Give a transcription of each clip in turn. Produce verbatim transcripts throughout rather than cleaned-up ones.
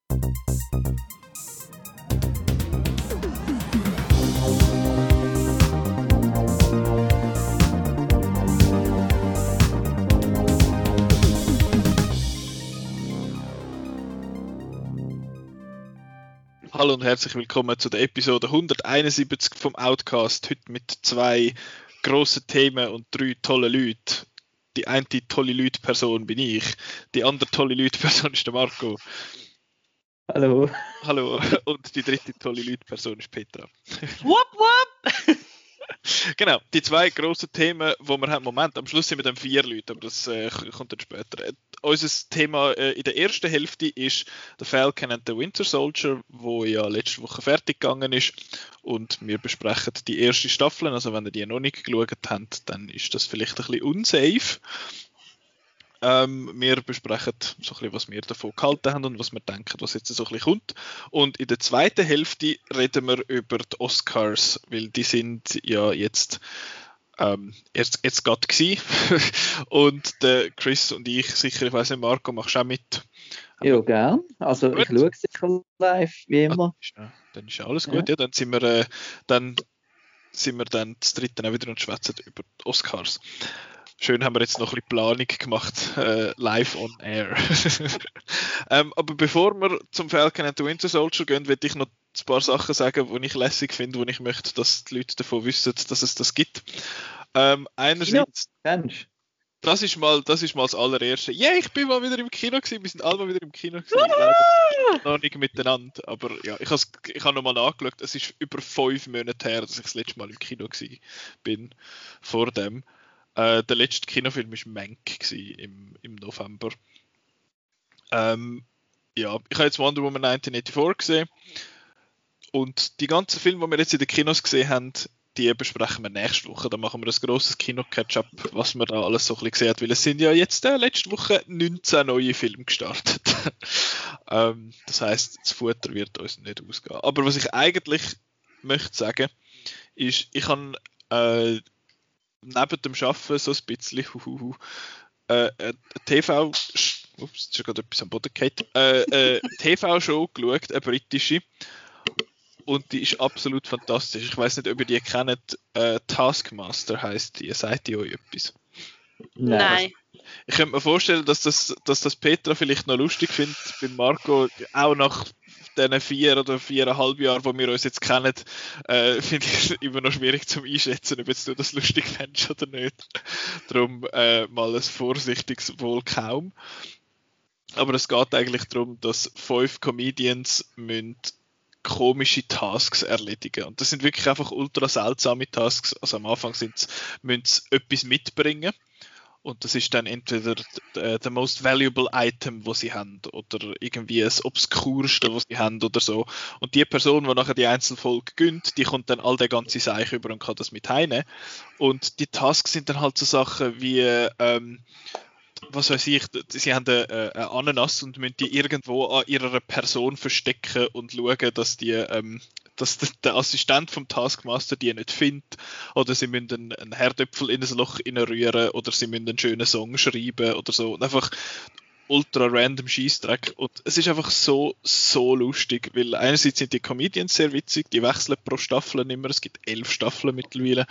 Hallo und herzlich willkommen zu der Episode hunderteinundsiebzig vom Outcast. Heute mit zwei grossen Themen und drei tollen Leuten. Die eine tolle Leute-Person bin ich, die andere tolle Leute-Person ist der Marco. Hallo. Hallo. Und die dritte tolle Leute-Person ist Petra. Wupp, wupp! Genau, die zwei grossen Themen, die wir haben. Moment, am Schluss sind wir dann vier Leute, aber das äh, kommt dann später. Äh, unser Thema äh, in der ersten Hälfte ist The Falcon and the Winter Soldier, wo ja letzte Woche fertig gegangen ist. Und wir besprechen die erste Staffel. Also wenn ihr die noch nicht geschaut habt, dann ist das vielleicht ein bisschen unsafe. Ähm, wir besprechen so ein bisschen, was wir davon gehalten haben und was wir denken, was jetzt so ein bisschen kommt. Und in der zweiten Hälfte reden wir über die Oscars, weil die sind ja jetzt ähm, jetzt, jetzt gerade gewesen. Und der Chris und ich, sicher, ich weiss nicht, Marco, machst du auch mit? Ja, gern. Also gut. Ich schaue sicher live, wie immer. Ah, dann ist ja alles gut, ja. ja dann sind wir äh, dann sind wir dann das dritte auch wieder und schwätzen über die Oscars. Schön haben wir jetzt noch ein bisschen Planung gemacht, äh, live on air. ähm, aber bevor wir zum Falcon and the Winter Soldier gehen, will ich noch ein paar Sachen sagen, die ich lässig finde, wo ich möchte, dass die Leute davon wissen, dass es das gibt. Ähm, einerseits, ja, das ist mal, das ist mal das allererste. Ja, yeah, ich bin mal wieder im Kino gewesen, wir sind alle mal wieder im Kino gewesen. Leider noch nicht miteinander, aber ja, ich habe ich habe nochmal angeschaut, es ist über fünf Monate her, dass ich das letzte Mal im Kino gewesen bin, vor dem. Uh, der letzte Kinofilm war Mank im, im November. Ähm, ja, ich habe jetzt Wonder Woman neunzehnhundertvierundachtzig gesehen. Und die ganzen Filme, die wir jetzt in den Kinos gesehen haben, die besprechen wir nächste Woche. Da machen wir ein grosses Kino-Catch-up, was man da alles so ein bisschen gesehen hat. Weil es sind ja jetzt äh, letzte Woche neunzehn neue Filme gestartet. ähm, das heisst, das Futter wird uns nicht ausgehen. Aber was ich eigentlich möchte sagen, ist, ich habe äh, neben dem Arbeiten so ein bisschen huhuhu, äh, eine T V, ups, ist schon gerade etwas am Boden gefallen, äh, äh, T V-Show geschaut, eine britische, und die ist absolut fantastisch. Ich weiß nicht, ob ihr die kennt, äh, Taskmaster heisst die, sagt die euch etwas? Nein. Ich könnte mir vorstellen, dass das, dass das Petra vielleicht noch lustig findet, bei Marco auch nach diesen vier oder viereinhalb Jahren, die wir uns jetzt kennen, äh, finde ich es immer noch schwierig zum Einschätzen, ob jetzt du das lustig fändest oder nicht. Darum äh, mal ein vorsichtiges Wohl kaum. Aber es geht eigentlich darum, dass fünf Comedians müssen komische Tasks erledigen. Und das sind wirklich einfach ultra seltsame Tasks. Also am Anfang sind's, müssen sie etwas mitbringen. Und das ist dann entweder the most valuable item, das sie haben, oder irgendwie das obskurste, was sie haben oder so. Und die Person, die nachher die Einzelfolge gönnt, die kommt dann all der ganze Seich über und kann das mit heimnehmen. Und die Tasks sind dann halt so Sachen wie, ähm, was weiß ich, sie haben eine, eine Ananas und müssen die irgendwo an ihrer Person verstecken und schauen, dass die ähm, dass der Assistent vom Taskmaster die nicht findet, oder sie müssen einen, einen Herdöpfel in ein Loch rühren oder sie müssen einen schönen Song schreiben oder so. Und einfach ultra random Scheissdreck. Und es ist einfach so, so lustig, weil einerseits sind die Comedians sehr witzig, die wechseln pro Staffel immer, es gibt elf Staffeln mittlerweile.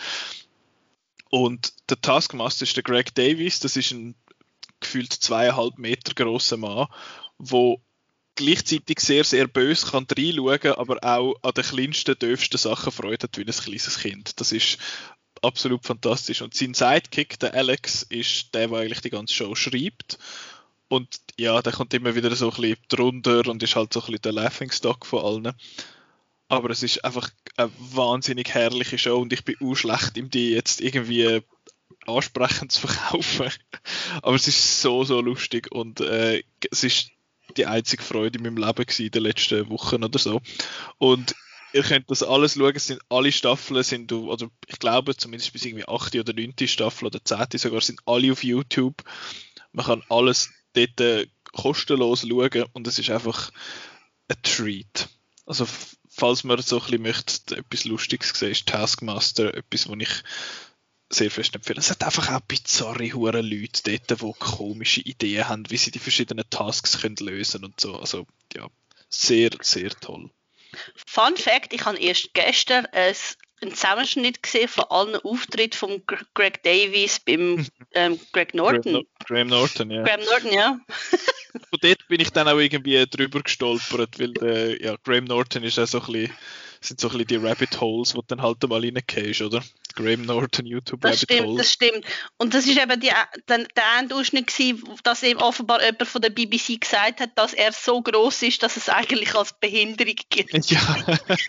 Und der Taskmaster ist der Greg Davies, das ist ein gefühlt zweieinhalb Meter grosser Mann, wo gleichzeitig sehr, sehr böse kann reinschauen, aber auch an den kleinsten, dürfsten Sachen Freude hat wie ein kleines Kind. Das ist absolut fantastisch. Und sein Sidekick, der Alex, ist der, der eigentlich die ganze Show schreibt. Und ja, der kommt immer wieder so ein bisschen drunter und ist halt so ein bisschen der Laughingstock von allen. Aber es ist einfach eine wahnsinnig herrliche Show und ich bin auch schlecht, ihm die jetzt irgendwie ansprechend zu verkaufen. Aber es ist so, so lustig und äh, es ist die einzige Freude in meinem Leben gewesen in den letzten Wochen oder so. Und ihr könnt das alles schauen, es sind alle Staffeln, sind, also ich glaube zumindest bis irgendwie achte oder neunte Staffel oder zehnte sogar, sind alle auf YouTube. Man kann alles dort äh, kostenlos schauen und es ist einfach ein Treat. Also falls man so ein bisschen möchte, etwas Lustiges sehen, ist Taskmaster etwas, was ich sehr fest empfehlen. Es hat einfach auch bizarre hure Leute dort, die komische Ideen haben, wie sie die verschiedenen Tasks können lösen und so. Also, ja, sehr, sehr toll. Fun Fact, ich habe erst gestern ein, einen Zusammenschnitt gesehen von allen Auftritten von Greg Davies beim ähm, Greg Norton. Graham Norton, ja. Graham Norton, ja. Von dort bin ich dann auch irgendwie drüber gestolpert, weil der, ja, Graham Norton ist auch so ein bisschen, sind so ein bisschen die Rabbit Holes, wo du dann halt mal reingehst, oder? Graham Norton, YouTube Das Rabbit stimmt, Holes. das stimmt. Und das ist eben die, der, der Endausschnitt gewesen, dass eben offenbar jemand von der B B C gesagt hat, dass er so gross ist, dass es eigentlich als Behinderung gilt. Ja.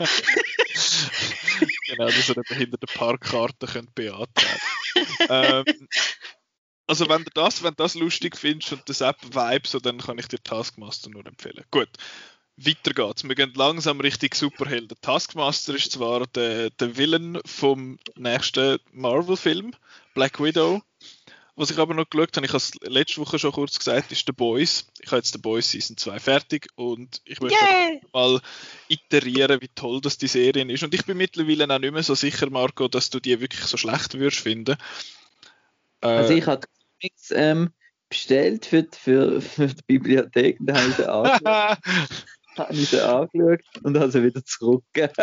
Genau, dass er eine behinderte Parkkarte könnte beantragen. ähm, also wenn du das, wenn du das lustig findest und das App Vibe, so, dann kann ich dir Taskmaster nur empfehlen. Gut, weiter geht's. Wir gehen langsam Richtung Superhelden. Taskmaster ist zwar der, der Villain vom nächsten Marvel-Film, Black Widow. Was ich aber noch geschaut habe, ich habe es letzte Woche schon kurz gesagt, ist The Boys. Ich habe jetzt The Boys Season zwei fertig und ich möchte Yeah. mal iterieren, wie toll das die Serie ist. Und ich bin mittlerweile auch nicht mehr so sicher, Marco, dass du die wirklich so schlecht würdest finden. Äh, Also ich habe die Comics ähm, bestellt für die, für, für die Bibliothek und dann habe ich sie angeschaut, habe ich sie angeschaut und habe sie wieder zurückgegeben.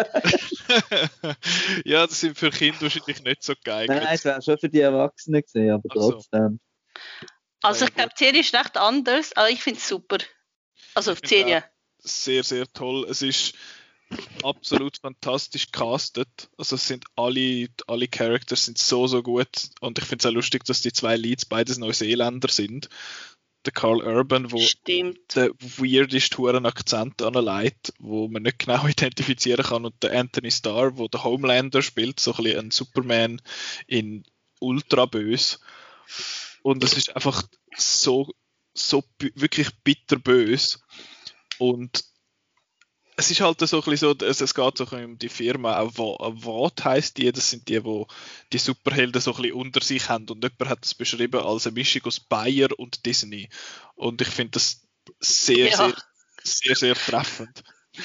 Ja, das sind für Kinder wahrscheinlich nicht so geeignet. Nein, es wäre schon für die Erwachsenen gesehen, aber Ach so. trotzdem. Also ich glaube, die Serie ist recht anders, aber ich finde es super. Also Ich die finde Serie. Sehr, sehr toll. Es ist absolut fantastisch castet. Also es sind alle, alle Characters sind so, so gut. Und ich finde es auch lustig, dass die zwei Leads beides Neuseeländer sind. Der Carl Urban, wo Stimmt. der weirdeste huren Akzent anleitet, wo man nicht genau identifizieren kann, und der Anthony Starr, wo der Homelander spielt, so ein bisschen ein Superman in ultra bös. Und es ist einfach so, so b- wirklich bitterbös. Und es ist halt so ein bisschen so, es, es geht so ein bisschen um die Firma, auch Watt heisst die, das sind die, die die Superhelden so ein bisschen unter sich haben, und jemand hat das beschrieben als eine Mischung aus Bayer und Disney, und ich finde das sehr, Ja. sehr, sehr, sehr treffend.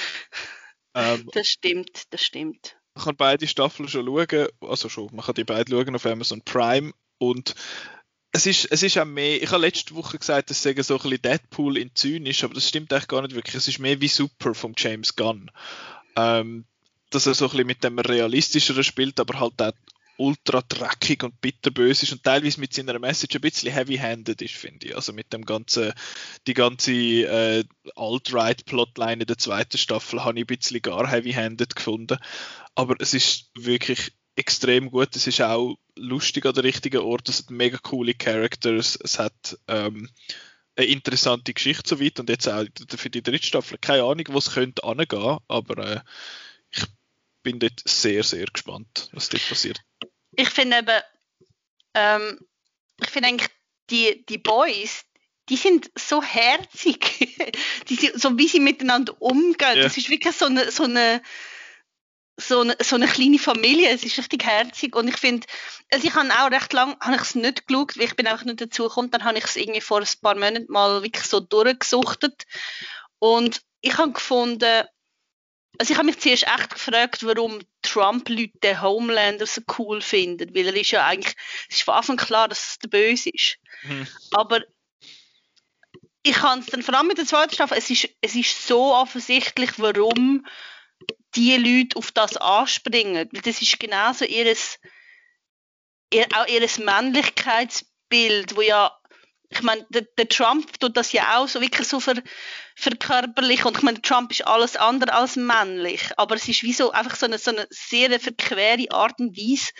Ähm, Das stimmt, das stimmt. man kann beide Staffeln schon schauen, also schon, man kann die beide schauen auf Amazon Prime, und es ist, es ist auch mehr, ich habe letzte Woche gesagt, es sei so ein bisschen Deadpool in zynisch, aber das stimmt eigentlich gar nicht wirklich. Es ist mehr wie Super von James Gunn. Ähm, dass er so ein bisschen mit dem realistischeren spielt, aber halt auch ultra dreckig und bitterbös ist und teilweise mit seiner Message ein bisschen heavy-handed ist, finde ich. Also mit dem ganzen, die ganze äh, Alt-Right-Plotline in der zweiten Staffel habe ich ein bisschen gar heavy-handed gefunden. Aber es ist wirklich extrem gut. Es ist auch lustig an der richtigen Ort. Es hat mega coole Characters. Es hat ähm, eine interessante Geschichte soweit, und jetzt auch für die dritte Staffel keine Ahnung, wo es könnte angehen, aber äh, ich bin dort sehr, sehr gespannt, was dort passiert. Ich finde eben, ähm, ich finde eigentlich, die, die Boys, die sind so herzig. die sind, so wie sie miteinander umgehen. Ja. Das ist wirklich so eine, so eine So eine, so eine kleine Familie, es ist richtig herzig, und ich finde, also ich habe auch recht lange, habe ich es nicht geschaut, weil ich bin einfach nicht dazu gekommen, dann habe ich es irgendwie vor ein paar Monaten mal wirklich so durchgesuchtet, und ich habe gefunden, also ich habe mich zuerst echt gefragt, warum Trump Leute den Homelander so cool finden, weil er ist ja eigentlich, es ist von Anfang klar, dass es der Böse ist, Mhm. aber ich kann es dann vor allem mit der zweiten Staffel, es ist, es ist so offensichtlich, warum die Leute auf das anspringen. Weil das ist genauso ihres, ihr, auch ihr Männlichkeitsbild, wo ja, ich meine, der, der Trump tut das ja auch so wirklich so ver, verkörperlich, und ich meine, der Trump ist alles andere als männlich, aber es ist wie so einfach so eine, so eine sehr verquere Art und Weise,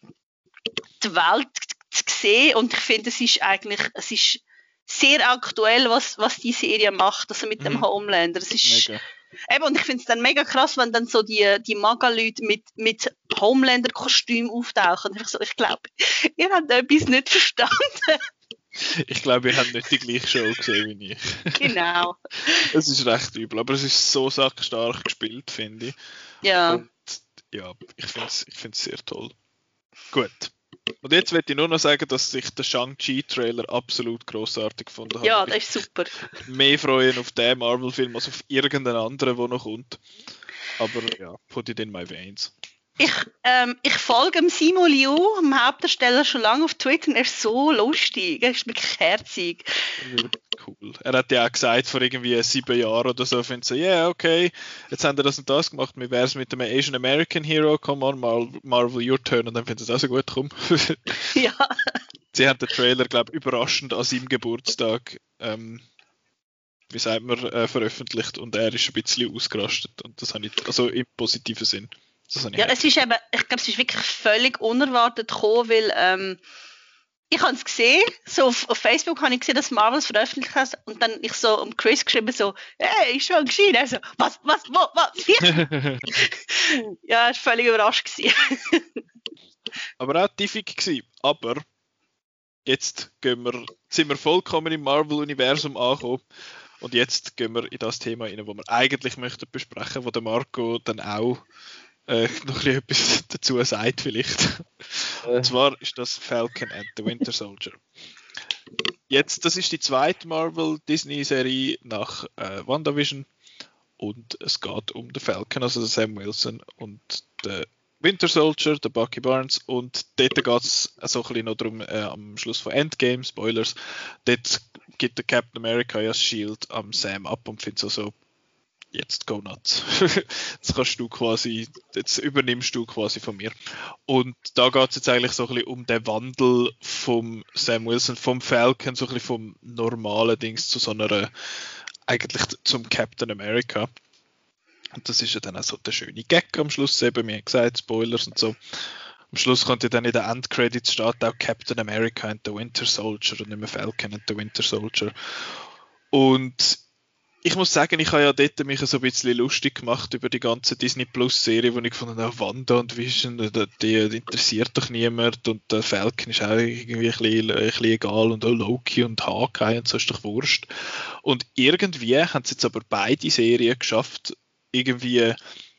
die Welt zu sehen, und ich finde, es ist eigentlich, es ist sehr aktuell, was, was die Serie macht, also mit dem Mhm. Homelander. Es ist, Mega. eben, und ich finde es dann mega krass, wenn dann so die, die Maga-Leute mit, mit Homelander-Kostüm auftauchen. Ich, so, ich glaube, ihr habt etwas nicht verstanden. Ich glaube, wir haben nicht die gleiche Show gesehen wie ich. Genau. Es ist recht übel, aber es ist so sackstark gespielt, finde ich. Ja. Und ja, ich finde es ich find's sehr toll. Gut. Und jetzt möchte ich nur noch sagen, dass ich den Shang-Chi-Trailer absolut grossartig gefunden habe. Ja, das ist super. Ich mehr freuen auf den Marvel-Film als auf irgendeinen anderen, der noch kommt. Aber ja, put it in my veins. Ich, ähm, ich folge dem Simu Liu, dem Hauptdarsteller, schon lange auf Twitter und er ist so lustig. Er ist wirklich herzig. Cool. Er hat ja auch gesagt, vor irgendwie sieben Jahren oder so, findet so, ja, yeah, okay, jetzt haben wir das und das gemacht, wie wäre es mit einem Asian American Hero, come on, Mar- Marvel, your turn, und dann findet es auch so gut, komm. Ja. Sie haben den Trailer, glaube ich, überraschend an seinem Geburtstag, ähm, wie sagt man, äh, veröffentlicht und er ist ein bisschen ausgerastet und das habe ich, also im positiven Sinn. Das habe ich Ja, es ist eben, ich glaube, es ist wirklich völlig unerwartet gekommen, weil ähm, ich habe es gesehen, so auf, auf Facebook habe ich gesehen, dass Marvel es veröffentlicht hat und dann ich so um Chris geschrieben so, hey, ist schon geschehen. Er so, was, was, wo, was? Ja, er war völlig überrascht gewesen. Aber auch tiefig gewesen. Aber jetzt gehen wir, sind wir vollkommen im Marvel-Universum angekommen und jetzt gehen wir in das Thema rein, wo wir eigentlich möchten besprechen, wo der Marco dann auch äh, noch ein bisschen etwas dazu sagt vielleicht. Und zwar ist das Falcon and the Winter Soldier. Jetzt, das ist die zweite Marvel-Disney-Serie nach äh, WandaVision und es geht um den Falcon, also den Sam Wilson und den Winter Soldier, der Bucky Barnes, und dort geht es so ein bisschen noch darum, äh, am Schluss von Endgame, Spoilers, dort gibt der Captain America ja das Shield am Sam ab und findet so, so jetzt go nuts. Jetzt kannst du quasi, jetzt übernimmst du quasi von mir. Und da geht es jetzt eigentlich so ein bisschen um den Wandel vom Sam Wilson, vom Falcon, so ein bisschen vom normalen Dings zu so einer, eigentlich zum Captain America. Und das ist ja dann auch so der schöne Gag am Schluss, eben, wie ich gesagt, Spoilers und so. Am Schluss kommt ja dann in den Endcredits steht auch Captain America and the Winter Soldier und nicht mehr Falcon and the Winter Soldier. Und ich muss sagen, ich habe ja dort mich so ein bisschen lustig gemacht über die ganze Disney Plus Serie, wo ich gefunden habe, Wanda und Vision, die, die interessiert doch niemand und der Falcon ist auch irgendwie ein bisschen, ein bisschen egal und auch Loki und Hawkeye und so ist doch wurscht. Und irgendwie haben es jetzt aber beide Serien geschafft, irgendwie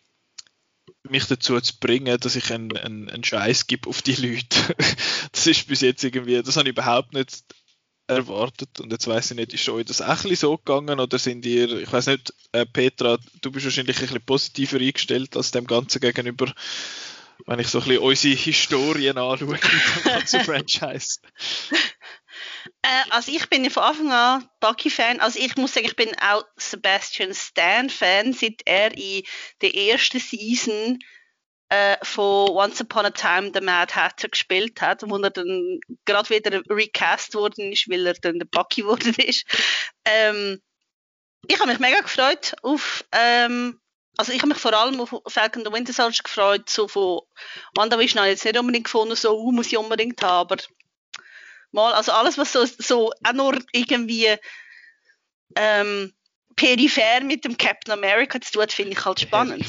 mich dazu zu bringen, dass ich einen, einen, einen Scheiß gebe auf die Leute. Das ist bis jetzt irgendwie, das habe ich überhaupt nicht erwartet und jetzt weiss ich nicht, ist euch das auch ein bisschen so gegangen oder sind ihr, ich weiss nicht, äh, Petra, du bist wahrscheinlich ein bisschen positiver eingestellt als dem Ganzen gegenüber, wenn ich so ein bisschen unsere Historien anschaue mit dem ganzen Franchise. Äh, also ich bin ja von Anfang an Bucky-Fan, also ich muss sagen, ich bin auch Sebastian Stan-Fan, seit er in der ersten Season äh, von Once Upon a Time the Mad Hatter gespielt hat, wo er dann gerade wieder recast worden ist, weil er dann der Bucky geworden ist. Ähm, ich habe mich mega gefreut auf, ähm, also ich habe mich vor allem auf Falcon the Winter Soldier gefreut, so von WandaVision habe ich jetzt nicht unbedingt gefunden, so uh, muss ich unbedingt haben, aber mal, also alles, was so, so auch nur irgendwie ähm, peripher mit dem Captain America zu tun, finde ich halt spannend.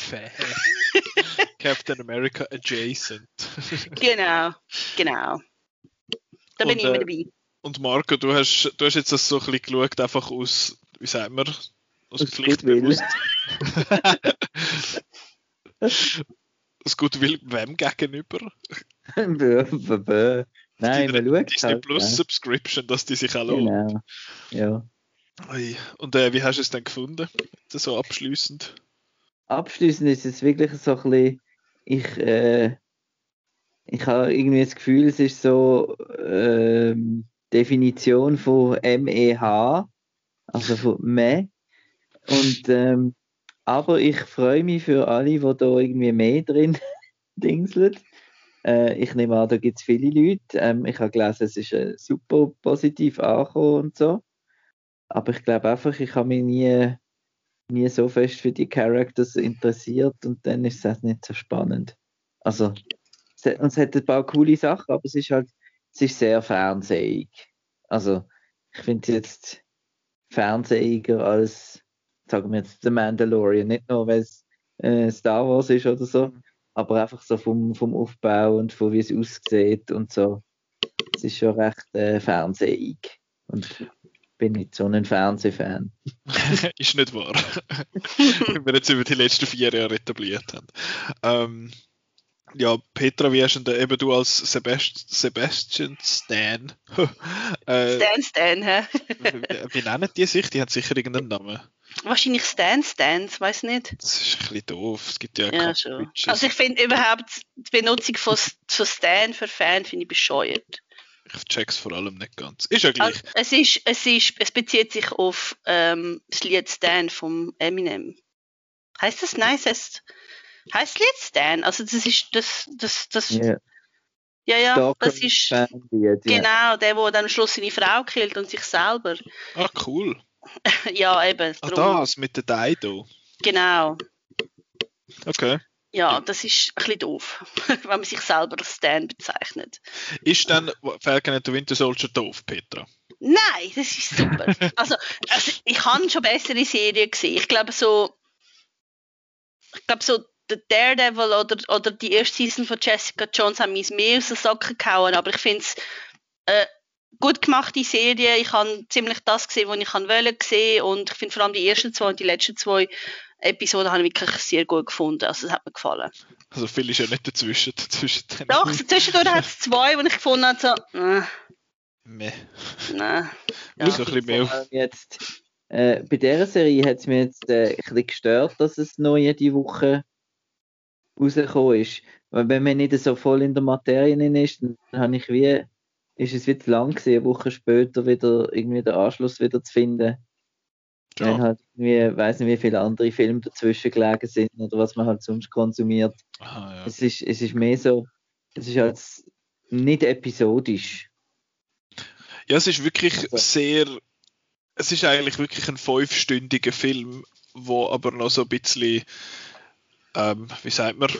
Captain America adjacent. Genau, genau. Da bin und, ich immer äh, dabei. Und Marco, du hast, du hast jetzt das so ein bisschen geschaut, einfach aus, wie sagt man, aus, aus Pflichtbewusstsein. Aus Gutwill wem gegenüber? Nein, man schaut Disney halt, Plus ja. Subscription, dass die sich auch lohnt. Genau, ja. Und äh, wie hast du es denn gefunden? So abschliessend? Abschließend ist es wirklich so ein bisschen, ich, äh, ich habe irgendwie das Gefühl, es ist so ähm, Definition von M E H, also von Meh. Und ähm, aber ich freue mich für alle, die da irgendwie mehr drin dingseln. Äh, ich nehme an, da gibt es viele Leute. Ähm, ich habe gelesen, es ist äh, super positiv angekommen und so. Aber ich glaube einfach, ich habe mich nie, nie so fest für die Characters interessiert und dann ist es nicht so spannend. Also, es, hat- und es hat ein paar coole Sachen, aber es ist halt, es ist sehr fernsehig. Also, ich finde es jetzt fernsehiger als, sagen wir jetzt, The Mandalorian. Nicht nur, weil es äh, Star Wars ist oder so, aber einfach so vom, vom Aufbau und von wie es aussieht und so. Es ist schon recht äh, fernsehig. Und ich bin nicht so ein Fernsehfan. Ist nicht wahr. Wie wir jetzt über die letzten vier Jahre etabliert haben. Ähm, ja, Petra, wie hast du denn eben du als Sebast- Sebastian Stan? äh, Stan Stan, hä? wie, wie nennen die sich? Die haben sicher irgendeinen Namen. Wahrscheinlich Stan Stans, weiß nicht. Das ist ein bisschen doof. Es gibt ja, Ja, keine schon. Bitches. Also ich finde überhaupt die Benutzung von, von Stan für Fan finde ich bescheuert. Ich check's vor allem nicht ganz. Ist ja gleich. Also, es, ist, es, ist, es bezieht sich auf ähm, das Lied Stan vom Eminem. Heißt das? Nein, es heißt, heißt das Lied Stan? Also das ist das, das, das Ja. ja, ja, Stalker das ist Fanlied, ja. genau der, der dann am Schluss seine Frau killt und sich selber. Ah, cool. Ja, eben. Ah, drum. das mit der Dido. Genau. Okay. Ja, das ist ein bisschen doof, wenn man sich selber als Stan bezeichnet. Ist dann Falcon and the Winter Soldier doof, Petra? Nein, das ist super. also, also ich habe schon bessere Serien gesehen. Ich glaube so, ich glaube so der Daredevil oder, oder die erste Season von Jessica Jones haben mich mehr aus den Socken gehauen, aber ich finde es äh, gut gemachte Serie. Ich habe ziemlich das gesehen, was ich wollte sehen, und ich finde vor allem die ersten zwei und die letzten zwei Episoden habe ich wirklich sehr gut gefunden. Also das hat mir gefallen. Also viel ist ja nicht dazwischen. dazwischen Doch, so zwischendurch hat es zwei, die ich gefunden habe, so, äh, Meh. nein. Ja. So ein bisschen mehr auf. Jetzt, äh, bei dieser Serie hat es mir jetzt äh, ein bisschen gestört, dass es noch jede Woche rausgekommen ist. Weil wenn man nicht so voll in der Materie ist, dann habe ich wie, ist es wie zu lang gewesen, eine Woche später wieder irgendwie den Anschluss wieder zu finden. Ja. Wenn halt irgendwie, weiß nicht, wie viele andere Filme dazwischen gelegen sind oder was man halt sonst konsumiert. Aha, ja. Es ist, es ist mehr so, es ist halt nicht episodisch. Ja, es ist wirklich Also. sehr, es ist eigentlich wirklich ein fünfstündiger Film, wo aber noch so ein bisschen, ähm, wie sagt man,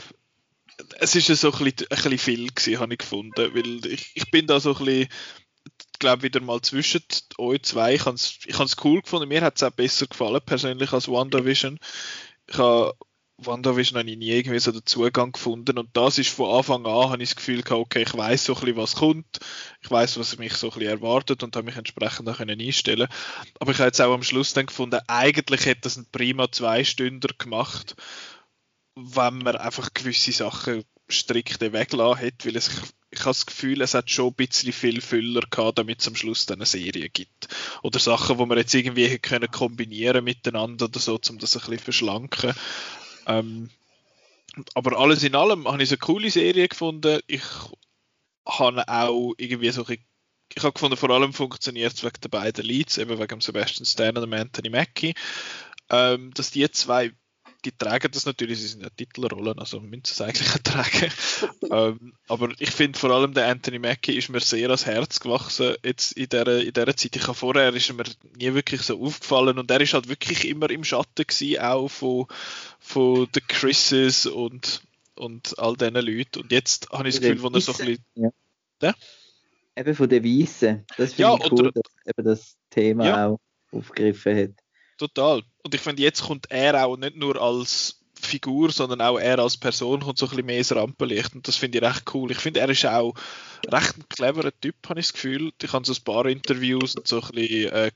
es ist ja so ein bisschen, ein bisschen viel gewesen, habe ich gefunden, weil ich, ich bin da so ein bisschen, ich glaube wieder mal zwischen euch zwei, ich habe es ich hab's cool gefunden, mir hat es auch besser gefallen persönlich als WandaVision. Ich habe WandaVision habe ich nie irgendwie so den Zugang gefunden, und das ist von Anfang an, habe ich das Gefühl gehabt, okay, ich weiss so ein bisschen, was kommt, ich weiss, was mich so ein bisschen erwartet, und habe mich entsprechend auch können einstellen. Aber ich habe jetzt auch am Schluss dann gefunden, eigentlich hätte das ein prima Zwei-Stünder gemacht, wenn man einfach gewisse Sachen strikt weglassen hätte, weil es, ich habe das Gefühl, es hat schon ein bisschen viel Füller gehabt, damit es am Schluss dann eine Serie gibt. Oder Sachen, die man jetzt irgendwie hätte können kombinieren miteinander oder so, um das ein bisschen verschlanken. Ähm, aber alles in allem habe ich es eine coole Serie gefunden. Ich habe auch irgendwie so ein bisschen, ich habe gefunden, vor allem funktioniert es wegen der beiden Leads, eben wegen dem Sebastian Stan und dem Anthony Mackie, ähm, dass die zwei, die tragen das natürlich, sie sind ja Titelrollen, also müssen sie es eigentlich tragen. ähm, aber ich finde vor allem, der Anthony Mackie ist mir sehr ans Herz gewachsen jetzt in dieser, in dieser Zeit. Ich habe vorher ist er mir nie wirklich so aufgefallen, und er ist halt wirklich immer im Schatten gewesen, auch von, von den Chris's und, und all diesen Leuten. Und jetzt habe ich das Gefühl, wo er so ein bisschen... Ja. Ja? Eben von den Weissen. Das finde Ja, ich cool, oder- dass eben das Thema Ja. auch aufgegriffen hat. Total. Und ich finde, jetzt kommt er auch nicht nur als Figur, sondern auch er als Person kommt so ein bisschen mehr ins Rampenlicht. Und das finde ich recht cool. Ich finde, er ist auch recht ein cleverer Typ, habe ich das Gefühl. Ich habe so ein paar Interviews und so ein bisschen äh,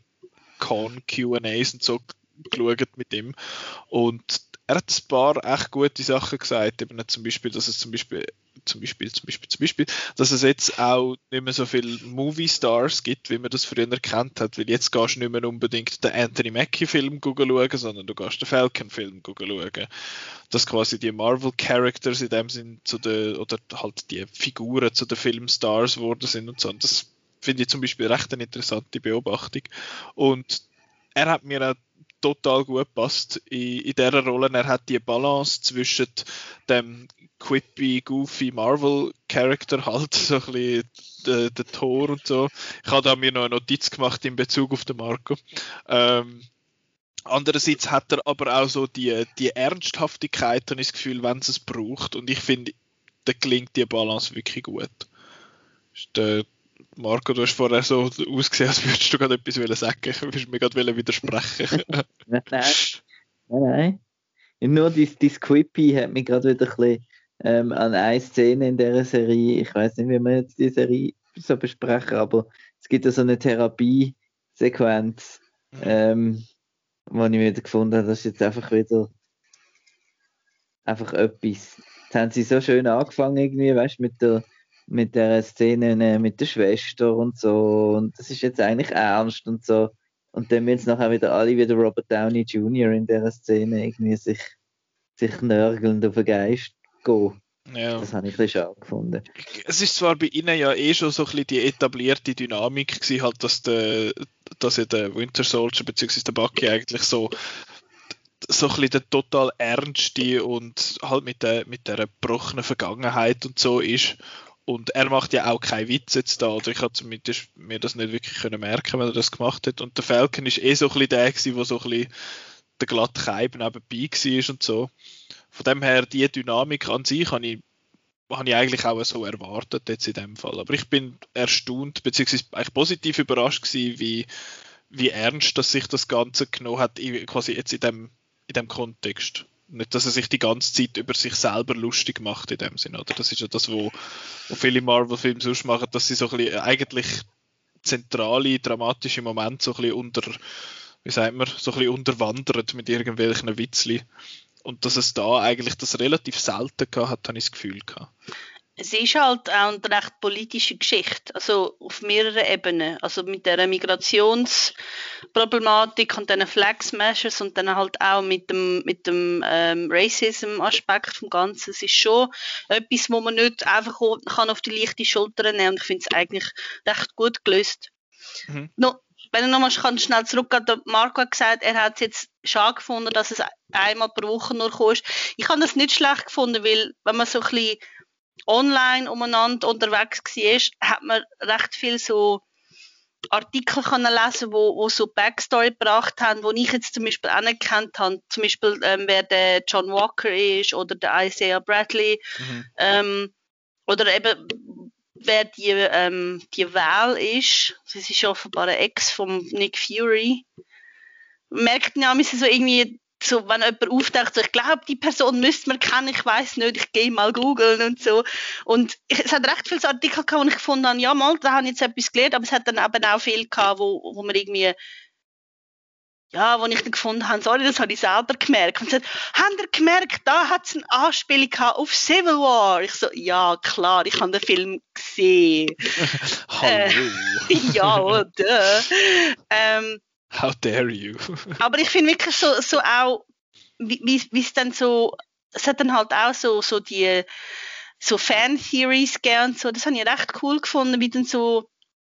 Con-Q and A's und so geschaut mit ihm. Und er hat ein paar echt gute Sachen gesagt. Eben zum Beispiel, dass es zum Beispiel zum Beispiel, zum Beispiel, zum Beispiel, dass es jetzt auch nicht mehr so viele Movie-Stars gibt, wie man das früher kennt hat, weil jetzt gehst du nicht mehr unbedingt den Anthony Mackie-Film schauen, sondern du gehst den Falcon-Film schauen. Dass quasi die Marvel-Characters in dem Sinn zu den, oder halt die Figuren zu den Filmstars geworden sind und so. Und das finde ich zum Beispiel recht eine interessante Beobachtung. Und er hat mir auch total gut gepasst in, in dieser Rolle. Er hat die Balance zwischen dem quippy, goofy Marvel-Charakter halt, so ein bisschen der, der Thor und so. Ich habe da mir noch eine Notiz gemacht in Bezug auf den Marco. Ähm, andererseits hat er aber auch so die, die Ernsthaftigkeit, und das Gefühl, wenn es es braucht. Und ich finde, da gelingt die Balance wirklich gut. Ist der Marco, du hast vorher so ausgesehen, als würdest du gerade etwas sagen. Du würdest mir gerade widersprechen. Nein, nein. nein, nein. Nur dein, dein Quippy hat mich gerade wieder ein bisschen ähm, an eine Szene in dieser Serie, ich weiß nicht, wie wir jetzt die Serie so besprechen, aber es gibt ja so eine Therapie-Sequenz, Mhm. ähm, wo ich wieder gefunden habe, das ist jetzt einfach wieder einfach etwas. Jetzt haben sie so schön angefangen irgendwie, weißt du, mit der mit der Szene mit der Schwester und so, und das ist jetzt eigentlich ernst und so, Und dann müssen nachher wieder alle wie der Robert Downey Junior in dieser Szene irgendwie sich, sich nörgelnd auf den Geist gehen. Ja. Das habe ich ein bisschen schade gefunden. Es ist zwar bei ihnen ja eh schon so ein bisschen die etablierte Dynamik gewesen, halt, dass der, dass ja der Winter Soldier bzw. der Bucky eigentlich so so ein bisschen der total ernste und halt mit der mit der gebrochenen Vergangenheit und so ist. Und er macht ja auch keinen Witz jetzt da, oder ich habe zumindest mir das nicht wirklich können merken, wenn er das gemacht hat. Und der Falcon ist eh so ein bisschen der gewesen, wo so ein bisschen der glatte Keib nebenbei war und so. Von dem her, die Dynamik an sich habe ich, habe ich eigentlich auch so erwartet jetzt in dem Fall. Aber ich bin erstaunt, beziehungsweise eigentlich positiv überrascht gewesen, wie, wie ernst dass sich das Ganze genommen hat, quasi jetzt in dem, in dem Kontext. Nicht, dass er sich die ganze Zeit über sich selber lustig macht in dem Sinne, oder? Das ist ja das, wo, wo viele Marvel-Filme sonst machen, dass sie so ein bisschen eigentlich zentrale, dramatische Momente so ein bisschen unter, wie sagt man, so ein bisschen unterwandern mit irgendwelchen Witzli. Und dass es da eigentlich das relativ selten gehabt hat, habe ich das Gefühl gehabt. Es ist halt auch eine recht politische Geschichte, also auf mehreren Ebenen. Also mit der Migrationsproblematik und den Flag Smashers und dann halt auch mit dem, mit dem ähm, Racism-Aspekt vom Ganzen. Es ist schon etwas, wo man nicht einfach kann auf die leichte Schulter nehmen kann. Und ich finde es eigentlich recht gut gelöst. Mhm. No, wenn du nochmal schnell zurückgehen, Marco hat gesagt, er hat es jetzt schade gefunden, dass es einmal pro Woche nur kam. Ich habe das nicht schlecht gefunden, weil wenn man so ein bisschen online umeinander unterwegs war, hat man recht viel so Artikel können lesen, wo, wo so Backstory gebracht haben, wo ich jetzt zum Beispiel auch nicht gekannt habe. Zum Beispiel, ähm, wer der John Walker ist oder der Isaiah Bradley. Mhm. Ähm, oder eben, wer die, ähm, die Val ist. Das ist offenbar ein Ex von Nick Fury. Man merkt ja, wir sind so irgendwie so, wenn jemand auftaucht, so, ich glaube, die Person müsste man kennen, ich weiß nicht, ich gehe mal googeln und so. Und ich, es hat recht viele Artikel gehabt, wo ich gefunden habe, ja mal, da habe ich jetzt etwas gelernt, aber es hat dann eben auch viel gehabt, wo, wo man irgendwie, ja, wo ich dann gefunden habe, sorry, das habe ich selber gemerkt. Und gesagt, habt ihr gemerkt, da hat es eine Anspielung gehabt auf Civil War? Ich so, ja, klar, ich habe den Film gesehen. Hallo. Äh, ja, oder? ähm, How dare you? Aber ich finde wirklich so, so auch, wie es dann so, es hat dann halt auch so, so die so Fan-Theories gegeben und so, das habe ich recht cool gefunden, wie dann so,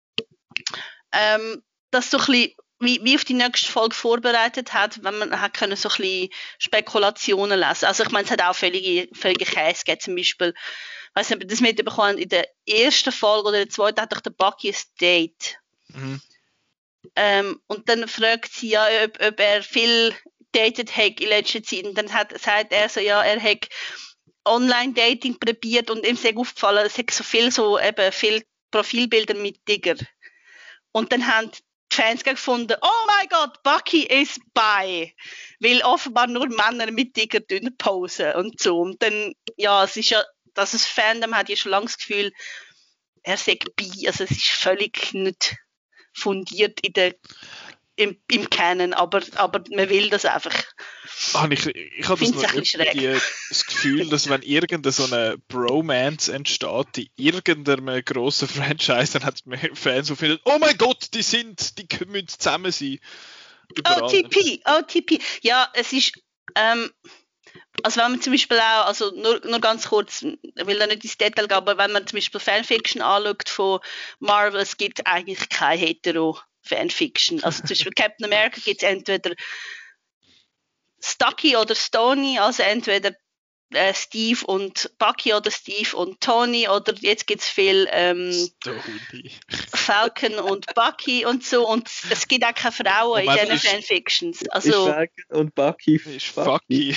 ähm, das so ein bisschen, wie, wie auf die nächste Folge vorbereitet hat, wenn man hat können so ein bisschen Spekulationen lesen. Also ich meine, es hat auch völlige, völlige Käse gegeben, zum Beispiel, ich weiß nicht, ob ihr das mitbekommen, in der ersten Folge oder der zweiten hat doch der Bucky ein Date. Mhm. Ähm, und dann fragt sie ja, ob, ob er viel datet hat in letzter Zeit. Und dann hat, sagt er so, ja, er hat Online-Dating probiert und ihm ist aufgefallen, es hat so viel, so eben viel Profilbilder mit Digger. Und dann haben die Fans gefunden, oh mein Gott, Bucky ist bi. Weil offenbar nur Männer mit Digger posen und so. Und dann, ja, es ist ja, das ist Fandom hat ja schon lange das Gefühl, er sei bi. Also es ist völlig nicht fundiert in der, im, im Canon, aber, aber man will das einfach. Ah, ich ich habe das, noch die, das Gefühl, dass wenn irgendeine so eine Bromance entsteht in irgendeinem grossen Franchise, dann hat es Fans, die finden, oh mein Gott, die sind, die müssen zusammen sein. Überall. O T P, O T P. Ja, es ist, ähm, also wenn man zum Beispiel auch, also nur, nur ganz kurz, ich will da nicht ins Detail gehen, aber wenn man zum Beispiel Fanfiction anschaut von Marvel, es gibt eigentlich keine hetero-Fanfiction. Also zum Beispiel Captain America gibt es entweder Stucky oder Stony, also entweder äh, Steve und Bucky oder Steve und Tony, oder jetzt gibt es viel ähm, Falcon und Bucky und so, und es gibt auch keine Frauen Moment, in diesen Fanfictions. Also, ist Falcon und Bucky ist Fucky.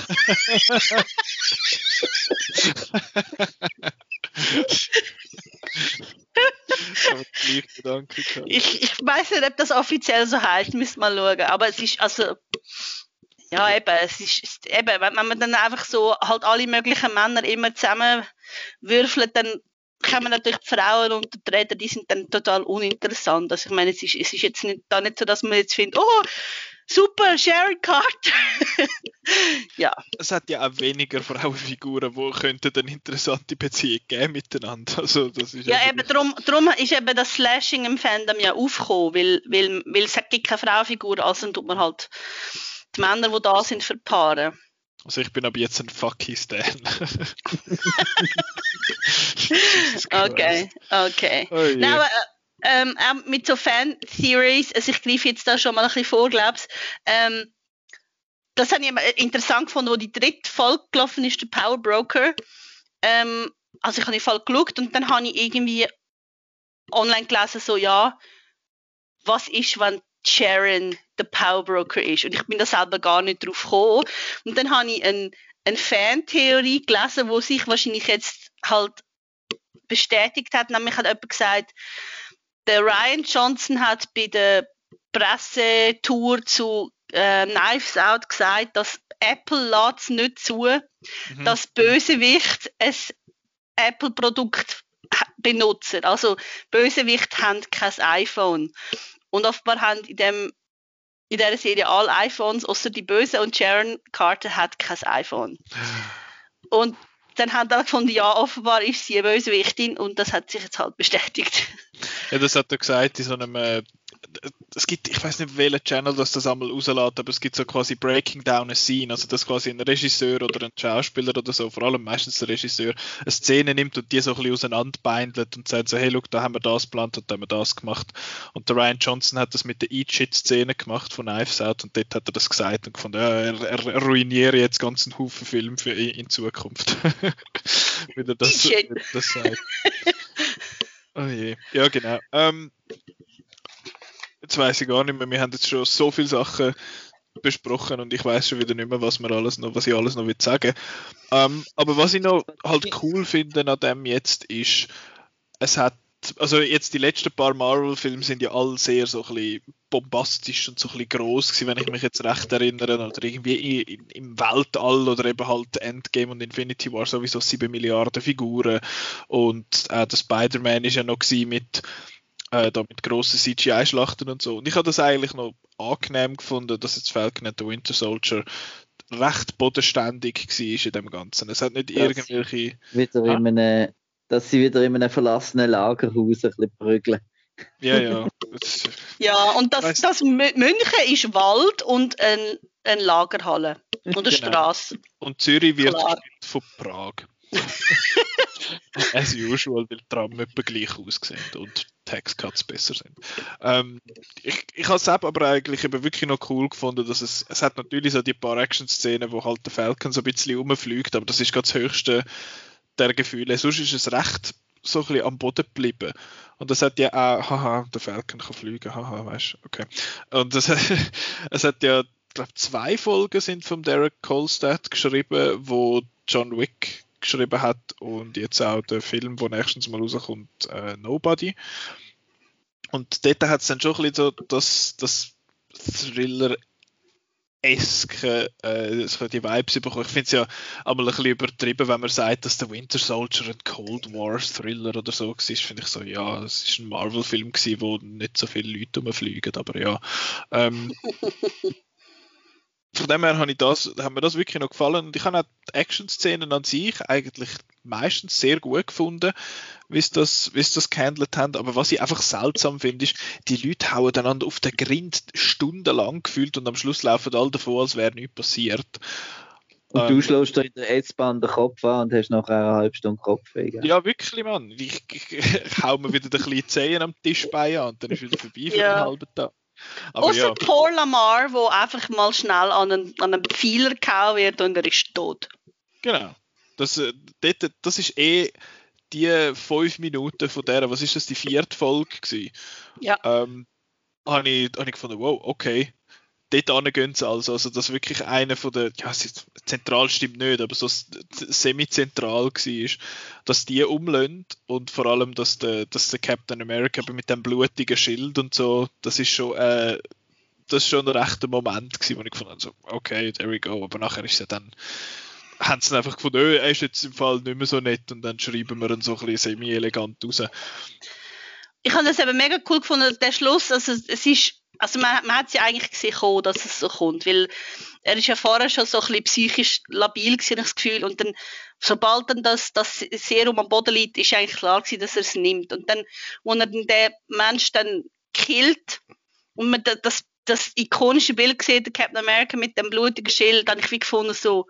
ich, ich weiß nicht, ob das offiziell so heißt, müssen wir mal schauen, aber es ist also ja, eben, es ist, eben, wenn man dann einfach so halt alle möglichen Männer immer zusammenwürfelt, dann kommen natürlich die Frauen unter die Räder, die sind dann total uninteressant. Also ich meine, es ist, es ist jetzt nicht, da nicht so, dass man jetzt findet, oh, super, Sharon Carter. Ja. es hat ja auch weniger Frauenfiguren, die könnten eine interessante Beziehung geben miteinander. Also, das ist ja, ja eben darum, darum ist eben das Slashing im Fandom ja aufgekommen, weil, weil, weil es gibt keine Frauenfigur, also tut man halt die Männer, die da sind, verpaaren. Also ich bin aber jetzt ein fucking Stan. Okay, okay. Oh je. Nein, aber ähm, auch mit so Fan-Theories, also ich greife jetzt da schon mal ein bisschen vor, glaub's, ähm, das habe ich immer interessant gefunden, wo die dritte Folge gelaufen ist, der Power Broker. Ähm, also ich habe die Folge geschaut und dann habe ich irgendwie online gelesen, so ja, was ist, wenn Sharon der Power Broker ist? Und ich bin da selber gar nicht drauf gekommen. Und dann habe ich eine ein Fan-Theorie gelesen, wo sich wahrscheinlich jetzt halt bestätigt hat. Nämlich hat jemand gesagt, der Ryan Johnson hat bei der Pressetour zu äh, Knives Out gesagt, dass Apple lässt es nicht zu, Mhm. dass Bösewicht ein Apple-Produkt benutzen. Also Bösewicht haben kein iPhone. Und offenbar haben in, dem, in dieser Serie alle iPhones, außer die Böse, und Sharon Carter hat kein iPhone. Und dann haben alle gefunden, ja, offenbar ist sie eine Bösewichtin und das hat sich jetzt halt bestätigt. Ja, das hat er gesagt in so einem, äh, es gibt, ich weiß nicht, welcher Channel das das einmal rauslässt, aber es gibt so quasi Breaking Down a Scene, also dass quasi ein Regisseur oder ein Schauspieler oder so, vor allem meistens der Regisseur, eine Szene nimmt und die so ein bisschen auseinanderbeindelt und sagt so, hey, look, da haben wir das geplant und da haben wir das gemacht. Und der Ryan Johnson hat das mit der Eat-Shit-Szene gemacht von Knives Out und dort hat er das gesagt und gefunden, ja, er, er, er ruiniere jetzt ganz einen Haufen Film für in, in Zukunft. Wie er das, wie er das sagt. Oh je. Ja, genau. Ähm, jetzt weiss ich gar nicht mehr, wir haben jetzt schon so viele Sachen besprochen und ich weiß schon wieder nicht mehr, was, wir alles noch, was ich alles noch will sagen. Ähm, aber was ich noch halt cool finde an dem jetzt ist, es hat, also jetzt die letzten paar Marvel-Filme sind ja alle sehr so ein bisschen bombastisch und so ein bisschen gross gewesen, wenn ich mich jetzt recht erinnere, oder irgendwie in, im Weltall oder eben halt Endgame und Infinity War sowieso sieben Milliarden Figuren und äh, der Spider-Man ist ja noch gewesen mit äh, da mit grossen C G I-Schlachten und so. Und ich habe das eigentlich noch angenehm gefunden, dass jetzt Falcon and the Winter Soldier recht bodenständig war in dem Ganzen. Es hat nicht Das irgendwelche... Wieder Ah? in einem, dass sie wieder in einem verlassenen Lagerhaus ein bisschen prügeln. Ja, ja. Das, Ja, und das, Weiss- das Mü- München ist Wald und ein, ein Lagerhalle und eine Genau. Straße. und Zürich wird Klar. gespielt von Prag. As usual, weil die Tram etwa gleich aussehen und Taxcuts besser sind. Ähm, ich ich habe es aber eigentlich eben wirklich noch cool gefunden, dass es, es hat natürlich so die paar Action-Szenen, wo halt der Falcon so ein bisschen rumfliegt, aber das ist gerade das höchste der Gefühle. Sonst ist es recht so ein bisschen am Boden geblieben. Und das hat ja auch, haha, der Falcon kann fliegen, haha, weißt du, okay. Und das, es hat ja, ich glaube, zwei Folgen sind von Derek Kolstad geschrieben, wo John Wick geschrieben hat und jetzt auch der Film, der nächstens mal rauskommt, äh, Nobody. Und dort hat es dann schon ein bisschen so das, das Thriller eske äh, so die Vibes bekommen. Ich finde es ja einmal ein bisschen übertrieben, wenn man sagt, dass der Winter Soldier ein Cold War Thriller oder so war. Finde ich so, ja, es ist ein Marvel-Film gewesen, wo nicht so viele Leute rumfliegen, aber ja. Ähm, von dem her habe ich das, hat mir das wirklich noch gefallen und ich habe auch die Action-Szenen an sich eigentlich meistens sehr gut gefunden, wie sie das, wie sie das gehandelt haben, aber was ich einfach seltsam finde, ist, die Leute hauen einander auf den Grind stundenlang gefühlt und am Schluss laufen alle davon, als wäre nichts passiert. Und Ähm, du schlägst dir in der S-Bahn den Kopf an und hast nachher eine halbe Stunde Kopfweh. Gell? Ja, wirklich, Mann. Ich, ich, ich hau mir wieder den kleinen Zehen am Tisch bei an und dann ist wieder vorbei für Ja. einen halben Tag. Aber Außer ja, Paul Lamar, wo einfach mal schnell an einen, an einen Pfeiler gehauen wird und er ist tot. genau. Das, äh, dort, das ist eh die fünf Minuten von der, was ist das, die vierte Folge gewesen. Ja. Ähm, habe ich, hab ich gefunden, wow, okay. Dort gehen sie also, also dass wirklich einer von der, ja, es ist, zentral stimmt nicht, aber so s- semi-zentral war, dass die umlösen und vor allem, dass der, dass der Captain America mit dem blutigen Schild und so, das ist schon, äh, das ist schon ein rechter Moment gewesen, wo ich gefunden habe, so, okay, there we go, aber nachher ist ja dann, haben sie einfach gefunden, oh, er ist jetzt im Fall nicht mehr so nett und dann schreiben wir ihn so ein bisschen semi-elegant raus. Ich habe das eben mega cool gefunden, der Schluss, also es ist also man, man hat es ja eigentlich gesehen, dass es so kommt, weil er ist ja vorher schon so ein bisschen psychisch labil gewesen, das Gefühl, und dann, sobald dann das, das Serum am Boden liegt, ist eigentlich klar gewesen, dass er es nimmt. Und dann, wo er den Mensch dann killt und man das, das ikonische Bild sieht, der Captain America mit dem blutigen Schild, dann habe ich wie gefunden, so,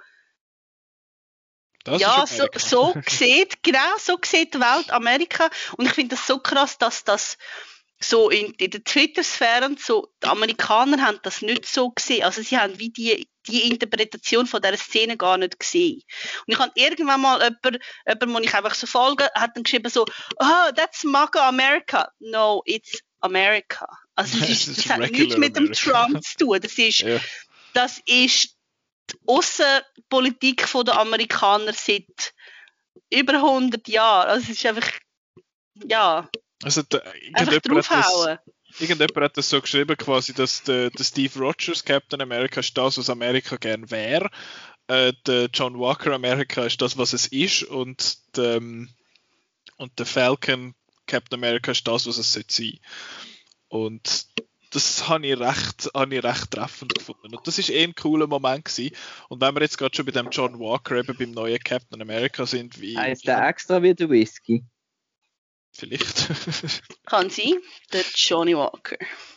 das ja, so, so sieht, genau, so sieht die Welt Amerika. Und ich finde das so krass, dass das so in, in der Twitter-Sphäre und so, die Amerikaner haben das nicht so gesehen. Also sie haben wie die, die Interpretation von dieser Szene gar nicht gesehen. Und ich habe irgendwann mal jemanden, jemanden, den ich einfach so folge, hat dann geschrieben so, oh, that's MAGA America. No, it's America. Also das, ist, das hat nichts mit dem Trump zu tun. Das ist, ja. das ist die Aussenpolitik der Amerikaner seit über hundert Jahren. Also es ist einfach, ja, also da, einfach draufhauen. Irgendjemand hat das so geschrieben, quasi, dass der, der Steve Rogers, Captain America, ist das, was Amerika gern wäre. Äh, der John Walker America ist das, was es ist. Und der, und der Falcon, Captain America, ist das, was es sollte sein. Und das habe ich recht, habe ich recht treffend gefunden. Und das war eh ein cooler Moment gewesen. Und wenn wir jetzt gerade schon bei dem John Walker, eben beim neuen Captain America sind, wie... Heißt der extra wie der Whisky? Vielleicht. Kann sein, der Johnny Walker.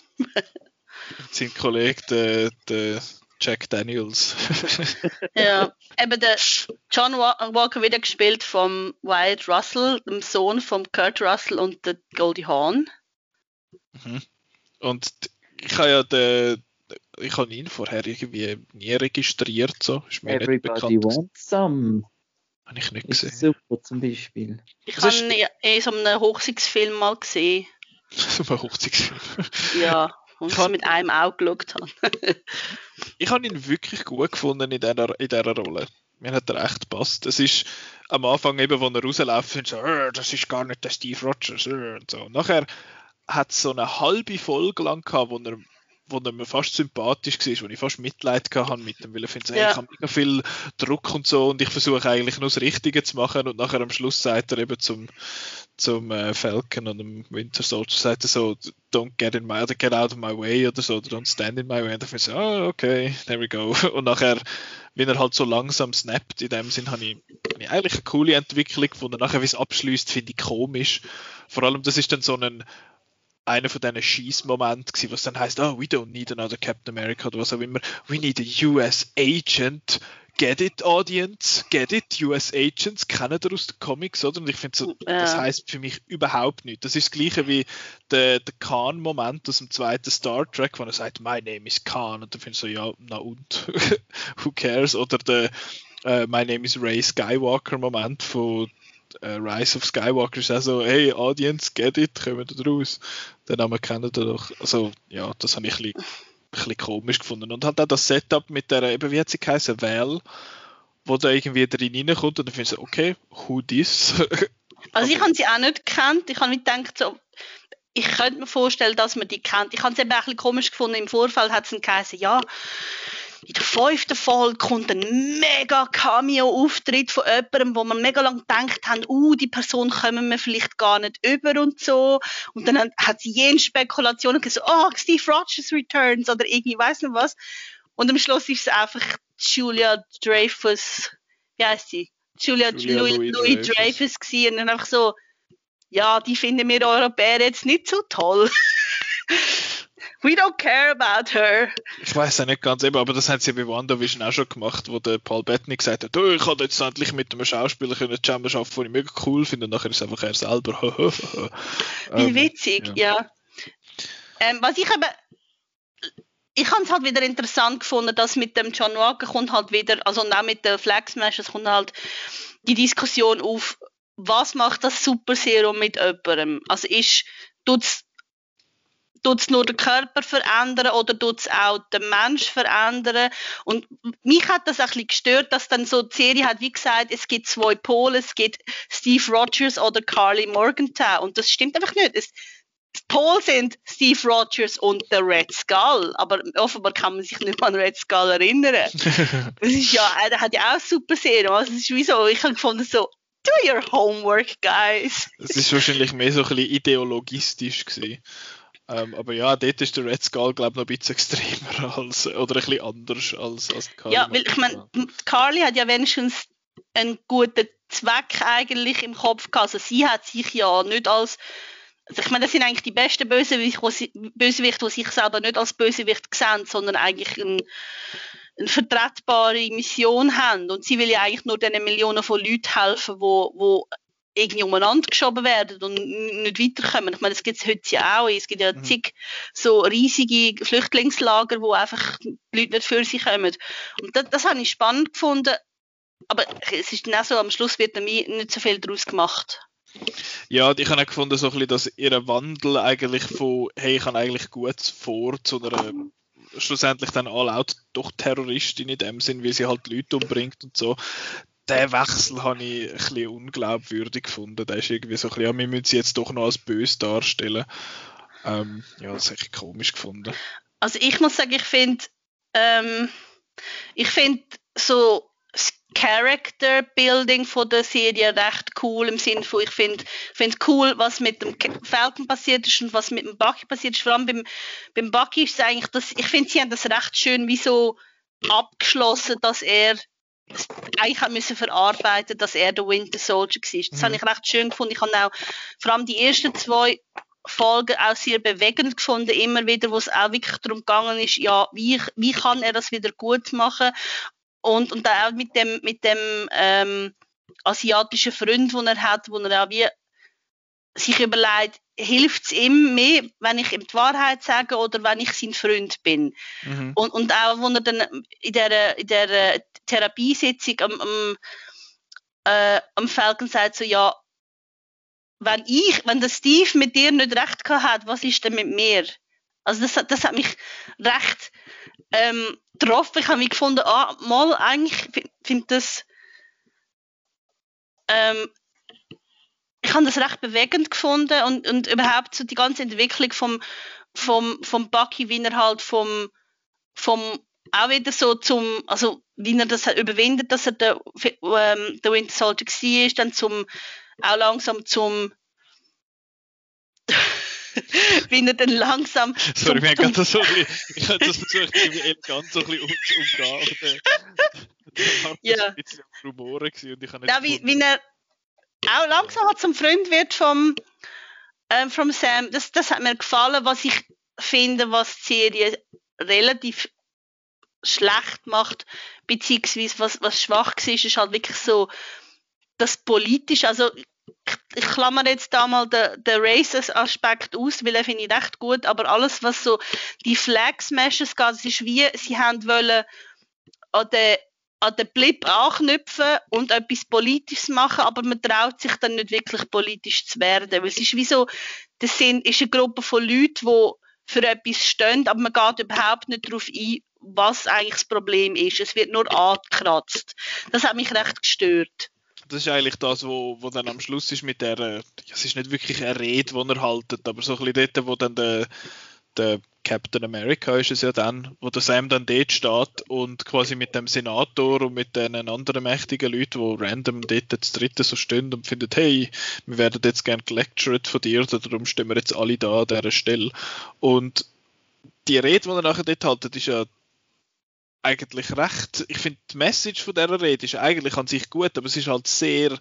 Sein Kollege, der, der Jack Daniels. Ja, eben der John Walker wieder gespielt vom Wyatt Russell, dem Sohn von Kurt Russell und der Goldie Hawn. Mhm. Und ich habe ja den, ich habe ihn vorher irgendwie nie registriert, so. Ist mir Everybody nicht bekannt. Wants Some. Habe ich nicht ist gesehen. Super zum Beispiel. Ich habe ihn in so einem Hochzeitsfilm mal gesehen. So ein Hochzeitsfilm? Ja, und ich mit einem Auge geschaut habe. Ich habe ihn wirklich gut gefunden in dieser, in dieser Rolle. Mir hat er echt gepasst. Es ist am Anfang eben, wo er rausläuft, und so, das ist gar nicht der Steve Rogers. Und so. Nachher hat es so eine halbe Folge lang gehabt, wo er, wo er mir fast sympathisch war, wo ich fast Mitleid hatte mit ihm, weil ich finde, so, hey, ja. ich habe mega viel Druck und so und ich versuche eigentlich nur das Richtige zu machen und nachher am Schluss sagt er eben zum, zum äh, Falcon und dem Winter Soldier, sagt er so, don't get in my, get out of my way oder so, oder don't stand in my way, und ich finde so, oh, okay, there we go. Und nachher, wenn er halt so langsam snappt, in dem Sinn habe ich, hab ich eigentlich eine coole Entwicklung gefunden. Nachher, wie es abschließt, finde ich komisch. Vor allem, das ist dann so ein einer von diesen Schießmomenten gewesen, was dann heißt, oh, we don't need another Captain America oder was auch immer. We need a U S Agent. Get it, Audience? Get it? U S Agents kennen ihr aus den Comics, oder? Und ich finde, so, ja. das heisst für mich überhaupt nichts. Das ist das gleiche wie der, der Khan-Moment aus dem zweiten Star Trek, wo er sagt, my name is Khan. Und dann finde ich so, ja, na und? Who cares? Oder der uh, my name is Ray Skywalker-Moment von Uh, Rise of Skywalker ist auch so, hey, Audience, get it, kommen da raus. Den Namen kennen wir doch. Also, ja, das habe ich ein bisschen, ein bisschen komisch gefunden. Und hat auch das Setup mit der, eben, wie hat sie geheißen, Val, wo da irgendwie drin reinkommt und dann findest du, okay, who this? Also, ich habe sie auch nicht gekannt. Ich habe mir gedacht, so, ich könnte mir vorstellen, dass man die kennt. Ich habe es eben auch ein bisschen komisch gefunden. Im Vorfeld hat es geheißen, ja, in der fünften Folge kommt ein mega Cameo-Auftritt von jemandem, wo man mega lange gedacht haben, uh, die Person kommen wir vielleicht gar nicht über und so. Und dann hat sie jene Spekulationen gesagt, oh, Steve Rogers returns oder irgendwie, weiss nicht was. Und am Schluss ist es einfach Julia Dreyfus, wie heisst sie? Julia, Julia Louis, Louis, Louis Dreyfus. Dreyfus gewesen. Und dann einfach so, ja, die finden wir Europäer jetzt nicht so toll. We don't care about her. Ich weiß ja nicht ganz eben, aber das haben sie bei WandaVision auch schon gemacht, wo der Paul Bettany gesagt hat, oh, ich habe jetzt endlich mit einem Schauspieler können zusammen arbeiten, den ich mega cool finde, und nachher ist es einfach er selber. Wie ähm, witzig, ja. ja. Ähm, was ich eben, ich habe es halt wieder interessant gefunden, dass mit dem John Walker kommt halt wieder, also und auch mit den Flag Smashers kommt halt die Diskussion auf, was macht das Super Serum mit jemandem? Also ist, tut's Tut es nur den Körper verändern oder tut es auch den Mensch verändern? Und mich hat das ein bisschen gestört, dass dann so die Serie hat, wie gesagt, es gibt zwei Pole, es gibt Steve Rogers oder Carly Morgenthau. Und das stimmt einfach nicht. Es, die Pole sind Steve Rogers und der Red Skull. Aber offenbar kann man sich nicht an Red Skull erinnern. Das ist ja, er hat ja auch super Serie. Also es ist wie so, ich habe gefunden so, do your homework, guys. Es ist wahrscheinlich mehr so ein bisschen ideologistisch gewesen. Ähm, aber ja, dort ist der Red Skull, glaube ich, noch ein bisschen extremer als, oder ein bisschen anders als, als die Carly. Ja, weil ich meine, Carly hat ja wenigstens einen guten Zweck eigentlich im Kopf gehabt. Also sie hat sich ja nicht als, also ich meine, das sind eigentlich die besten Bösewichte, die sie, Bösewichte, die sich selber nicht als Bösewicht sehen, sondern eigentlich ein, eine vertretbare Mission haben. Und sie will ja eigentlich nur den Millionen von Leuten helfen, wo, wo irgendwie umeinander geschoben werden und nicht weiterkommen. Ich meine, das gibt es heute ja auch. Es gibt ja zig so riesige Flüchtlingslager, wo einfach die Leute nicht für sie kommen. Und das, das habe ich spannend gefunden. Aber es ist dann auch so, am Schluss wird mir nicht so viel daraus gemacht. Ja, ich habe auch gefunden, so ein bisschen, dass ihr Wandel eigentlich von, hey, ich habe eigentlich gut vor, zu einer schlussendlich dann all-out doch Terroristin in dem Sinn, wie sie halt Leute umbringt und so. Den Wechsel habe ich ein bisschen unglaubwürdig gefunden. Der ist irgendwie so ein bisschen, ja, wir müssen sie jetzt doch noch als böse darstellen. Ähm, ja, das habe ich komisch gefunden. Also ich muss sagen, ich finde, ähm, ich finde so das Character Building von der Serie recht cool, im Sinne von, ich finde finde cool, was mit dem Falcon passiert ist und was mit dem Bucky passiert ist. Vor allem beim, beim Bucky ist es eigentlich, das, ich finde, sie haben das recht schön wie so abgeschlossen, dass er das eigentlich hat müssen verarbeiten, dass er der Winter Soldier war. Das mhm. habe ich recht schön gefunden. Ich habe auch vor allem die ersten zwei Folgen auch sehr bewegend gefunden, immer wieder, wo es auch wirklich darum gegangen ist, ja, wie, wie kann er das wieder gut machen und, und auch mit dem, mit dem ähm, asiatischen Freund, den er hat, wo er auch wie sich überlegt, hilft es ihm mehr, wenn ich ihm die Wahrheit sage oder wenn ich sein Freund bin. Mhm. Und, und auch, wo er dann in der, in der Therapiesitzung am, am, äh, am Falcon sagt, so, ja, wenn ich, wenn der Steve mit dir nicht recht gehabt hat, was ist denn mit mir? Also das, das hat mich recht ähm, getroffen. Ich habe mich gefunden, ah, mal, eigentlich finde find das ähm, ich habe das recht bewegend gefunden und, und überhaupt so die ganze Entwicklung vom, vom, vom Bucky, wie er halt vom, vom auch wieder so zum, also wie er das hat überwindet, dass er der, ähm, der Winter Soldier war, dann zum, auch langsam zum wie er dann langsam Sorry, zum, zum das so bisschen, ich habe das versucht, irgendwie elegant so ein bisschen umzugehen. Der war ja. ein bisschen am Rumoren und ich habe nicht ja, wie, wie er auch langsam halt zum Freund wird vom, ähm, vom Sam. Das, das hat mir gefallen, was ich finde, was die Serie relativ schlecht macht, beziehungsweise was, was schwach war, ist halt wirklich so das Politische. Also ich, ich klammer jetzt da mal den, den Races-Aspekt aus, weil den finde ich recht gut, aber alles, was so die Flag-Smashes geht, es ist wie, sie haben wollen an den an den Blip anknüpfen und etwas Politisches machen, aber man traut sich dann nicht wirklich politisch zu werden. Weil es ist wie so, das sind, ist eine Gruppe von Leuten, die für etwas stehen, aber man geht überhaupt nicht darauf ein, was eigentlich das Problem ist. Es wird nur angekratzt. Das hat mich recht gestört. Das ist eigentlich das, wo, wo dann am Schluss ist mit der, ja, es ist nicht wirklich eine Rede, die er haltet, aber so ein bisschen dort, wo dann der, der Captain America ist es ja dann, wo der Sam dann dort steht und quasi mit dem Senator und mit den anderen mächtigen Leuten, die random dort das dritte so stehen und finden, hey, wir werden jetzt gerne gelectured von dir, darum stehen wir jetzt alle da an dieser Stelle. Und die Rede, die er nachher dort haltet, ist ja eigentlich recht, ich finde die Message von dieser Rede ist eigentlich an sich gut, aber es ist halt sehr,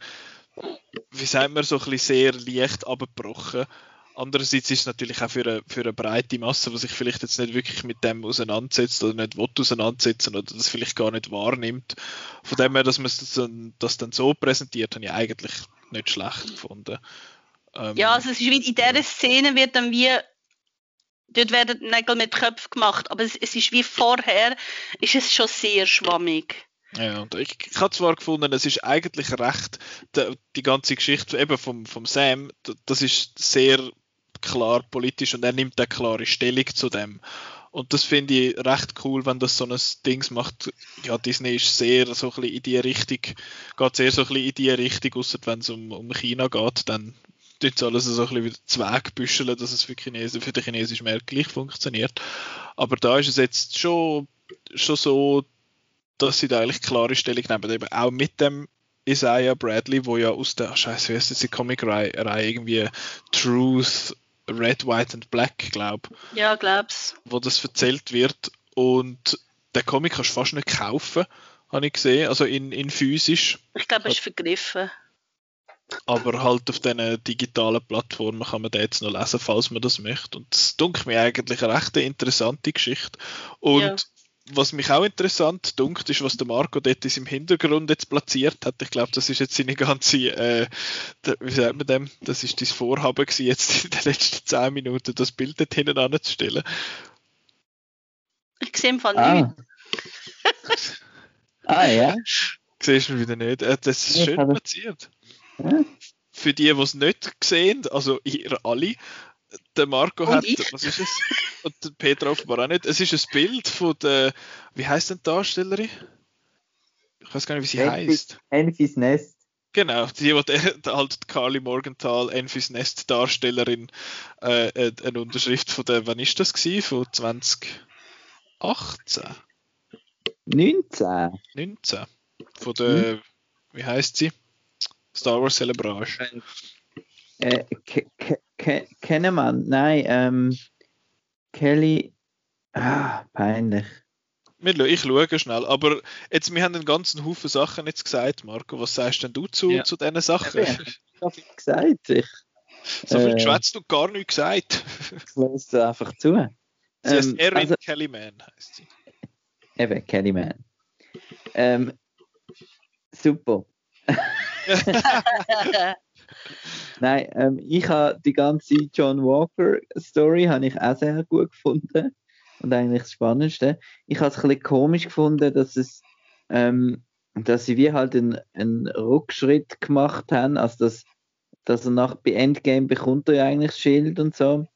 wie sagt man, so ein bisschen sehr leicht abgebrochen. Andererseits ist es natürlich auch für eine, für eine breite Masse, die sich vielleicht jetzt nicht wirklich mit dem auseinandersetzt oder nicht will auseinandersetzen oder das vielleicht gar nicht wahrnimmt. Von dem her, dass man das dann, das dann so präsentiert, habe ich eigentlich nicht schlecht gefunden. Ähm, ja, also es ist wie in dieser Szene wird dann wie, dort werden Nägel mit Köpfen gemacht, aber es, es ist wie vorher, ist es schon sehr schwammig. Ja, und ich, ich habe zwar gefunden, es ist eigentlich recht, die, die ganze Geschichte eben vom, vom Sam, das ist sehr klar politisch und er nimmt eine klare Stellung zu dem. Und das finde ich recht cool, wenn das so ein Dings macht. Ja, Disney ist sehr so ein bisschen in die Richtung, geht sehr so ein bisschen in die Richtung, außer wenn es um, um China geht, dann tut es alles so ein bisschen wieder zwegbüscheln, dass es für, Chinesen, für den chinesischen Markt gleich funktioniert. Aber da ist es jetzt schon, schon so, dass sie da eigentlich klare Stellung nehmen. Eben auch mit dem Isaiah Bradley, wo ja aus der, scheiße, wie heißt das, die Comic-Reihe irgendwie Truth Red, White and Black, glaube ich. Ja, glaub's. Wo das erzählt wird. Und den Comic kannst du fast nicht kaufen, habe ich gesehen, also in, in physisch. Ich glaube, er ist vergriffen. Aber halt auf diesen digitalen Plattformen kann man den jetzt noch lesen, falls man das möchte. Und das dunkt mir eigentlich eine recht interessante Geschichte. Und ja. Was mich auch interessant dunkt, ist, was der Marco dort in seinem Hintergrund jetzt platziert hat. Ich glaube, das ist jetzt seine ganze, äh, der, wie sagt man dem, das ist dein Vorhaben gewesen, jetzt in den letzten zehn Minuten das Bild dort hinten anzustellen. Ich sehe im Fall ah. nichts. ah, ja. Siehst du wieder nicht. Äh, das ist ich schön platziert. Ja. Für die, die es nicht sehen, also ihr alle, der Marco Und hat, ich. was ist es? Und der Peter offenbar auch nicht. Es ist ein Bild von der, wie heisst denn die Darstellerin? Ich weiß gar nicht, wie sie heisst. Enfys Nest. Genau, die, die, die halt die Carly Morgenthal, Enfys Nest Darstellerin, äh, eine Unterschrift von der, wann ist das gewesen? Von zwanzig achtzehn? neunzehn. neunzehn. Von der, hm. wie heisst sie? Star Wars Celebration. Äh, Ke- Ke- Ke- Kennemann, nein, ähm, Kelly, ah, peinlich. Ich schaue schnell, aber jetzt, wir haben einen ganzen Haufen Sachen jetzt gesagt, Marco. Was sagst denn du zu, ja. zu diesen Sachen? Ja, ich habe so viel gesagt. Ich, so viel äh, geschwätzt und gar nichts gesagt. Ich lasse einfach zu. Sie heißt ähm, Erin also, Kellyman, heisst sie. Eben, Kellyman. Ähm, super. Nein, ähm, ich habe die ganze John Walker Story habe ich auch sehr gut gefunden und eigentlich das Spannendste. Ich habe es ein bisschen komisch gefunden, dass es, ähm, dass sie wie halt einen, einen Rückschritt gemacht haben, also dass, dass er nach bei Endgame bekommt er ja eigentlich das Schild und so.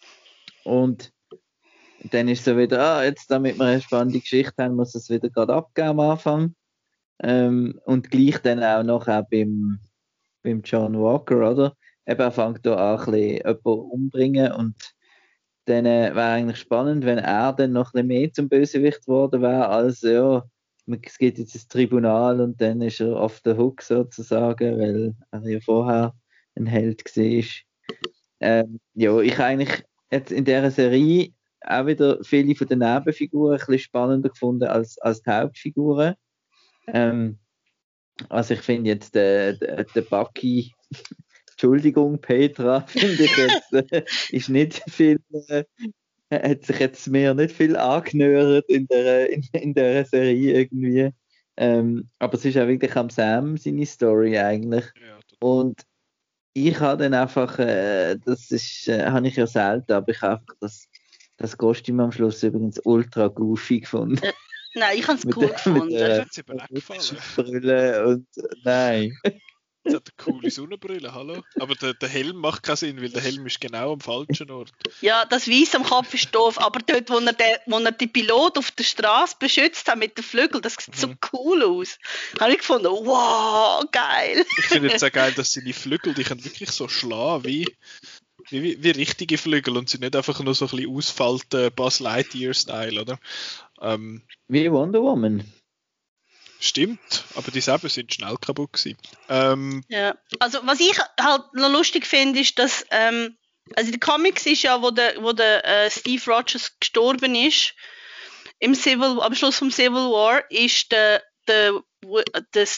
Und dann ist so wieder, ah, jetzt damit wir eine spannende Geschichte haben, muss es wieder gerade abgeben am Anfang. Ähm, und gleich dann auch noch auch beim, beim John Walker, oder? Eben, er fängt da an, ein bisschen jemanden umbringen und dann äh, wäre eigentlich spannend, wenn er dann noch ein bisschen mehr zum Bösewicht geworden wäre, als ja, es gibt jetzt ein Tribunal und dann ist er off the hook sozusagen, weil er ja vorher ein Held war. Ähm, ja, ich habe eigentlich jetzt in dieser Serie auch wieder viele von den Nebenfiguren ein bisschen spannender gefunden als, als die Hauptfiguren. Ähm, also ich finde jetzt den, den, den Bucky, Entschuldigung Petra, finde ich jetzt, äh, ist nicht viel, äh, hat sich jetzt mir nicht viel angenöert in der, in, in der Serie irgendwie. Ähm, aber es ist auch wirklich am Sam seine Story eigentlich. Ja, und ich habe dann einfach, äh, das ist, äh, habe ich ja selten, aber ich habe einfach das, das Kostüm am Schluss übrigens ultra goofy gefunden. Äh, nein, ich habe es cool der, gefunden. Das hat sie aber auch gefallen. Brille und äh, nein. Es hat eine coole Sonnenbrille, hallo? Aber der, der Helm macht keinen Sinn, weil der Helm ist genau am falschen Ort. Ja, das Weiss am Kopf ist doof, aber dort, wo er, den, wo er den Pilot auf der Straße beschützt hat mit den Flügeln, das sieht so Mhm. cool aus. Habe ich gefunden, wow, geil. Ich finde jetzt auch geil, dass seine Flügel, die können wirklich so schlagen wie, wie, wie richtige Flügel und sind nicht einfach nur so ein bisschen ausfalten Buzz Lightyear-Style, oder? Ähm, Wie Wonder Woman. stimmt, aber die selber sind schnell kaputt gewesen. Ähm, Ja, also was ich halt noch lustig finde, ist, dass ähm, also in den Comics ist ja, wo der, wo der äh, Steve Rogers gestorben ist, im Civil, am Schluss vom Civil War, ist der, der, der,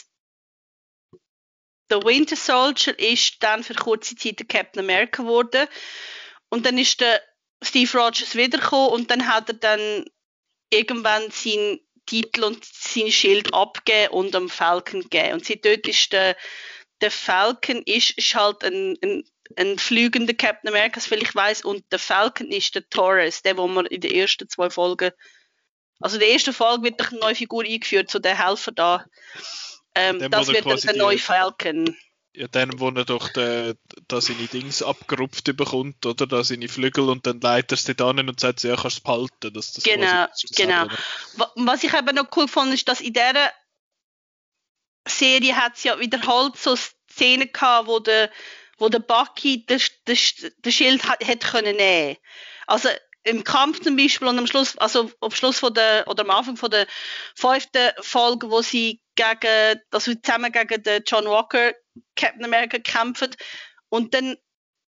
der Winter Soldier ist dann für kurze Zeit der Captain America geworden und dann ist der Steve Rogers wiedergekommen und dann hat er dann irgendwann seinen Titel und sein Schild abgegeben und am Falcon gegeben. Und seit dort ist der, der Falcon ist, ist halt ein, ein, ein fliegender Captain America, weil ich weiss, und der Falcon ist der Taurus, der, wo man in den ersten zwei Folgen, also in der ersten Folge wird doch eine neue Figur eingeführt, so der Helfer da. Ähm, Dem, das wo er wird quasi der die- neue Falcon. ja, dann, wo er doch de, da seine Dings abgerupft bekommt, oder? Da seine Flügel und dann leitet er es dort an und sagt, ja, kannst du es behalten. Dass das Genau, quasi das genau. oder? Wa- Was ich eben noch cool fand, ist, dass in dieser Serie hat es ja wiederholt so Szenen gehabt, wo der, wo der Bucky den, den, den Schild hat, hätte können nehmen. Also im Kampf zum Beispiel und am Schluss, also am Schluss von der, oder am Anfang von der fünften Folge, wo sie gegen, also zusammen gegen den John Walker, Captain America kämpfen und dann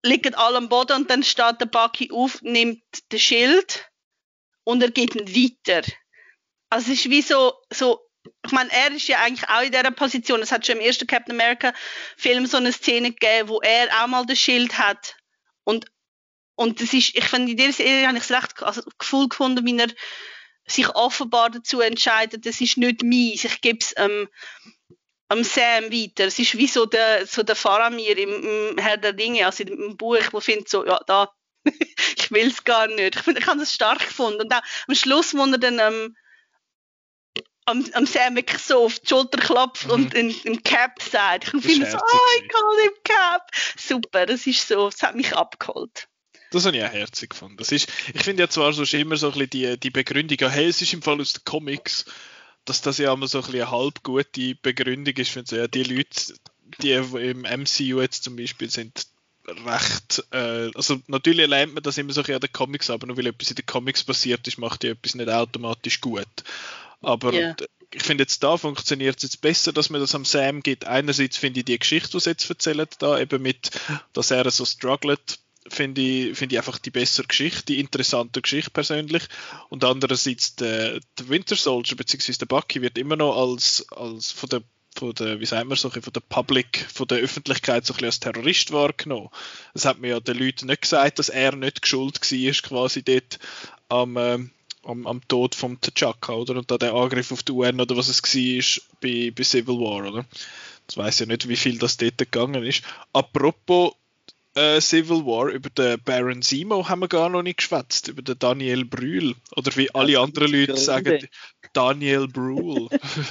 liegen alle am Boden und dann steht der Bucky auf, nimmt das Schild und er geht ihn weiter. Also es ist wie so, so, ich meine, er ist ja eigentlich auch in dieser Position. Es hat schon im ersten Captain America Film so eine Szene gegeben, wo er auch mal das Schild hat. Und, und das ist, ich finde, in dieser Serie habe ich es recht also, Gefühl gefunden, wie er sich offenbar dazu entscheidet, das ist nicht meins, ich gebe es ähm, am Sam weiter. Es ist wie so der, so der Faramir im, im Herr der Ringe, also im Buch, wo findet so, ja, da, ich will es gar nicht. Ich, find, ich habe das stark gefunden. Und auch am Schluss, wo er dann ähm, am, am Sam wirklich so auf die Schulter klopft mhm. und in, im Cap sagt, ich finde so, oh, ich kann im Cap. Super, das ist so, das hat mich abgeholt. Das habe ich auch herzig gefunden. Das ist, ich finde ja zwar so immer so ein bisschen die, die Begründung, ja, hey, es ist im Fall aus den Comics, dass das ja immer so ein bisschen eine halb gute Begründung ist. Ich finde so, ja, die Leute, die im M C U jetzt zum Beispiel sind, recht, äh, also natürlich lernt man das immer so ein bisschen an den Comics, aber nur weil etwas in den Comics passiert ist, macht ja etwas nicht automatisch gut. Aber yeah. ich finde jetzt da funktioniert es jetzt besser, dass man das am Sam gibt. Einerseits finde ich die Geschichte, die sie jetzt erzählen, da eben mit, dass er so struggelt, finde ich, finde ich einfach die bessere Geschichte, die interessante Geschichte persönlich. Und andererseits der, der Winter Soldier bzw. der Bucky wird immer noch als, als von der von der, wie sagen wir so, von der Public, von der Öffentlichkeit so ein bisschen als Terrorist wahrgenommen. Das hat mir ja den Leuten nicht gesagt, dass er nicht schuld war, quasi dort am, ähm, am, am Tod von T'Chaka, oder? Und da der Angriff auf die U N oder was es war bei, bei Civil War, oder? Ich weiss ja nicht, wie viel das dort gegangen ist. Apropos äh, Civil War, über den Baron Zemo haben wir gar noch nicht geschwätzt, über den Daniel Brühl. Oder wie alle anderen Leute sagen, Daniel Brühl.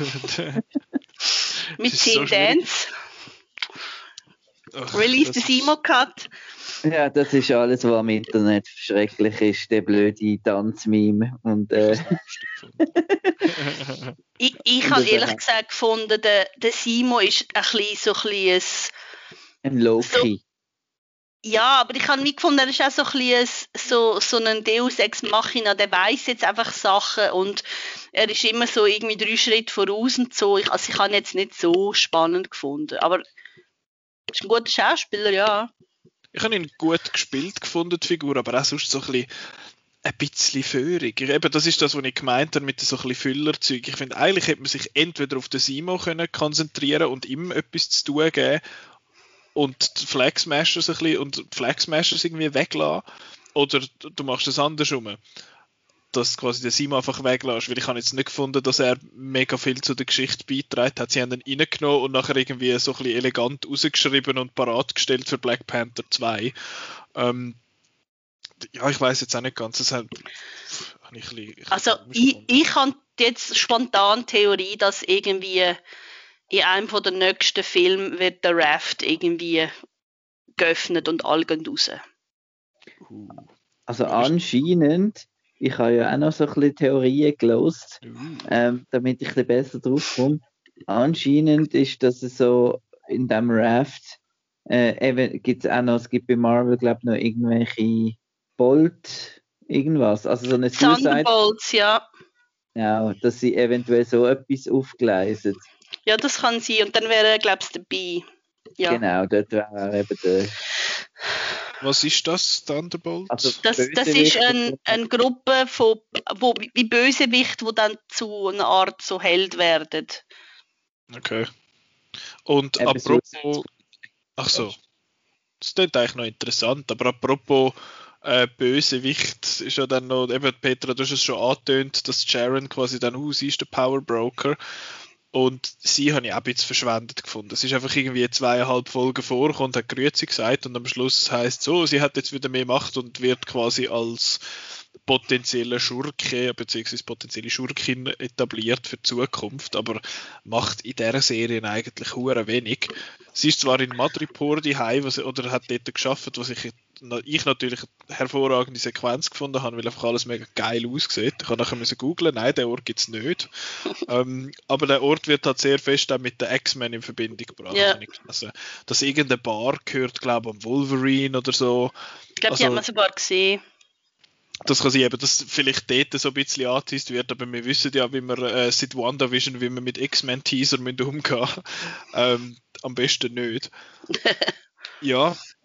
Mit zehn so Dance. Ach, Release the Zemo-Cut. Ja, das ist alles, was am Internet schrecklich ist, der blöde Tanzmeme. Und, äh, ich ich habe ehrlich gesagt gefunden, der, der Zemo ist ein bisschen so ein bisschen ein Loki. So, ja, aber ich habe nicht gefunden, er ist auch so ein bisschen so, so ein Deus Ex Machina, der weiss jetzt einfach Sachen und er ist immer so irgendwie drei Schritte voraus und so. Ich, also ich habe ihn jetzt nicht so spannend gefunden, aber er ist ein guter Schauspieler, ja. Ich habe ihn gut gespielt gefunden, die Figur, aber auch sonst so ein bisschen, ein bisschen föhrig. Eben, das ist das, was ich gemeint habe mit so ein bisschen Füllerzeug. Ich finde, eigentlich hätte man sich entweder auf den Zemo können konzentrieren und ihm etwas zu tun geben und die Flag Smashers ein bisschen und die Flag Smashers irgendwie weglassen. Oder du machst es andersrum. Dass quasi den Zemo einfach weglässt. Weil ich habe jetzt nicht gefunden, dass er mega viel zu der Geschichte beitragen hat. Sie haben ihn reingenommen und nachher irgendwie so ein bisschen elegant rausgeschrieben und parat gestellt für Black Panther zwei. Ähm, ja, ich weiß jetzt auch nicht ganz. Das hat, habe ich ein bisschen, ich also ich, ich habe jetzt spontan Theorie, dass irgendwie in einem von der nächsten Filmen wird der Raft irgendwie geöffnet und alle gehen raus. Uh. Also anscheinend, ich habe ja auch noch so ein bisschen Theorien gelost, uh. ähm, damit ich ein bisschen besser drauf komme. Anscheinend ist das so in diesem Raft, äh, gibt es auch noch, es gibt bei Marvel, glaube ich, noch irgendwelche Bolt, irgendwas. Also so eine Suicide. Thunderbolts, ja. Ja, dass sie eventuell so etwas aufgleisen. Ja, das kann sein. Und dann wäre er, glaube ich, dabei. Ja. Genau, dort wäre eben der... Was ist das, Thunderbolt? Also das, das ist eine ein Gruppe von wo, wie Bösewicht, die dann zu einer Art so Held werden. Okay. Und eben apropos... So ach so. Das klingt eigentlich noch interessant, aber apropos äh, Bösewicht ist ja dann noch... Eben, Petra, du hast es schon angetönt, dass Sharon quasi dann aus ist, der Power Broker. Und sie habe ich auch ein bisschen verschwendet gefunden. Es ist einfach irgendwie zweieinhalb Folgen vorgekommen, hat Grüezi gesagt und am Schluss heisst es so, sie hat jetzt wieder mehr Macht und wird quasi als potenzielle Schurke bzw. potenzielle Schurkin etabliert für die Zukunft, aber macht in dieser Serie eigentlich hure wenig. Sie ist zwar in Madripoor daheim, was oder hat dort gearbeitet, was ich, ich natürlich eine hervorragende Sequenz gefunden habe, weil einfach alles mega geil aussieht. Ich habe nachher müssen googlen, nein, den Ort gibt es nicht. ähm, aber der Ort wird halt sehr fest auch mit den X-Men in Verbindung gebracht. Yeah. Also, dass irgendeine Bar gehört, glaube ich, am Wolverine oder so. Ich glaube, also, die hat man sogar gesehen. Das kann sein, eben, dass vielleicht dort so ein bisschen angeteased wird, aber wir wissen ja, wie wir äh, seit WandaVision, wie wir mit X-Men-Teaser umgehen müssen. ähm, am besten nicht. Ja,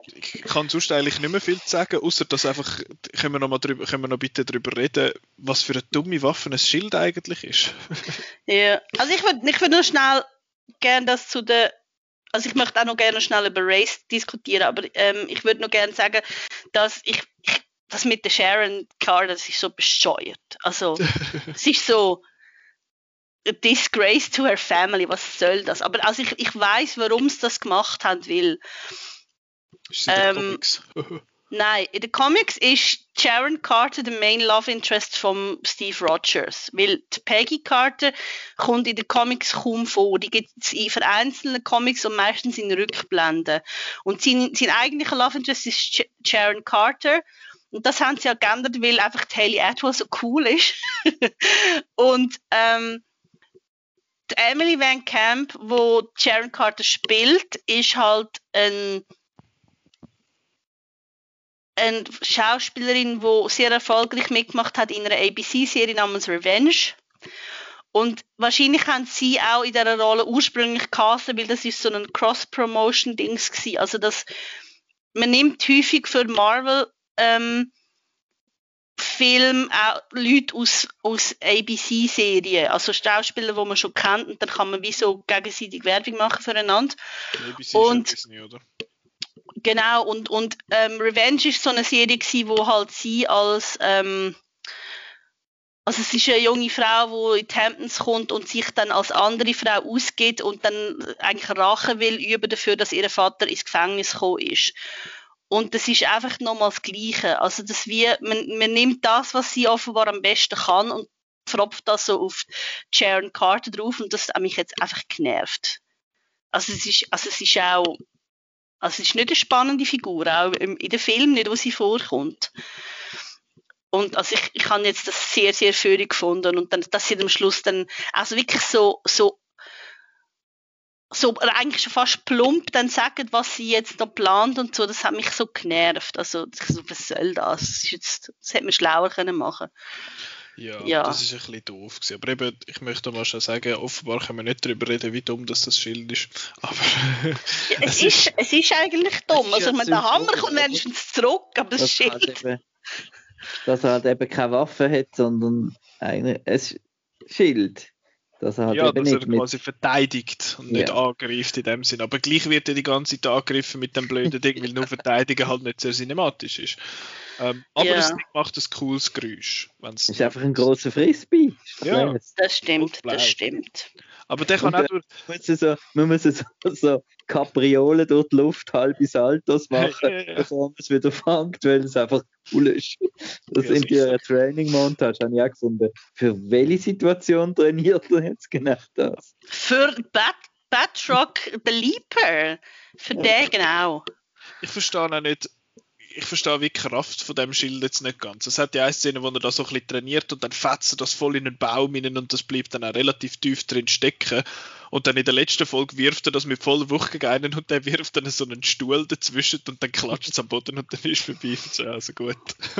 ich kann sonst eigentlich nicht mehr viel zu sagen, außer dass einfach, können wir noch mal drüber, können wir noch bitte darüber reden, was für eine dumme Waffe ein Schild eigentlich ist. Ja, also ich würde ich würd noch schnell gerne das zu der, also ich möchte auch noch gerne schnell über Race diskutieren, aber ähm, ich würde noch gerne sagen, dass ich, ich das mit der Sharon Carter, das ist so bescheuert. Also es ist so a disgrace to her family, was soll das? Aber also ich, ich weiß, warum sie das gemacht haben, weil Ist in den ähm, Comics. nein, in den Comics ist Sharon Carter der Main Love Interest von Steve Rogers, weil die Peggy Carter kommt in den Comics kaum vor. Die gibt es in vereinzelten Comics und meistens in Rückblenden. Und sein, sein eigentlicher Love Interest ist Sh- Sharon Carter. Und das haben sie ja geändert, weil einfach die Hayley Atwell so cool ist. Und ähm, die Emily Van Camp, wo Sharon Carter spielt, ist halt ein eine Schauspielerin, die sehr erfolgreich mitgemacht hat in einer A B C-Serie namens Revenge. Und wahrscheinlich haben sie auch in dieser Rolle ursprünglich gecastet, weil das ist so ein Cross-Promotion-Dings gewesen. Also das, man nimmt häufig für Marvel ähm, Film auch Leute aus, aus A B C-Serien, also Schauspieler, die man schon kennt, und dann kann man wie so gegenseitig Werbung machen füreinander. A B C Und ist Disney, oder? genau, und, und ähm, Revenge ist so eine Serie gewesen, wo halt sie als ähm, also es ist eine junge Frau, die in die Hamptons kommt und sich dann als andere Frau ausgibt und dann eigentlich Rache will üben dafür, dass ihr Vater ins Gefängnis gekommen ist. Und das ist einfach nochmal das Gleiche. Also das wie, man, man nimmt das, was sie offenbar am besten kann und pfropft das so auf Sharon Carter drauf und das hat mich jetzt einfach genervt. Also es ist, also es ist auch, also es ist nicht eine spannende Figur, auch in den Filmen nicht, wo sie vorkommt. Und also ich, ich habe jetzt das sehr, sehr führig gefunden und dann, dass sie am Schluss dann also wirklich so, so so eigentlich schon fast plump dann sagen, was sie jetzt noch plant und so, das hat mich so genervt. Also, so, was soll das? Das, ist jetzt, das hätte man schlauer können machen. Ja, Ja. das ist ein bisschen doof gewesen. Aber eben, ich möchte mal schon sagen, offenbar können wir nicht darüber reden, wie dumm das, das Schild ist. Aber ja, es, es, ist, ist, es ist eigentlich dumm. ist Also, ja ich meine, der Hammer Symbol, kommt wenigstens zurück, aber das, das Schild... Halt eben, dass er halt eben keine Waffe hat, sondern ein Schild. Dass er halt ja, eben dass nicht er quasi mit... verteidigt und nicht Ja. angreift in dem Sinn. Aber gleich wird er die ganze Zeit angegriffen mit dem blöden Ding, weil nur verteidigen halt nicht sehr cinematisch ist. Ähm, aber Ja. es macht ein cooles Geräusch. Wenn's ist einfach ein grosser Frisbee. Ja. Das stimmt, das stimmt. Aber der kann Und auch durch... Muss so, man muss so, so Kapriolen durch die Luft, halbe Saltos machen, Ja, ja, ja. bevor man es wieder fängt, weil es einfach cool ist. Das Ja, in sicher. ihrer Training-Montage habe ich auch gefunden. Für welche Situation trainiert er jetzt genau das? Für Bat Batrock Belieber. Für Ja. den genau. Ich verstehe auch nicht, ich verstehe wie die Kraft von dem Schild jetzt nicht ganz. Es hat ja eine Szene, wo er da so ein bisschen trainiert und dann fetzt er das voll in einen Baum rein und das bleibt dann auch relativ tief drin stecken. Und dann in der letzten Folge wirft er das mit voller Wucht gegen einen und der wirft dann so einen Stuhl dazwischen und dann klatscht es am Boden und dann ist es vorbei. Ja, also gut.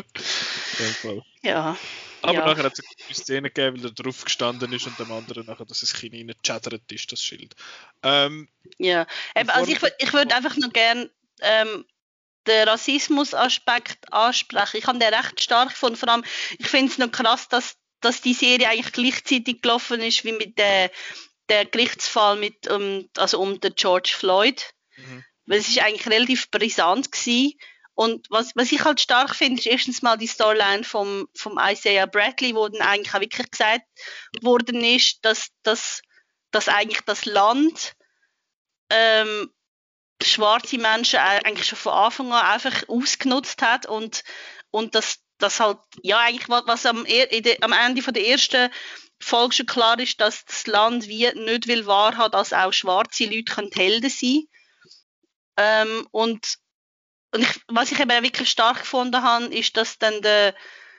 In dem Fall. Ja. Aber ja. nachher hat es eine gute Szene gegeben, weil er drauf gestanden ist und dem anderen nachher, dass es Kinn reingechattert ist, das Schild. Ähm, Ja, Eben, also ich, wür- ich würde einfach noch gerne ähm, den Rassismus-Aspekt ansprechen. Ich habe den recht stark gefunden. Vor allem, ich finde es noch krass, dass, dass die Serie eigentlich gleichzeitig gelaufen ist wie mit der, der Gerichtsfall mit, um, also um den George Floyd. Mhm. Weil es ist eigentlich relativ brisant gewesen. Und was, was ich halt stark finde, ist erstens mal die Storyline vom, vom Isaiah Bradley, wo dann eigentlich auch wirklich gesagt worden ist, dass, dass, dass eigentlich das Land ähm, schwarze Menschen eigentlich schon von Anfang an einfach ausgenutzt hat und, und dass das halt, ja eigentlich was, was am, in de, am Ende von der ersten Folge schon klar ist, dass das Land wie nicht will wahrhaben, dass auch schwarze Leute können Helden sein können. Ähm, und und ich, was ich eben wirklich stark gefunden habe, ist, dass dann der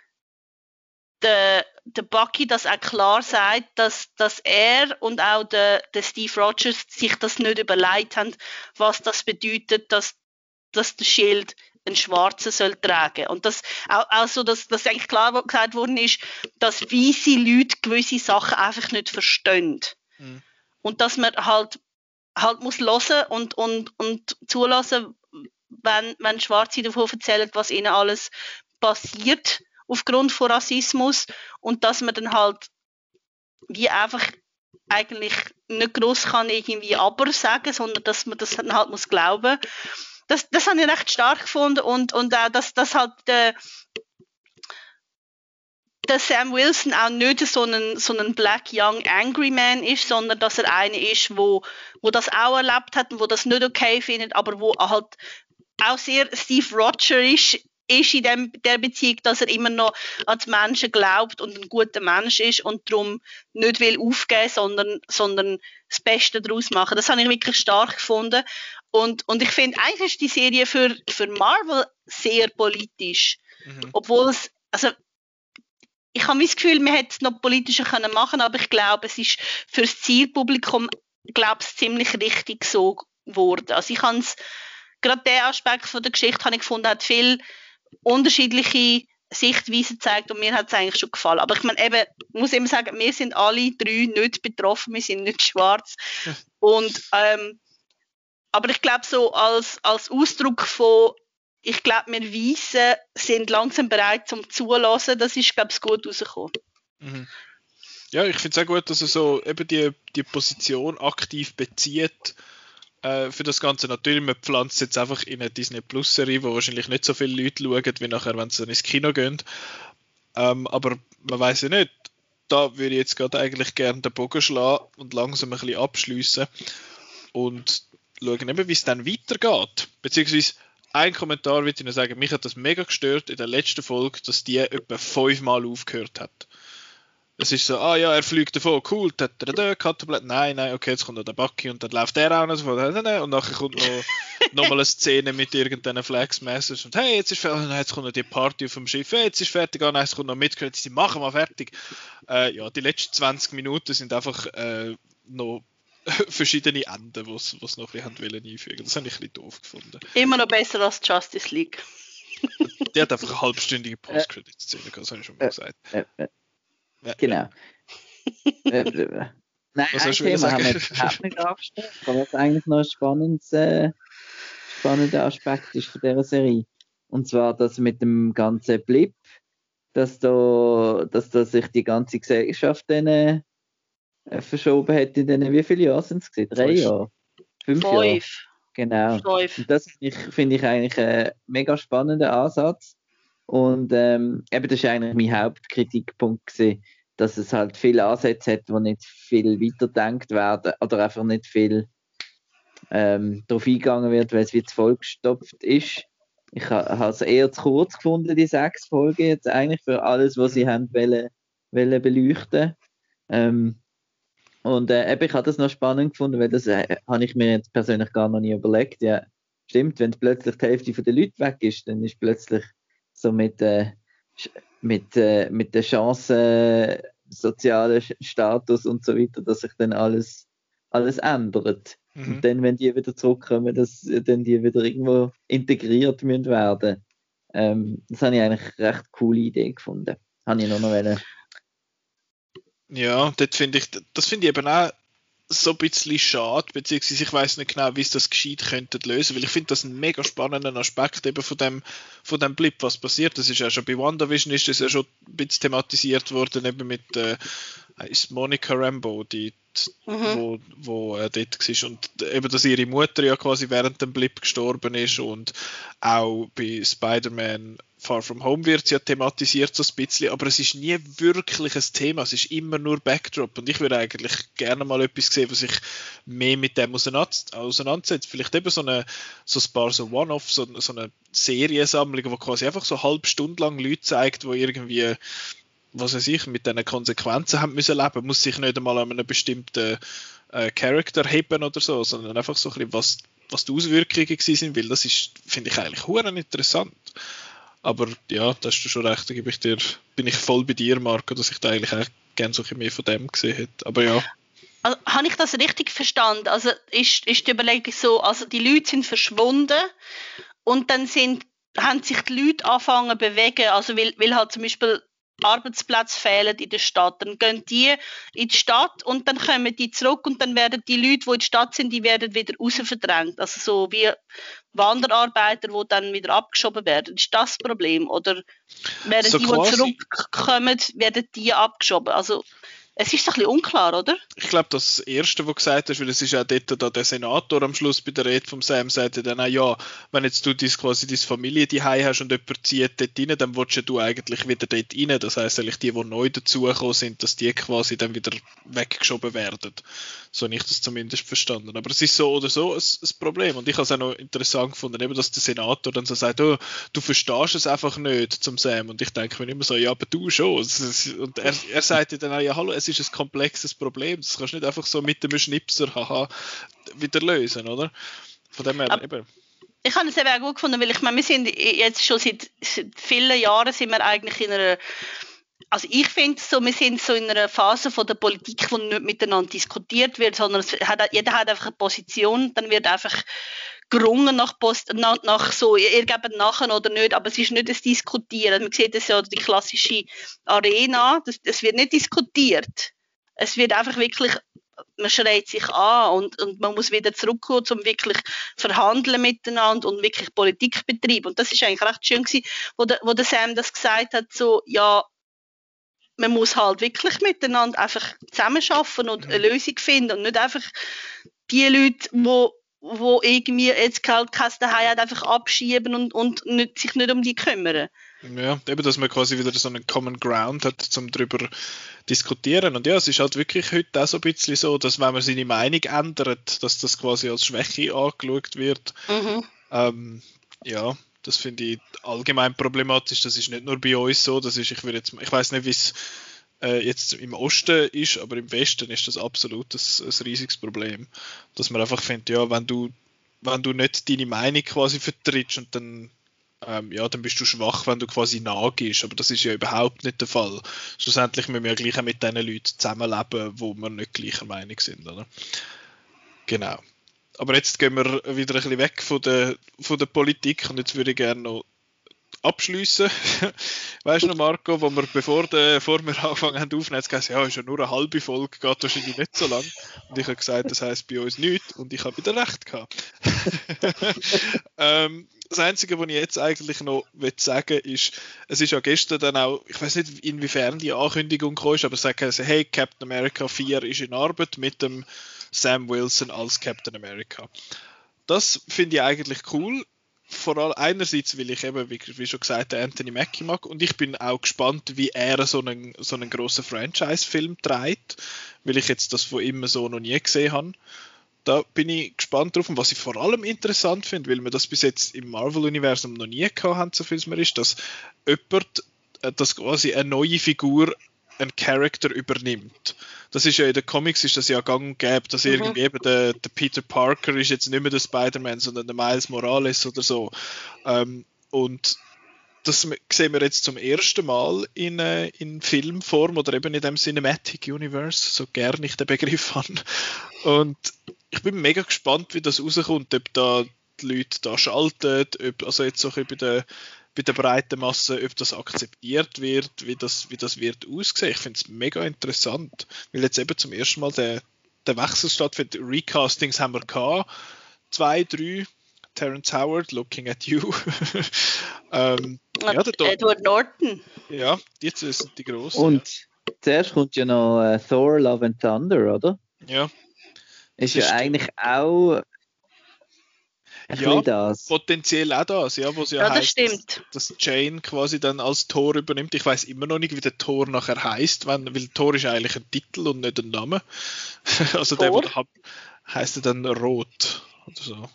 der, der Bucky das auch klar sagt, dass, dass er und auch der, der Steve Rogers sich das nicht überlegt haben, was das bedeutet, dass, dass der Schild einen Schwarzen soll tragen. Und das auch, auch so, dass, dass eigentlich klar gesagt worden ist, dass weisse Leute gewisse Sachen einfach nicht verstehen. Mhm. Und dass man halt, halt muss hören und, und, und zulassen, wenn, wenn Schwarze davon erzählen, was ihnen alles passiert aufgrund von Rassismus und dass man dann halt wie einfach eigentlich nicht gross kann irgendwie aber sagen, sondern dass man das dann halt muss glauben. Das, das habe ich recht stark gefunden und, und auch, dass, dass halt der, der Sam Wilson auch nicht so ein, so ein Black Young Angry Man ist, sondern dass er einer ist, wo, wo das auch erlebt hat und wo das nicht okay findet, aber wo halt auch sehr Steve Roger ist, ist in dem, der Beziehung, dass er immer noch an die Menschen glaubt und ein guter Mensch ist und darum nicht will aufgeben, sondern, sondern das Beste daraus machen. Das habe ich wirklich stark gefunden. Und, und ich finde, eigentlich ist die Serie für, für Marvel sehr politisch. Mhm. Obwohl es, also ich habe das Gefühl, man hätte es noch politischer können machen, aber ich glaube, es ist für das Zielpublikum, glaube ich, ziemlich richtig so geworden. Also ich habe es, gerade der Aspekt von der Geschichte, habe ich gefunden, hat viel unterschiedliche Sichtweisen gezeigt und mir hat es eigentlich schon gefallen. Aber ich meine, eben, ich muss eben sagen, wir sind alle drei nicht betroffen, wir sind nicht schwarz. Und, ähm, aber ich glaube, so als, als Ausdruck von, ich glaube, wir Weißen sind langsam bereit zum Zulassen, das ist, glaube ich, gut rausgekommen. Mhm. Ja, ich finde es auch gut, dass er so eben die, die Position aktiv bezieht äh, für das Ganze. Natürlich, man pflanzt jetzt einfach in eine Disney Plus Serie, wo wahrscheinlich nicht so viele Leute schauen, wie nachher, wenn sie dann ins Kino gehen. Ähm, aber man weiß ja nicht, da würde ich jetzt gerade eigentlich gerne den Bogen schlagen und langsam ein bisschen abschliessen und schauen, eben, wie es dann weitergeht. Beziehungsweise ein Kommentar würde ich noch sagen, mich hat das mega gestört in der letzten Folge, dass die etwa fünfmal aufgehört hat. Es ist so, ah ja, er fliegt davon, cool, Katapult, nein, nein, okay, jetzt kommt noch der Bucky und dann läuft der auch noch so, und nachher kommt noch, noch mal eine Szene mit irgendeinen Flagsmasters und hey, jetzt ist fertig, jetzt kommt noch die Party auf dem Schiff, hey, jetzt ist fertig, ah nein, es kommt noch mit, sie machen mal fertig. Äh, ja, die letzten zwanzig Minuten sind einfach äh, noch verschiedene Enden, die sie noch ein bisschen einfügen wollen. Das habe ich ein bisschen doof gefunden. Immer noch besser als Justice League. Die hat einfach eine halbstündige Post-Credit-Szene, das habe ich schon mal gesagt. Äh, äh, äh, genau. äh, äh, Nein, was ein Thema haben wir jetzt überhaupt nicht angestellt, aber was eigentlich noch ein spannendes, äh, spannender Aspekt ist von dieser Serie. Und zwar das mit dem ganzen Blip, dass da, dass da sich die ganze Gesellschaft dann äh, verschoben hat in den, wie viele Jahre sind es gewesen? Drei Fünf. Jahre? Fünf, Fünf. Jahre? Genau. Fünf. Und das finde ich, find ich eigentlich einen mega spannenden Ansatz. Und ähm, eben das war eigentlich mein Hauptkritikpunkt gewesen, dass es halt viele Ansätze hat, wo nicht viel weiterdenkt werden oder einfach nicht viel ähm, darauf eingegangen wird, weil es wie zu vollgestopft ist. Ich ha, habe es eher zu kurz gefunden, die sechs Folgen jetzt eigentlich für alles, was sie haben wollen, wollen beleuchten. Ähm, und äh, eben, ich habe das noch spannend gefunden, weil das äh, habe ich mir jetzt persönlich gar noch nie überlegt. Ja, stimmt, wenn plötzlich die Hälfte der Leute weg ist, dann ist plötzlich so mit, äh, mit, äh, mit der Chance, äh, sozialen Status und so weiter, dass sich dann alles, alles ändert. Mhm. Und dann, wenn die wieder zurückkommen, dass dann die wieder irgendwo integriert müssen werden. Ähm, das habe ich eigentlich eine recht coole Idee gefunden. Habe ich noch noch wollen. Ja, das finde ich, das finde ich eben auch so ein bisschen schade, beziehungsweise ich weiß nicht genau, wie es das gescheit könnte lösen, weil ich finde das einen mega spannenden Aspekt eben von dem, von dem Blip, was passiert. Das ist ja schon bei WandaVision ist das ja schon ein bisschen thematisiert worden, eben mit äh, ist Monica Rambeau, die, die mhm. wo, wo äh, dort war und eben, dass ihre Mutter ja quasi während dem Blip gestorben ist und auch bei Spider-Man Far From Home wird es ja thematisiert so ein bisschen, aber es ist nie wirklich ein Thema, es ist immer nur Backdrop und ich würde eigentlich gerne mal etwas sehen, was sich mehr mit dem auseinandersetzt. Vielleicht eben so, eine, so ein paar so One-Off, so, so eine Seriensammlung, wo quasi einfach so eine halbe Stunde lang Leute zeigt, die irgendwie, was weiß ich, mit diesen Konsequenzen haben müssen leben, muss sich nicht einmal an einen bestimmten äh, Charakter heben oder so, sondern einfach so ein bisschen, was, was die Auswirkungen gewesen sind, weil das ist, finde ich eigentlich verdammt interessant. Aber ja, da hast du schon recht, da gebe ich dir, bin ich voll bei dir, Marco, dass ich da eigentlich auch gerne so ein bisschen mehr von dem gesehen hätte. Aber ja. Also, habe ich das richtig verstanden? Also ist, ist die Überlegung so, also die Leute sind verschwunden und dann sind, haben sich die Leute angefangen zu bewegen, also weil, weil halt zum Beispiel Arbeitsplätze fehlen in der Stadt. Dann gehen die in die Stadt und dann kommen die zurück und dann werden die Leute, die in der Stadt sind, die werden wieder raus verdrängt. Also so wie Wanderarbeiter, die dann wieder abgeschoben werden. Ist das das Problem? Oder werden So die, quasi- die zurückkommen, werden die abgeschoben? Also es ist so ein bisschen unklar, oder? Ich glaube, das Erste, was du gesagt hast, weil es ist auch dort da der Senator am Schluss bei der Rede vom Sam, sagt ja dann auch, ja, wenn jetzt du dies quasi deine Familie daheim hast und jemand zieht dort rein, dann willst ja du eigentlich wieder dort rein. Das heisst eigentlich, die, die neu dazugekommen sind, dass die quasi dann wieder weggeschoben werden. So habe ich das zumindest verstanden. Aber es ist so oder so ein, ein Problem. Und ich habe es auch noch interessant gefunden, eben, dass der Senator dann so sagt, oh, du verstehst es einfach nicht zum Sam. Und ich denke mir immer so, ja, aber du schon. Und er, er sagt ja dann auch, ja, hallo, es ist ein komplexes Problem. Das kannst du nicht einfach so mit dem Schnipser haha, wieder lösen, oder? Von dem her, Aber eben. ich habe es eben auch gut gefunden, weil ich meine, wir sind jetzt schon seit, seit vielen Jahren sind wir eigentlich in einer, also ich finde so, wir sind so in einer Phase von der Politik, wo nicht miteinander diskutiert wird, sondern es hat, jeder hat einfach eine Position, dann wird einfach gerungen nach, Post, nach, nach so, ihr gebt nachher oder nicht, aber es ist nicht das Diskutieren. Man sieht das ja, die klassische Arena, das, das wird nicht diskutiert. Es wird einfach wirklich, man schreit sich an und, und man muss wieder zurückkommen, um wirklich verhandeln miteinander und wirklich Politik betreiben. Und das ist eigentlich recht schön gewesen, wo der, wo der Sam das gesagt hat, so, ja, man muss halt wirklich miteinander einfach zusammenarbeiten und eine Lösung finden und nicht einfach die Leute, die wo irgendwie jetzt halt kein daheim hat, einfach abschieben und, und nicht, sich nicht um die kümmern. Ja, eben, dass man quasi wieder so einen Common Ground hat, um darüber diskutieren. Und ja, es ist halt wirklich heute auch so ein bisschen so, dass wenn man seine Meinung ändert, dass das quasi als Schwäche angeschaut wird. Mhm. Ähm, ja, das finde ich allgemein problematisch. Das ist nicht nur bei uns so, das ist, ich will jetzt, ich weiß nicht, wie es äh, jetzt im Osten ist, aber im Westen ist das absolut ein, ein riesiges Problem. Dass man einfach findet, ja, wenn du, wenn du nicht deine Meinung quasi vertrittst und dann Ähm, ja, dann bist du schwach, wenn du quasi nachgehst, aber das ist ja überhaupt nicht der Fall. Schlussendlich müssen wir ja gleich auch mit den Leuten zusammenleben, wo wir nicht gleicher Meinung sind, oder? Genau. Aber jetzt gehen wir wieder ein bisschen weg von der, von der Politik und jetzt würde ich gerne noch abschliessen. Weißt du noch, Marco, wo wir, bevor, der, bevor wir angefangen haben aufzunehmen, haben gesagt, ja, ist ja nur eine halbe Folge, geht wahrscheinlich nicht so lang. Und ich habe gesagt, das heisst bei uns nichts und ich habe wieder recht gehabt. ähm, das Einzige, was ich jetzt eigentlich noch sagen will, ist, es ist ja gestern dann auch, ich weiß nicht, inwiefern die Ankündigung kam, aber es sagt also, hey, Captain America vier ist in Arbeit mit dem Sam Wilson als Captain America. Das finde ich eigentlich cool. Vor allem einerseits, weil ich eben, wie, wie schon gesagt, Anthony Mackie mag und ich bin auch gespannt, wie er so einen, so einen grossen Franchise-Film trägt, weil ich jetzt das von ihm so noch nie gesehen habe. Da bin ich gespannt drauf und was ich vor allem interessant finde, weil wir das bis jetzt im Marvel-Universum noch nie gehabt haben, so viel es mir ist, dass jemand, dass quasi eine neue Figur einen Charakter übernimmt. Das ist ja in den Comics ist das ja gang und gäbe, dass mhm. irgendwie eben der, der Peter Parker ist jetzt nicht mehr der Spider-Man, sondern der Miles Morales oder so. Ähm, und das sehen wir jetzt zum ersten Mal in, äh, in Filmform oder eben in dem Cinematic Universe, so gerne ich den Begriff habe. Und ich bin mega gespannt, wie das rauskommt, ob da die Leute da schalten, ob, also jetzt so bei der bei der breiten Masse, ob das akzeptiert wird, wie das, wie das wird aussehen. Ich finde es mega interessant, weil jetzt eben zum ersten Mal der, der Wechsel stattfindet. Recastings haben wir gehabt, zwei, drei, Terrence Howard, Looking at You. ähm, ja, der Edward Norton. Ja, jetzt sind die grossen. Und ja. Zuerst kommt ja noch uh, Thor, Love and Thunder, oder? Ja. Ist ja eigentlich auch ja, das. Potenziell auch das, ja, wo es ja, ja heißt, das dass, dass Jane quasi dann als Thor übernimmt. Ich weiß immer noch nicht, wie der Thor nachher heißt, wenn, weil Thor ist eigentlich ein Titel und nicht ein Name. Also Thor? Der, der heißt er dann Rot oder so.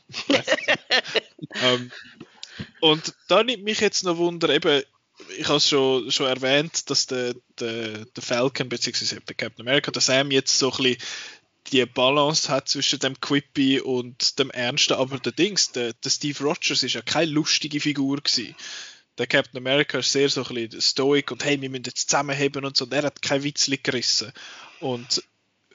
ähm, und da nimmt mich jetzt noch Wunder, eben, ich habe es schon, schon erwähnt, dass der, der, der Falcon bzw. der Captain America, der Sam jetzt so ein bisschen die Balance hat zwischen dem Quippy und dem Ernsten, aber der Dings, der, der Steve Rogers ist ja keine lustige Figur gewesen. Der Captain America ist sehr so ein bisschen stoic und hey, wir müssen jetzt zusammenheben und so, und er hat kein Witzli gerissen. Und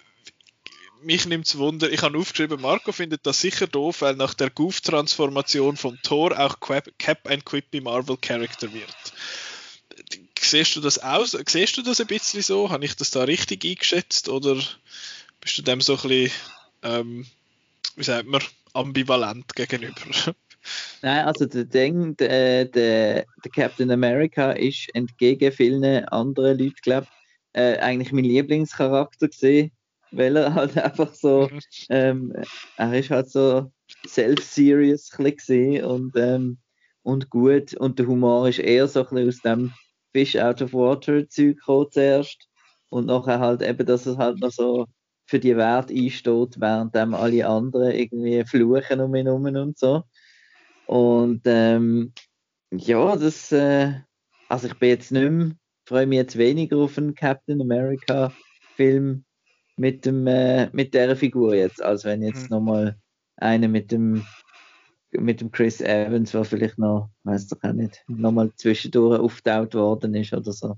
mich nimmt es Wunder, ich habe aufgeschrieben, Marco findet das sicher doof, weil nach der Goof-Transformation von Thor auch Cap ein Quippy Marvel-Character wird. siehst du das aus? Siehst du das ein bisschen so? Habe ich das da richtig eingeschätzt? Oder bist du dem so ein bisschen, ähm, wie sagt man, ambivalent gegenüber? Nein, also der Ding, der, der, der Captain America ist entgegen vielen anderen Leuten, glaube ich, äh, eigentlich mein Lieblingscharakter gesehen, weil er halt einfach so, ähm, er ist halt so self-serious gesehen und, ähm, und gut und der Humor ist eher so ein bisschen aus dem Fish out of water Zeug gekommen zuerst und nachher halt eben, dass er halt noch so für die Werte einsteht, während dem alle anderen irgendwie fluchen um ihn herum und so. Und ähm, ja, das, äh, also ich bin jetzt nicht mehr, freue mich jetzt weniger auf einen Captain America Film mit dem, äh, mit der Figur jetzt, als wenn jetzt Mhm. nochmal eine mit dem, mit dem Chris Evans, der vielleicht noch, weiß doch auch nicht, nochmal zwischendurch aufgetaucht worden ist oder so.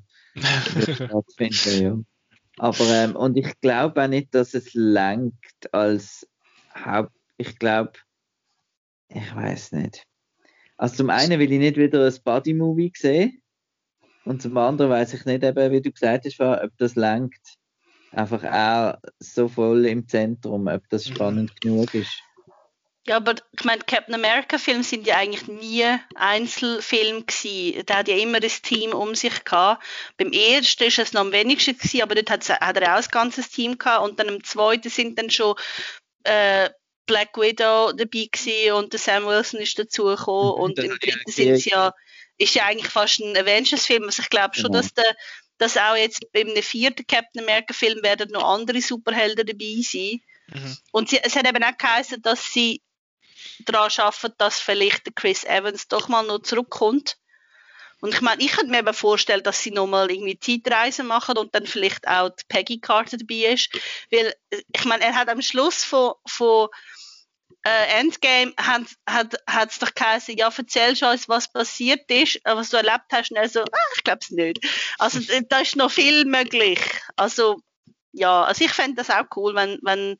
Finden, ja. Aber, ähm, und ich glaube auch nicht, dass es langt als Haupt, ich glaube, ich weiß nicht. Also zum einen will ich nicht wieder ein Buddy-Movie sehen und zum anderen weiß ich nicht, eben, wie du gesagt hast, ob das langt. Einfach auch so voll im Zentrum, ob das spannend genug ist. Ja, aber ich meine, Captain America-Filme sind ja eigentlich nie Einzelfilme gewesen. Der hat ja immer ein Team um sich gehabt. Beim ersten ist es noch am wenigsten gewesen, aber dort hat er auch ein ganzes Team gehabt. Und dann im zweiten sind dann schon äh, Black Widow dabei gewesen und der Sam Wilson ist dazugekommen. Und im dritten sind sie ja, ist ja eigentlich fast ein Avengers-Film. Also ich glaube schon, Genau. dass der dass auch jetzt beim vierten Captain America-Film werden noch andere Superhelden dabei sein. Mhm. Und sie, es hat eben auch geheißen, dass sie daran arbeiten, dass vielleicht der Chris Evans doch mal noch zurückkommt. Und ich meine, ich könnte mir eben vorstellen, dass sie nochmal irgendwie Zeitreisen machen und dann vielleicht auch die Peggy Carter dabei ist. Weil, ich meine, er hat am Schluss von, von äh, Endgame hat hat hat es doch geheißen, ja, erzählst uns, was passiert ist, äh, was du erlebt hast. Und er so, ah, ich glaube es nicht. Also da ist noch viel möglich. Also ja, also ich fände das auch cool, wenn, wenn,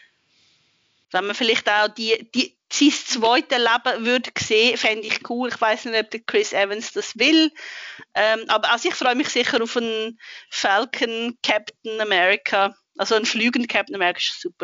wenn man vielleicht auch die, die sein zweites Leben würde sehen, fände ich cool. Ich weiß nicht, ob der Chris Evans das will. Ähm, aber also ich freue mich sicher auf einen Falcon Captain America. Also ein fliegender Captain America ist super.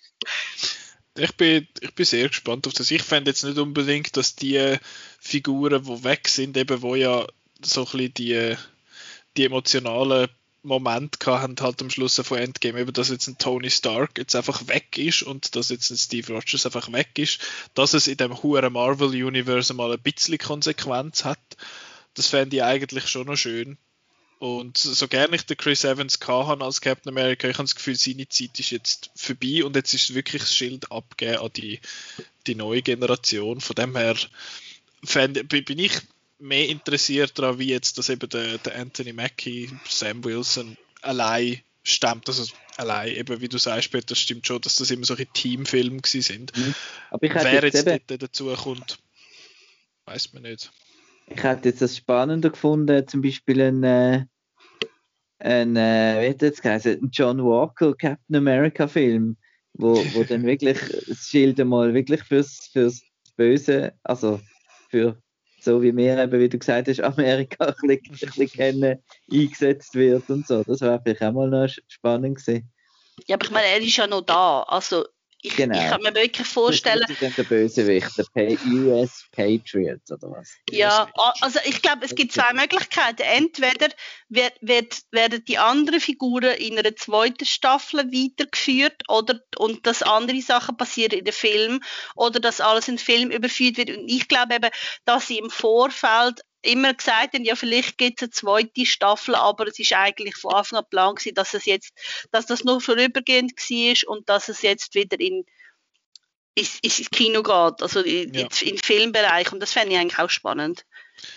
Ich bin, ich bin sehr gespannt auf das. Ich fände jetzt nicht unbedingt, dass die Figuren, die weg sind, eben wo ja so ein bisschen die, die emotionalen Momente hatten, halt am Schluss von Endgame, eben, dass jetzt ein Tony Stark jetzt einfach weg ist und dass jetzt ein Steve Rogers einfach weg ist, dass es in dem huren Marvel-Universe mal ein bisschen Konsequenz hat. Das fände ich eigentlich schon noch schön. Und so gerne ich den Chris Evans hatte als Captain America, ich habe das Gefühl, seine Zeit ist jetzt vorbei und jetzt ist es wirklich das Schild abgegeben an die, die neue Generation. Von dem her fänd, bin ich mehr interessiert daran, wie jetzt das eben der, der Anthony Mackie, Sam Wilson allein stammt. Also allein, eben wie du sagst, Peter, das stimmt schon, dass das immer solche Teamfilme gewesen sind. Mhm. Aber ich Wer jetzt, jetzt dort dazu kommt, weiß man nicht. Ich hätte jetzt das spannender gefunden, zum Beispiel ein, äh, ein, äh, wie hat das geheißen, ein John Walker Captain America Film, wo, wo dann wirklich das Schild einmal wirklich fürs, fürs Böse, also für so wie wir eben, wie du gesagt hast, Amerika ein bisschen, ein bisschen kennen, eingesetzt wird und so. Das wäre vielleicht auch mal noch spannend gewesen. Ja, aber ich meine, er ist ja noch da. Also ich, Genau. ich kann mir wirklich vorstellen. Das ist dann der Bösewicht, der Pa- U S Patriot oder was? Ja, also ich glaube, es gibt zwei Möglichkeiten. Entweder wird, wird, werden die anderen Figuren in einer zweiten Staffel weitergeführt oder und dass andere Sachen passieren in dem Film oder dass alles in den Film überführt wird. Und ich glaube eben, dass sie im Vorfeld immer gesagt haben, ja, vielleicht gibt es eine zweite Staffel, aber es ist eigentlich von Anfang an Plan gewesen, dass es jetzt, dass das nur vorübergehend war und dass es jetzt wieder in ins, ins Kino geht, also in, ja. in, in den Filmbereich. Und das fände ich eigentlich auch spannend.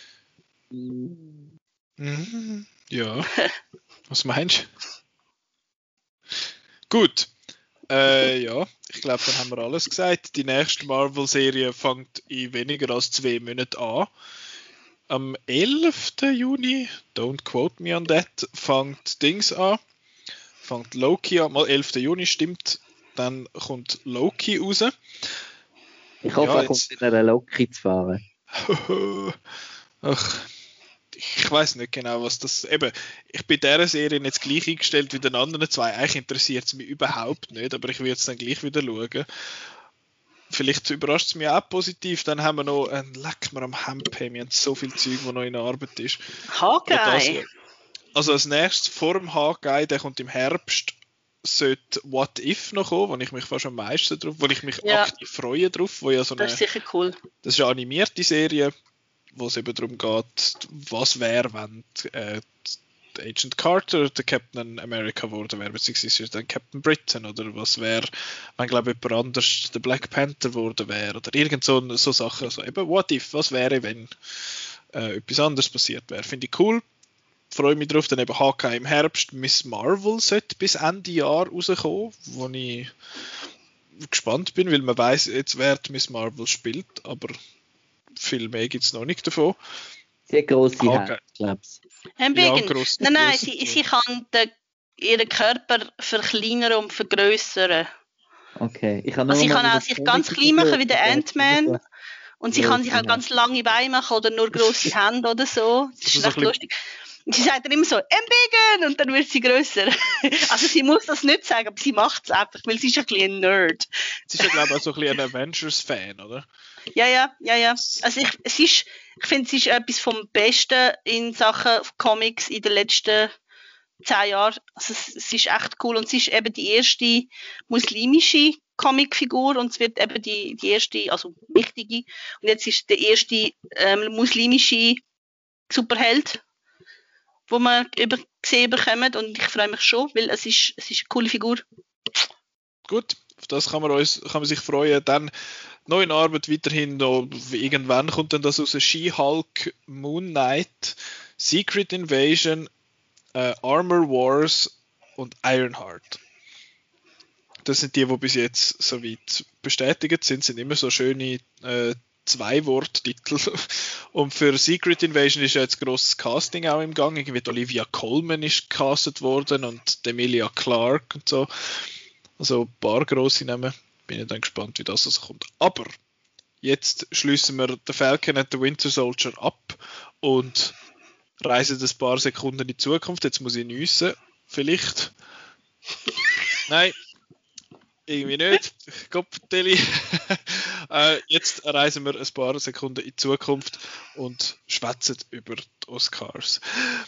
Mhm. Ja. Was meinst du? Gut. Äh, ja, ich glaube, dann haben wir alles gesagt. Die nächste Marvel-Serie fängt in weniger als zwei Monaten an. Am elften Juni, don't quote me on that, fängt Dings an. Fängt Loki an. Mal elften Juni stimmt. Dann kommt Loki raus. Ich hoffe, ja, er kommt in einer Loki zu fahren. Ach, ich weiß nicht genau, was das. Eben, ich bin dieser Serie jetzt gleich eingestellt wie den anderen zwei. Eigentlich interessiert es mich überhaupt nicht, aber ich will es dann gleich wieder schauen. Vielleicht überrascht es mich auch positiv. Dann haben wir noch ein Leck mir am Hemd. Wir haben so viel Zeug, das noch in Arbeit ist. Hawkeye. Also als nächstes vor dem Hawkeye, der kommt im Herbst, sollte What If noch kommen, wo ich mich fast am meisten drauf, wo ich mich Ja. aktiv freue drauf, wo ja so eine, Das ist sicher cool. das ist eine animierte Serie, wo es eben darum geht, was wäre, wenn äh, Agent Carter der Captain America geworden wäre, beziehungsweise dann Captain Britain, oder was wäre, wenn, glaube ich, jemand anders der Black Panther geworden wäre, oder irgend so, so Sachen, also eben What If, was wäre, wenn äh, etwas anderes passiert wäre. Finde ich cool, freue mich drauf. Dann eben Hawkeye im Herbst, Miss Marvel sollte bis Ende Jahr rauskommen, wo ich gespannt bin, weil man weiß jetzt, wer die Miss Marvel spielt, aber viel mehr gibt es noch nicht davon. Sehr grosse Hawkeye. Hand, glaube ich. Ein Ja, bisschen. gross- nein, nein, gross- sie, sie kann den, ihren Körper verkleinern und vergrößern. Okay. Ich kann Also sie nur kann mal auch über sich die ganz Comics klein machen wie gehört, der aber Ant-Man. Und sie Ja, kann sich auch genau. ganz lange Beine machen oder nur grosse Hände oder so. Das Also ist so recht ein bisschen- lustig. Und sie sagt dann immer so, «Embiggen!» und dann wird sie grösser. Also sie muss das nicht sagen, aber sie macht es einfach, weil sie ist ein bisschen ein Nerd. Sie ist ja, glaube ich, auch so ein bisschen ein Avengers-Fan, oder? Ja, ja, ja, ja. Also ich, es ist, ich finde, es ist etwas vom Besten in Sachen Comics in den letzten zehn Jahren. Also es, es ist echt cool und sie ist eben die erste muslimische Comicfigur und es wird eben die, die erste, also wichtige, und jetzt ist der erste ähm, muslimische Superheld, wo wir über, gesehen bekommen und ich freue mich schon, weil es ist, es ist eine coole Figur. Gut, auf das kann man, uns, kann man sich freuen. Dann noch in Arbeit weiterhin noch, irgendwann kommt dann das aus She-Hulk, Moon Knight, Secret Invasion, äh, Armor Wars und Ironheart. Das sind die, die bis jetzt soweit bestätigt sind, sind immer so schöne äh, Zwei-Wort-Titel. Und für Secret Invasion ist ja jetzt grosses Casting auch im Gang. Irgendwie die Olivia Colman ist gecastet worden und die Emilia Clarke und so. Also ein paar grosse Namen. Bin ich dann gespannt, wie das also kommt. Aber jetzt schließen wir den Falcon und den Winter Soldier ab und reisen ein paar Sekunden in die Zukunft. Jetzt muss ich nüssen. Vielleicht. Nein. Irgendwie nicht. Kopftelli. äh, jetzt reisen wir ein paar Sekunden in die Zukunft und schwätzen über die Oscars.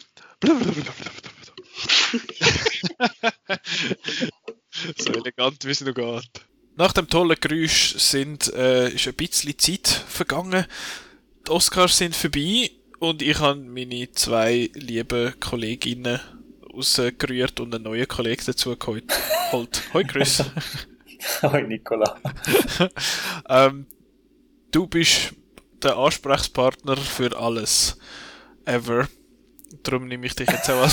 So elegant, wie es noch geht. Nach dem tollen Geräusch sind, äh, ist ein bisschen Zeit vergangen. Die Oscars sind vorbei und ich habe meine zwei lieben Kolleginnen rausgerührt und einen neuen Kollegen dazu geholt. Hoi Chris. Hoi Nicola. ähm, du bist der Ansprechpartner für alles. Ever. Darum nehme ich dich jetzt auch als...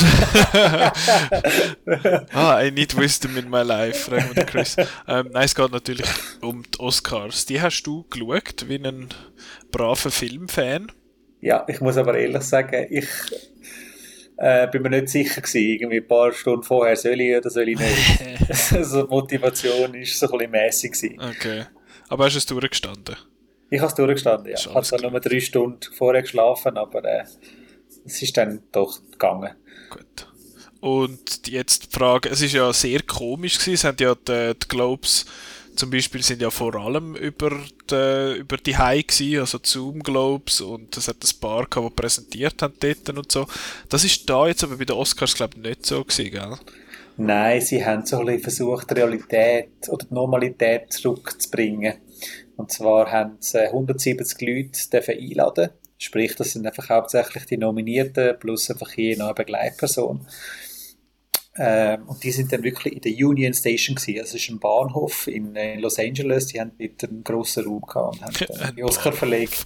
ah, I need wisdom in my life, fragen wir den Chris. Ähm, nein, es geht natürlich um die Oscars. Die hast du geschaut, wie ein braver Filmfan. Ja, ich muss aber ehrlich sagen, ich äh, bin mir nicht sicher gewesen, irgendwie ein paar Stunden vorher, soll ich oder soll ich nicht. Also die Motivation war so ein bisschen mässig gewesen. Okay. Aber hast du es durchgestanden? Ich habe es durchgestanden, ja. Ist Ich alles habe zwar nur drei Stunden vorher geschlafen, aber äh, es ist dann doch gegangen. Gut. Und jetzt die Frage, es ist ja sehr komisch gewesen, es haben ja die, die Globes zum Beispiel sind ja vor allem über die, über die High gewesen, also die Zoom Globes und es hat ein paar gehabt, die präsentiert haben dort und so. Das ist da jetzt aber bei den Oscars, glaube ich, nicht so gewesen, gell? Nein, sie haben so ein bisschen versucht, die Realität oder die Normalität zurückzubringen. Und zwar haben sie hundertsiebzig Leute dürfen einladen. Sprich, das sind einfach hauptsächlich die Nominierten plus einfach je noch eine Begleitperson. Ähm, und die sind dann wirklich in der Union Station gewesen. Also es ist ein Bahnhof in, in Los Angeles. Die haben dort einen grossen Raum gehabt und haben dann die Oscar verlegt.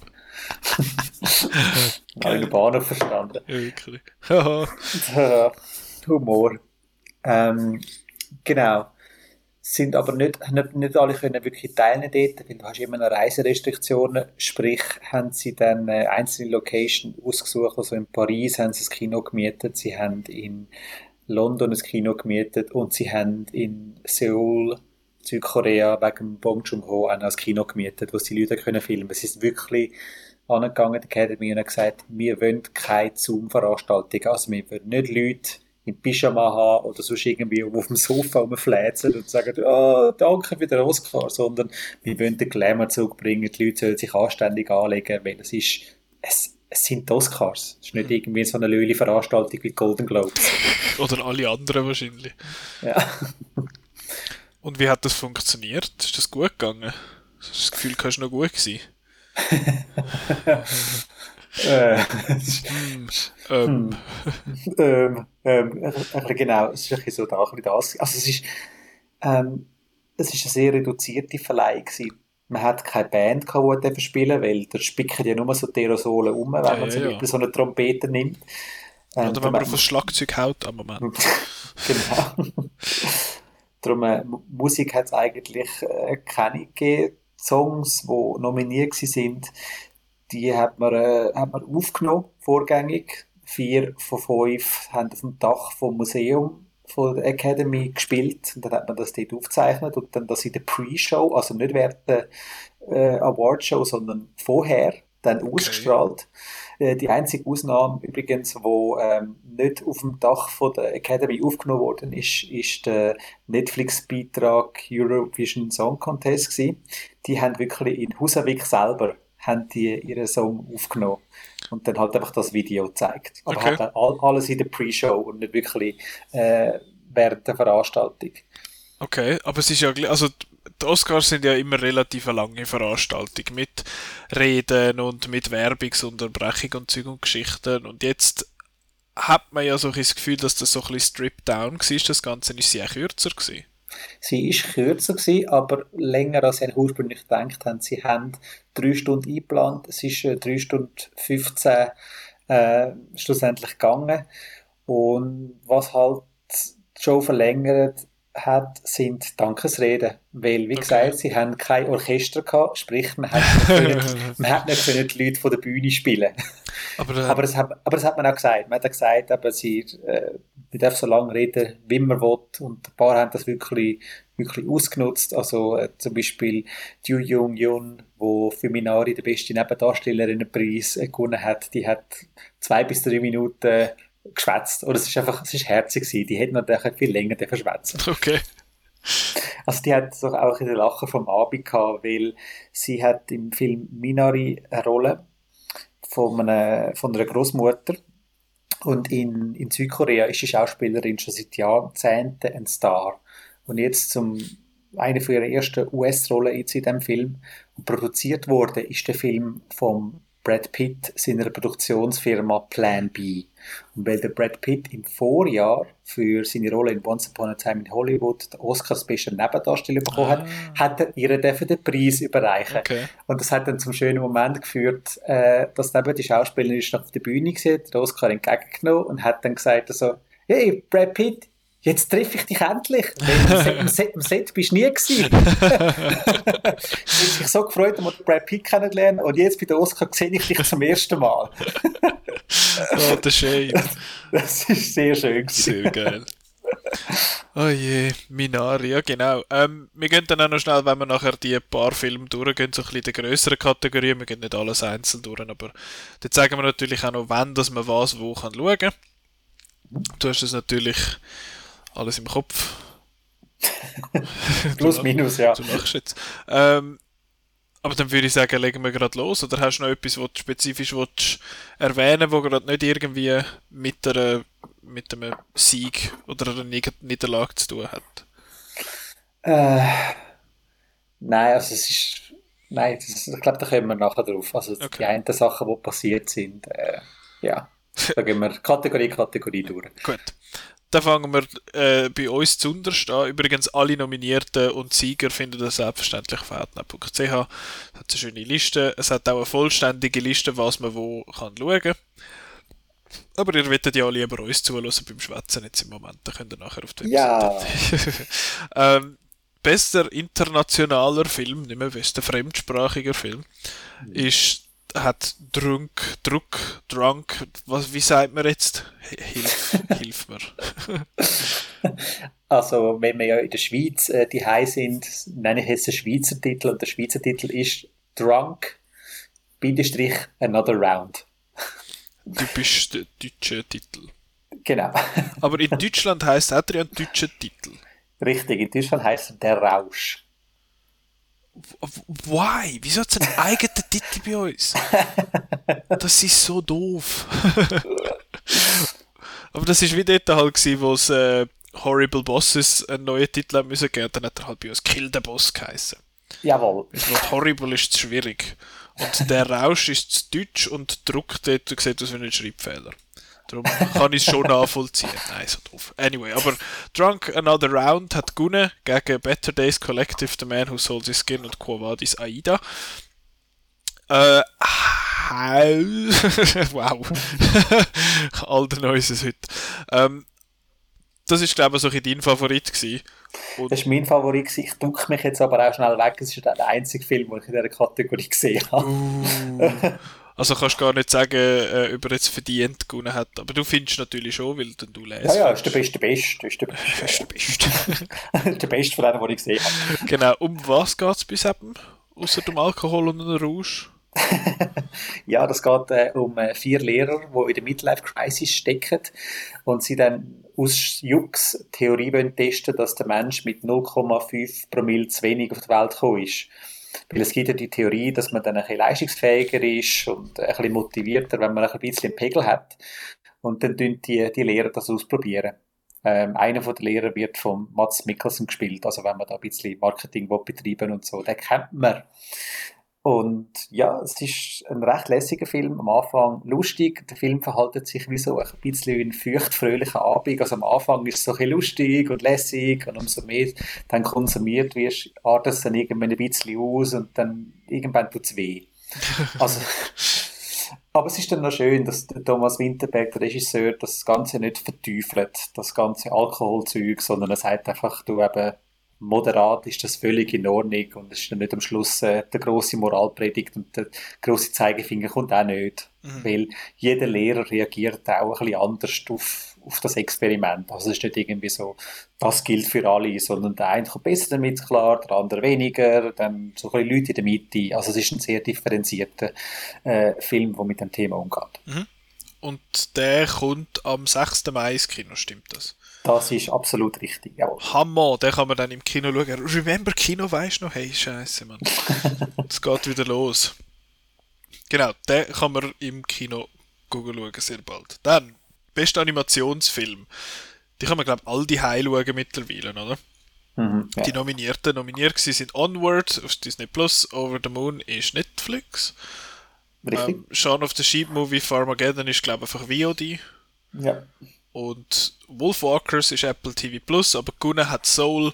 Habe ich den Bahnhof verstanden. Ja, wirklich. Humor. Ähm, genau. Sind aber nicht, nicht, nicht alle können wirklich teilnehmen dort, weil du hast immer noch Reiserestriktionen. Sprich, haben sie dann äh, einzelne Locations ausgesucht. Also in Paris haben sie das Kino gemietet, sie haben in London ein Kino gemietet und sie haben in Seoul, Südkorea, wegen Bong Joon-ho auch noch ein Kino gemietet, wo sie die Leute können filmen. Es ist wirklich angegangen, die Academy, und hat gesagt, wir wollen keine Zoom-Veranstaltungen. Also wir wollen nicht Leute im Pyjama haben oder sonst irgendwie auf dem Sofa rumfläzen und sagen, oh, danke für den Oscar, sondern wir wollen den Glamour zurückbringen, die Leute sollen sich anständig anlegen, weil es ist, es, es sind die Oscars. Es ist nicht irgendwie so eine Löli-Veranstaltung wie die Golden Globes. Oder alle anderen wahrscheinlich. Ja. Und wie hat das funktioniert? Ist das gut gegangen? Hast du das Gefühl, du warst noch gut gewesen? äh, hm, ähm. ähm, ähm, äh, genau, es ist ein bisschen so da, ein bisschen das. Also es ist, ähm, es ist eine sehr reduzierte Verleihung gewesen. Man hat keine Band gehabt, die spielen, weil da spicken ja nur so die Aerosole um, wenn Ja, man ja, zum ja. Beispiel so eine Trompete nimmt. Ähm, Oder wenn man auf ein Schlagzeug haut am Moment. Genau. Darum, äh, Musik hat es eigentlich äh, keine gegeben. Songs, die nominiert sind, die hat man, äh, hat man aufgenommen, vorgängig. Vier von fünf haben auf dem Dach vom Museum von der Academy gespielt. Und dann hat man das dort aufgezeichnet und dann das in der Pre-Show, also nicht während der äh, Awardshow, sondern vorher, dann Okay. ausgestrahlt. Äh, die einzige Ausnahme übrigens, wo ähm, nicht auf dem Dach von der Academy aufgenommen worden ist, ist der Netflix-Beitrag Eurovision Song Contest gewesen. Die haben wirklich in Husavik selber haben die ihren Song aufgenommen und dann halt einfach das Video gezeigt. Aber Okay. halt all, alles in der Pre-Show und nicht wirklich äh, während der Veranstaltung. Okay, aber es ist ja, gl- also die Oscars sind ja immer relativ eine lange Veranstaltung mit Reden und mit Werbungsunterbrechung und Zeug und Geschichten, und jetzt hat man ja so ein bisschen das Gefühl, dass das so ein bisschen stripped down war, das Ganze ist sehr kürzer gewesen. Sie ist kürzer gewesen, aber länger als sie ursprünglich gedacht haben. Sie haben drei Stunden eingeplant, es ist äh, drei Stunden fünfzehn äh, schlussendlich gegangen. Und was halt die Show verlängert hat, sind Dankesreden. Weil, wie Okay. gesagt, sie haben kein Orchester gehabt, sprich, man hat nicht können, man hat nicht können die Leute von der Bühne spielen. Aber, äh, Aber das, hat, aber das hat man auch gesagt. Man hat auch gesagt, aber sie, äh, man darf so lange reden, wie man will. Und ein paar haben das wirklich, wirklich ausgenutzt. Also äh, zum Beispiel Ju Jung Yun, wo für Minari der beste Nebendarstellerinnenpreis äh, gewonnen hat, die hat zwei bis drei Minuten geschwätzt. Oder es ist einfach, es ist herzig gewesen. Die hätten natürlich viel länger schwätzen. okay. Also die hat doch auch in der Lacher vom Abend gehabt, weil sie hat im Film Minari eine Rolle von einer, von einer Großmutter. Und in, in Südkorea ist die Schauspielerin schon seit Jahrzehnten ein Star. Und jetzt zum eine von ihrer ersten U S-Rollen jetzt in diesem Film. Und produziert wurde ist der Film vom Brad Pitt seiner Produktionsfirma Plan B. Und weil der Brad Pitt im Vorjahr für seine Rolle in Once Upon a Time in Hollywood den Oscar Special Nebendarsteller bekommen hat, Ah. hat er ihr dürfen den Preis überreichen. Okay. Und das hat dann zum schönen Moment geführt, äh, dass eben die Schauspielerin ist auf der Bühne gesehen, den Oscar entgegengenommen und hat dann gesagt so, hey Brad Pitt, jetzt treffe ich dich endlich. Weil am Set, am Set, am Set bist du nie gewesen. Ich habe mich so gefreut, mal Brad Pitt kennenzulernen und jetzt bei der Oscar sehe ich dich zum ersten Mal. Oh, der Shame. Das ist sehr schön gewesen. Sehr geil. Oh je, Minari, ja genau. Ähm, wir gehen dann auch noch schnell, wenn wir nachher die paar Filme durchgehen, so ein bisschen die grösseren Kategorien. Wir gehen nicht alles einzeln durch, aber dort zeigen wir natürlich auch noch, wann dass man was wo kann schauen kann. Du hast das natürlich alles im Kopf. Plus, minus, ja. Du lachst jetzt. Ähm, aber dann würde ich sagen, legen wir gerade los. Oder hast du noch etwas, was du spezifisch willst erwähnen, wo gerade nicht irgendwie mit, einer, mit einem Sieg oder einer Nieder- Niederlage zu tun hat? Äh, nein, also es ist... Nein, das, ich glaube, da kommen wir nachher drauf. Also Okay. die einen Sachen, die passiert sind, äh, ja, da gehen wir Kategorie, Kategorie durch. Gut. Dann fangen wir äh, bei uns zuunterst an. Übrigens, alle Nominierten und Sieger finden das selbstverständlich auf outnow punkt c h. Es hat eine schöne Liste. Es hat auch eine vollständige Liste, was man wo kann schauen kann. Aber ihr wollt ja lieber uns zuhören beim Schwätzen jetzt im Moment. Dann könnt ihr nachher auf die Ja. Webseite. ähm, bester internationaler Film, nicht mehr bester fremdsprachiger Film, ist hat Drunk, Druck, Drunk, was, wie sagt man jetzt? Hilf, hilf mir. Also, wenn wir ja in der Schweiz äh, die sind, nenne ich jetzt den Schweizer Titel und der Schweizer Titel ist Drunk Bindestrich Another Round. Typisch der deutsche Titel. Genau. Aber in Deutschland heisst er ja ein deutscher Titel. Richtig, in Deutschland heisst er Der Rausch. Why? Wieso hat es einen eigenen Titel bei uns? Das ist so doof. Aber das war wie dort halt, wo es äh, Horrible Bosses einen neuen Titel haben müssen geben. Dann hat er halt bei uns Kill the Boss geheißen. Jawohl. Das Wort Horrible ist zu schwierig. Und der Rausch ist zu deutsch und druckt dort sieht aus wie ein Schreibfehler. Darum kann ich es schon nachvollziehen. Nein, so doof. Anyway, aber Drunk Another Round hat gewonnen gegen Better Days Collective, The Man Who Sold His Skin und Quo Vadis Aida. Äh, wow. Alter Neues heute. Ähm, das ist, glaube ich, so dein Favorit gewesen. Und das war mein Favorit gewesen. Ich ducke mich jetzt aber auch schnell weg. Es ist der einzige Film, den ich in dieser Kategorie gesehen habe. Uh, also kannst du gar nicht sagen, äh, ob er jetzt verdient gewonnen hat. Aber du findest natürlich schon, weil dann du lesest. Ja, ja, ist der beste, der beste. Ist der beste. Ist der beste. Der beste von denen, die ich gesehen habe. Genau. Um was geht es bis eben? Außer um Alkohol und einen Rausch? Ja, das geht äh, um äh, vier Lehrer, die in der Midlife-Crisis stecken und sie dann aus Jux Theorie wollen testen, dass der Mensch mit null Komma fünf Promille zu wenig auf die Welt gekommen ist. Weil es gibt ja die Theorie, dass man dann ein bisschen leistungsfähiger ist und ein bisschen motivierter, wenn man ein bisschen einen Pegel hat. Und dann tun die, die Lehrer das ausprobieren. Ähm, einer der Lehrer wird von Mads Mikkelsen gespielt, also wenn man da ein bisschen Marketing betreiben und so, den kennt man. Und ja, es ist ein recht lässiger Film, am Anfang lustig, der Film verhält sich wie so ein bisschen wie ein feuchtfröhlicher Abend, also am Anfang ist es so ein bisschen lustig und lässig und umso mehr dann konsumiert wirst, artet es dann irgendwann ein bisschen aus und dann irgendwann tut es weh. Also, aber es ist dann noch schön, dass der Thomas Winterberg, der Regisseur, das Ganze nicht verteufelt, das ganze Alkoholzeug, sondern er sagt einfach, du eben, moderat ist das völlig in Ordnung und es ist dann nicht am Schluss äh, der grosse Moralpredigt und der grosse Zeigefinger kommt auch nicht, mhm. weil jeder Lehrer reagiert auch ein bisschen anders auf, auf das Experiment. Also es ist nicht irgendwie so, das gilt für alle, sondern der eine kommt besser damit klar, der andere weniger, dann so ein bisschen Leute in der Mitte. Also es ist ein sehr differenzierter äh, Film, der mit dem Thema umgeht. Mhm. Und der kommt am sechsten Mai ins Kino, stimmt das? Das ist absolut richtig, jawohl. Hammer, den kann man dann im Kino schauen. Remember Kino, weisst du noch? Hey, Scheiße, Mann. Es geht wieder los. Genau, den kann man im Kino schauen, sehr bald. Dann, bester Animationsfilm. Die kann man, glaube ich, all die High schauen mittlerweile, oder? Mhm, ja. Die Nominierten nominiert sind Onward auf Disney Plus, Over the Moon ist Netflix. Richtig. Ähm, Shaun of the Sheep Movie Farmageddon ist, glaube ich, einfach V O D. Ja. Und Wolfwalkers ist Apple T V Plus, aber gewonnen hat Soul,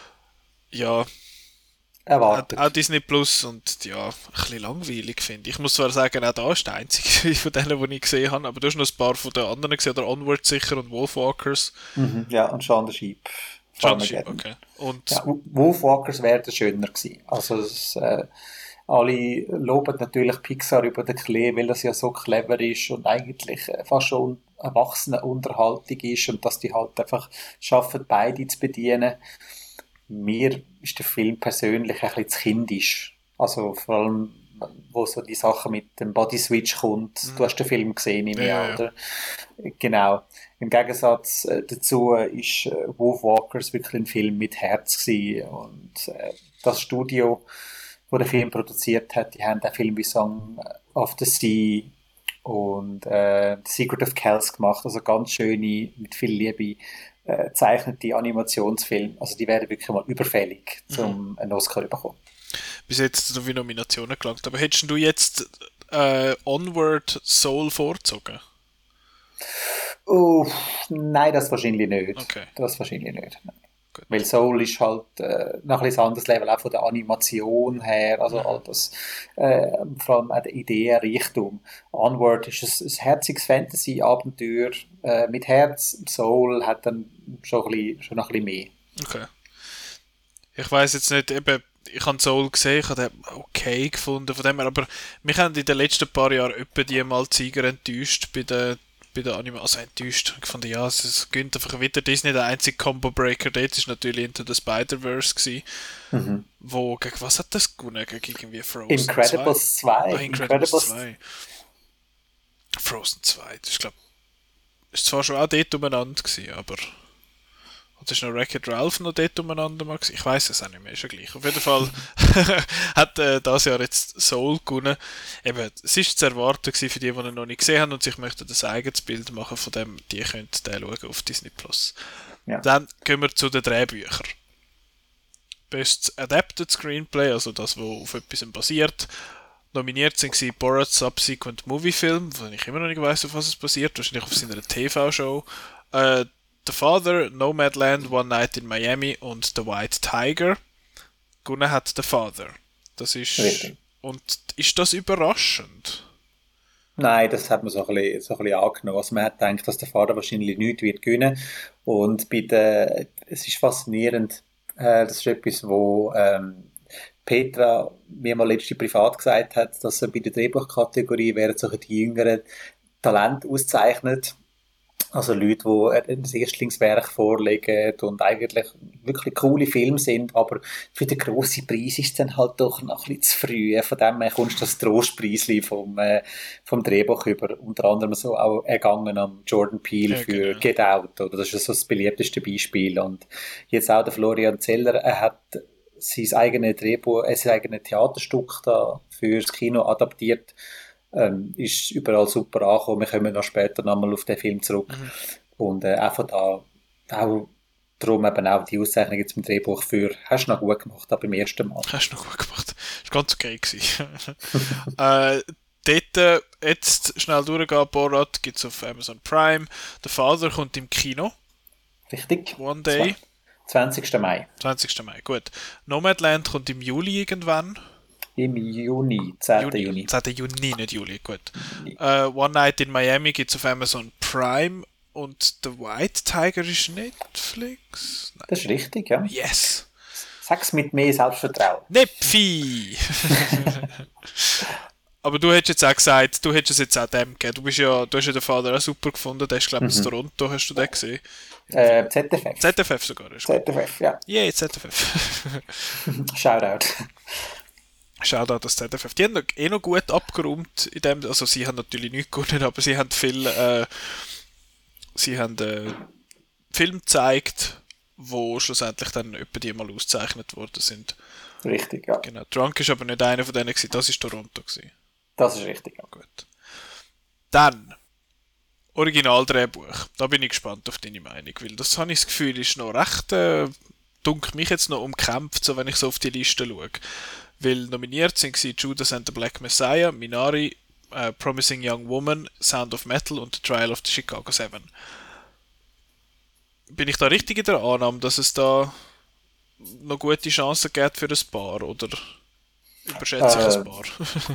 ja, erwartet. Hat auch Disney Plus und ja, ein bisschen langweilig finde ich. Ich muss zwar sagen, auch da ist der einzige von denen, die ich gesehen habe, aber du hast noch ein paar von den anderen gesehen, oder Onward sicher und Wolfwalkers. Mhm, ja, und Shaun the Sheep. Shaun the Sheep, okay. Und ja, Wolfwalkers wäre schöner gewesen. Also es, äh, alle loben natürlich Pixar über den Klee, weil das ja so clever ist und eigentlich fast schon erwachsene Unterhaltung ist und dass die halt einfach schaffen, beide zu bedienen. Mir ist der Film persönlich ein bisschen zu kindisch. Also vor allem, wo so die Sache mit dem Body Switch kommt. Mhm. Du hast den Film gesehen im ja, Jahr, oder? Ja. Genau. Im Gegensatz dazu ist Wolfwalkers wirklich ein Film mit Herz gewesen. Und das Studio, wo der Film produziert hat, die haben den Film wie Song of the Sea und äh, The Secret of Kells gemacht, also ganz schöne, mit viel Liebe äh, zeichnete Animationsfilme, also die werden wirklich mal überfällig, um mhm. einen Oscar zu bekommen. Bis jetzt so wie Nominationen gelangt, aber hättest du jetzt äh, Onward Soul vorgezogen? Oh, nein, das wahrscheinlich nicht. Okay. Das wahrscheinlich nicht, nein. Gut. Weil Soul ist halt äh, noch ein anderes Level, auch von der Animation her, also mhm. all das, äh, vor allem auch der Ideenreichtum. Onward ist ein, ein herziges Fantasy-Abenteuer äh, mit Herz. Soul hat dann schon, ein bisschen, schon noch ein bisschen mehr. Okay. Ich weiss jetzt nicht, eben, ich habe Soul gesehen, ich habe den okay gefunden von dem her, aber mich haben in den letzten paar Jahren etwa die mal Zeiger enttäuscht bei den bei der Anime, also enttäuscht. Ich fand, ja, es, es gönnt einfach wieder Disney, der einzige Combo-Breaker dort ist natürlich Into the Spider-Verse gewesen, Mhm. wo, gegen was hat das gewonnen? Gegen irgendwie Frozen Incredibles zwei. Ah, Incredibles Incredibles zwei. Frozen zwei, das ist, glaub, ist zwar schon auch dort umeinander gewesen, aber... Und ist noch Wreck-It Ralph noch dort umeinander mal gewesen? Ich weiss es auch nicht mehr, ist ja gleich. Auf jeden Fall hat äh, dieses Jahr jetzt Soul gewonnen. Eben, es war zu erwarten gewesen für die, die ihn noch nicht gesehen haben und sich möchten ein eigenes Bild machen von dem, die können den schauen auf Disney Plus. Ja. Dann gehen wir zu den Drehbüchern. Best Adapted Screenplay, also das, was auf etwas basiert. Nominiert sind Borat Subsequent Movie Film, wo ich immer noch nicht weiss, auf was es basiert, wahrscheinlich auf seiner T V-Show. Äh, The Father, Nomadland, One Night in Miami und The White Tiger. Gewonnen hat The Father. Das ist... Richtig. Und ist das überraschend? Nein, das hat man so ein bisschen, so ein bisschen angenommen. Also man hat gedacht, dass der Vater wahrscheinlich nichts wird gewinnen. Und bei der, es ist faszinierend, äh, das ist etwas, wo ähm, Petra mir mal letztens privat gesagt hat, dass er bei der Drehbuchkategorie während solche die jüngeren Talente auszeichnet. Also Leute, die ein Erstlingswerk vorlegen und eigentlich wirklich coole Filme sind, aber für den grossen Preis ist es dann halt doch noch ein bisschen zu früh. Von dem her kommst du das Trostpreisli vom, äh, vom Drehbuch über, unter anderem so auch ergangen am Jordan Peele Ja, für genau. Get Out. Oder? Das ist so das beliebteste Beispiel. Und jetzt auch der Florian Zeller, er hat sein eigenes Drehbuch, äh, sein eigenes Theaterstück da fürs Kino adaptiert. Ähm, ist überall super angekommen. Wir kommen noch später nochmal auf den Film zurück. Mhm. Und äh, einfach da, auch darum eben auch die Auszeichnung jetzt im Drehbuch für, hast du noch gut gemacht, aber beim ersten Mal. Hast du noch gut gemacht. Das war ganz okay gewesen. äh, dort äh, jetzt schnell durchgehen, Borat gibt es auf Amazon Prime. The Father kommt im Kino. Richtig? One Day. zwanzigsten Mai. zwanzigsten Mai, gut. Nomadland kommt im Juli irgendwann. Im Juni, zehnten Juni. zehnten Juni, nicht Juli, gut. Äh, One Night in Miami gibt es auf Amazon Prime und The White Tiger ist Netflix. Nein. Das ist richtig, ja. Yes! Sag's mit mehr Selbstvertrauen. Nepfi! Aber du hättest jetzt auch gesagt, du hättest es jetzt auch dem gegeben. Du, bist ja, du hast ja den Vater auch super gefunden, der ist glaube ich in Toronto, hast du den gesehen? Äh, Z F F. Z F F sogar. Ist Z F F, ja. yeah, Z F F. Shoutout. Shoutout das Z F F. Die haben noch, eh noch gut abgeräumt in dem, also sie haben natürlich nichts gewonnen, aber sie haben viel, äh, sie haben äh, Film gezeigt, wo schlussendlich dann etwa die mal ausgezeichnet worden sind. Richtig, ja. Genau. Drunk ist aber nicht einer von denen gewesen, das ist Toronto gewesen. Das ist richtig, ja. Gut. Dann Originaldrehbuch. Da bin ich gespannt auf deine Meinung, weil das habe ich das Gefühl, ist noch recht, äh, dunkelt mich jetzt noch umkämpft, so wenn ich so auf die Liste schaue. Weil nominiert sind sie Judas and the Black Messiah, Minari, uh, Promising Young Woman, Sound of Metal und The Trial of the Chicago Seven. Bin ich da richtig in der Annahme, dass es da noch gute Chancen gibt für ein Paar, oder überschätze ich Äh. ein Paar?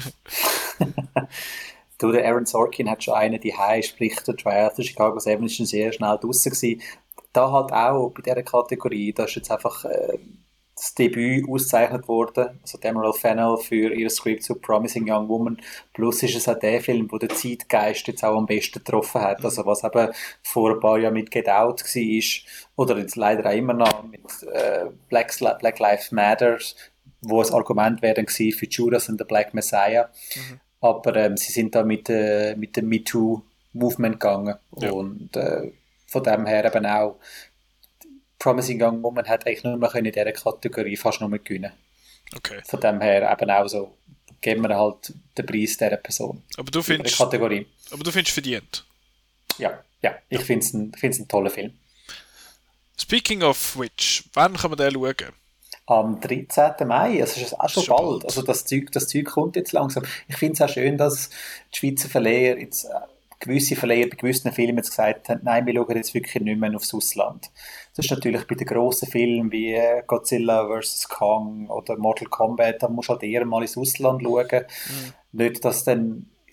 Du, der Aaron Sorkin hat schon einen die High, sprich der Trial of the Chicago Seven ist schon sehr schnell draussen gewesen. Da halt auch bei dieser Kategorie, da ist jetzt einfach äh, das Debüt ausgezeichnet worden, also Emerald Fennell für ihr Skript zu Promising Young Woman. Plus ist es auch der Film, wo der Zeitgeist jetzt auch am besten getroffen hat. Also was eben vor ein paar Jahren mit Get Out war, oder jetzt leider auch immer noch mit äh, Black, Black Lives Matter, wo ein Argument werden war für Judas and the Black Messiah. Mhm. Aber ähm, sie sind da mit, äh, mit dem MeToo-Movement gegangen. Ja. Und äh, von dem her eben auch Promising Young Woman hat eigentlich nur mehr in dieser Kategorie fast nur gewinnen. Okay. Von dem her eben auch so, geben wir halt den Preis dieser Person. Aber du findest, Kategorie. Aber du findest verdient? Ja, ja. Ich ja. finde es ein, ein toller Film. Speaking of which, wann kann man den schauen? Am dreizehnten Mai, also ist es auch schon, schon bald. bald. Also das Zeug, das Zeug kommt jetzt langsam. Ich finde es auch schön, dass die Schweizer Verleiher jetzt, äh, gewisse Verleiher bei gewissen Filmen jetzt gesagt haben, nein, wir schauen jetzt wirklich nicht mehr aufs Ausland. Das ist natürlich bei den grossen Filmen wie Godzilla versus. Kong oder Mortal Kombat, da musst du halt eher mal ins Ausland schauen. Mhm. Nicht, dass dann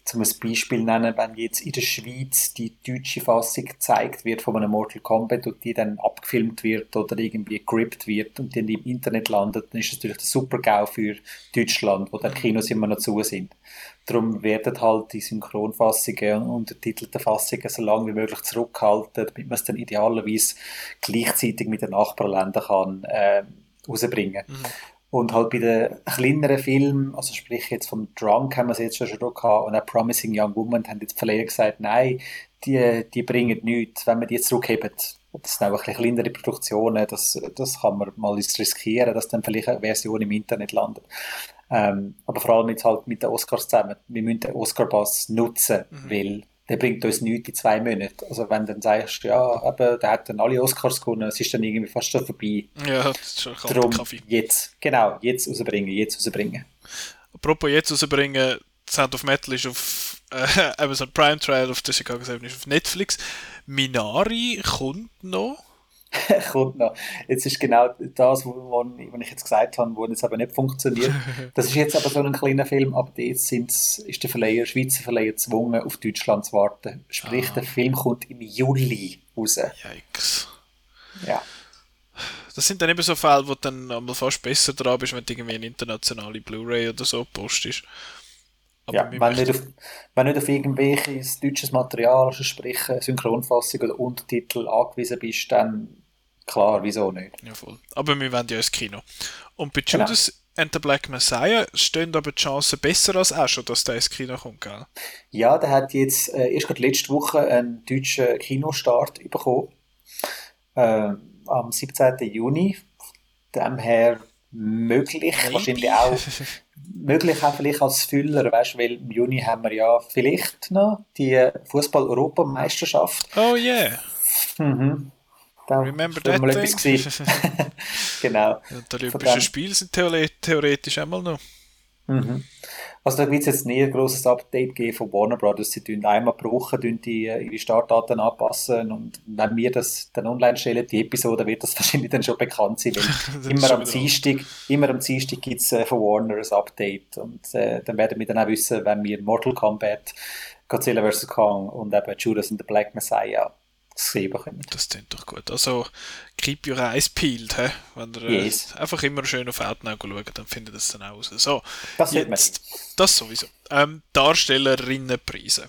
zum ein Beispiel nennen, wenn jetzt in der Schweiz die deutsche Fassung gezeigt wird von einem Mortal Kombat und die dann abgefilmt wird oder irgendwie gerippt wird und dann im Internet landet, dann ist das natürlich der Super-GAU für Deutschland, wo die Kinos immer noch zu sind. Darum werden halt die Synchronfassungen und untertitelten Fassungen so lange wie möglich zurückgehalten, damit man es dann idealerweise gleichzeitig mit den Nachbarländern kann, äh, rausbringen. Mhm. Und halt bei den kleineren Filmen, also sprich jetzt vom Drunk haben wir es jetzt schon schon gehabt und auch Promising Young Woman, haben jetzt die Verleger gesagt, nein, die, die bringen nichts, wenn wir die zurückheben. Das sind auch ein bisschen kleinere Produktionen, das, das kann man mal riskieren, dass dann vielleicht eine Version im Internet landet. Ähm, aber vor allem jetzt halt mit den Oscars zusammen. Wir müssen den Oscar-Pass nutzen, mhm. weil der bringt uns nichts in zwei Monaten. Also wenn du dann sagst, ja, eben, der hat dann alle Oscars gewonnen, es ist dann irgendwie fast schon vorbei. Ja, das ist schon Darum Kaffee. Jetzt, genau, jetzt rausbringen, jetzt rausbringen. Apropos jetzt rausbringen, Sound of Metal ist auf äh, Amazon Prime, Trial of the Chicago Seven ist auf Netflix. Minari kommt noch. kommt noch. Jetzt ist genau das, was ich jetzt gesagt habe, wo jetzt aber nicht funktioniert. Das ist jetzt aber so ein kleiner Film, aber jetzt sind's, ist der Verleiher, Schweizer Verleiher gezwungen, auf Deutschland zu warten. Sprich, ah. der Film kommt im Juli raus. Yikes. Ja. Das sind dann eben so Fälle, wo du dann einmal fast besser dran bist, wenn du irgendwie eine internationale Blu-ray oder so postest. Aber ja, wenn nicht, auf, wenn nicht auf irgendwelches deutsches Material, also sprich Synchronfassung oder Untertitel angewiesen bist, dann klar, wieso nicht. Ja, voll. Aber wir wollen ja ins Kino. Und bei Judas genau. and the Black Messiah stehen aber die Chancen besser als auch schon, dass der ins Kino kommt, gell? Ja, der hat jetzt äh, erst gerade letzte Woche einen deutschen Kinostart bekommen. Äh, am siebzehnten Juni. Dem her möglich, Maybe. wahrscheinlich auch möglich auch vielleicht als Füller, weißt, weil im Juni haben wir ja vielleicht noch die Fußball-Europameisterschaft. Oh yeah. Mhm. Da Remember that thing? Genau. Und die Olympischen Spiele sind theoretisch einmal noch. Mhm. Also da wird es jetzt nie ein grosses Update geben von Warner Brothers. Sie tun einmal pro Woche die ihre Startdaten anpassen und wenn wir das dann online stellen, die Episode, wird das wahrscheinlich dann schon bekannt sein, weil immer, am Dienstag, immer am Dienstag gibt es äh, von Warner ein Update und äh, dann werden wir dann auch wissen, wenn wir Mortal Kombat, Godzilla versus. Kong und eben Judas and the Black Messiah sehen können. Das klingt doch gut. Also keep your eyes peeled, he? Wenn ihr yes. äh, einfach immer schön auf Outnow schaut, dann findet es dann auch raus. So, das jetzt, das sowieso. Ähm, Darstellerinnenpreise.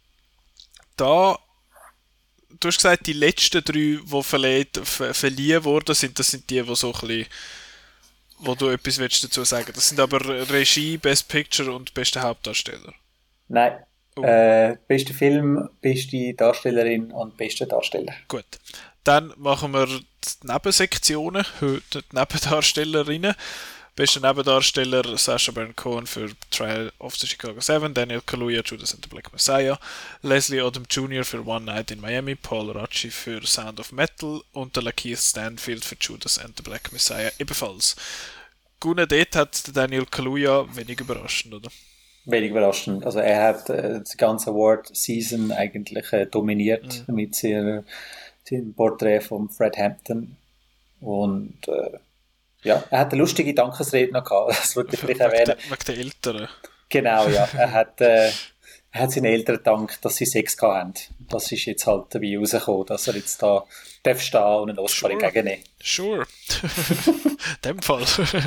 Da, du hast gesagt, die letzten drei, die verliehen, ver- verliehen worden sind, das sind die, die so ein bisschen, wo du etwas willst dazu sagen. Das sind aber Regie, Best Picture und beste Hauptdarsteller. Nein. Oh. Äh, beste Film, beste Darstellerin und beste Darsteller. Gut. Dann machen wir die Nebensektionen, die Nebendarstellerinnen. Beste Nebendarsteller Sacha Baron Cohen für Trial of the Chicago Seven, Daniel Kaluuya, Judas and the Black Messiah, Leslie Odom Junior für One Night in Miami, Paul Raci für Sound of Metal und der Lakeith Stanfield für Judas and the Black Messiah ebenfalls. Gune dort hat Daniel Kaluuya wenig überraschend, oder? Wenig überraschend. Also er hat äh, die ganze Award-Season eigentlich äh, dominiert mhm. mit seiner, seinem Porträt von Fred Hampton. Und äh, ja, er hat eine lustige Dankesrede noch gehabt. Das wollte ich vielleicht erwähnen. Wegen der Eltern. Genau, ja. Er hat, äh, er hat seinen Eltern gedankt, dass sie Sex gehabt haben. Das ist jetzt halt dabei rausgekommen, dass er jetzt da darf stehen und einen Oscar sure. entgegennehmen. Sure. In dem Fall.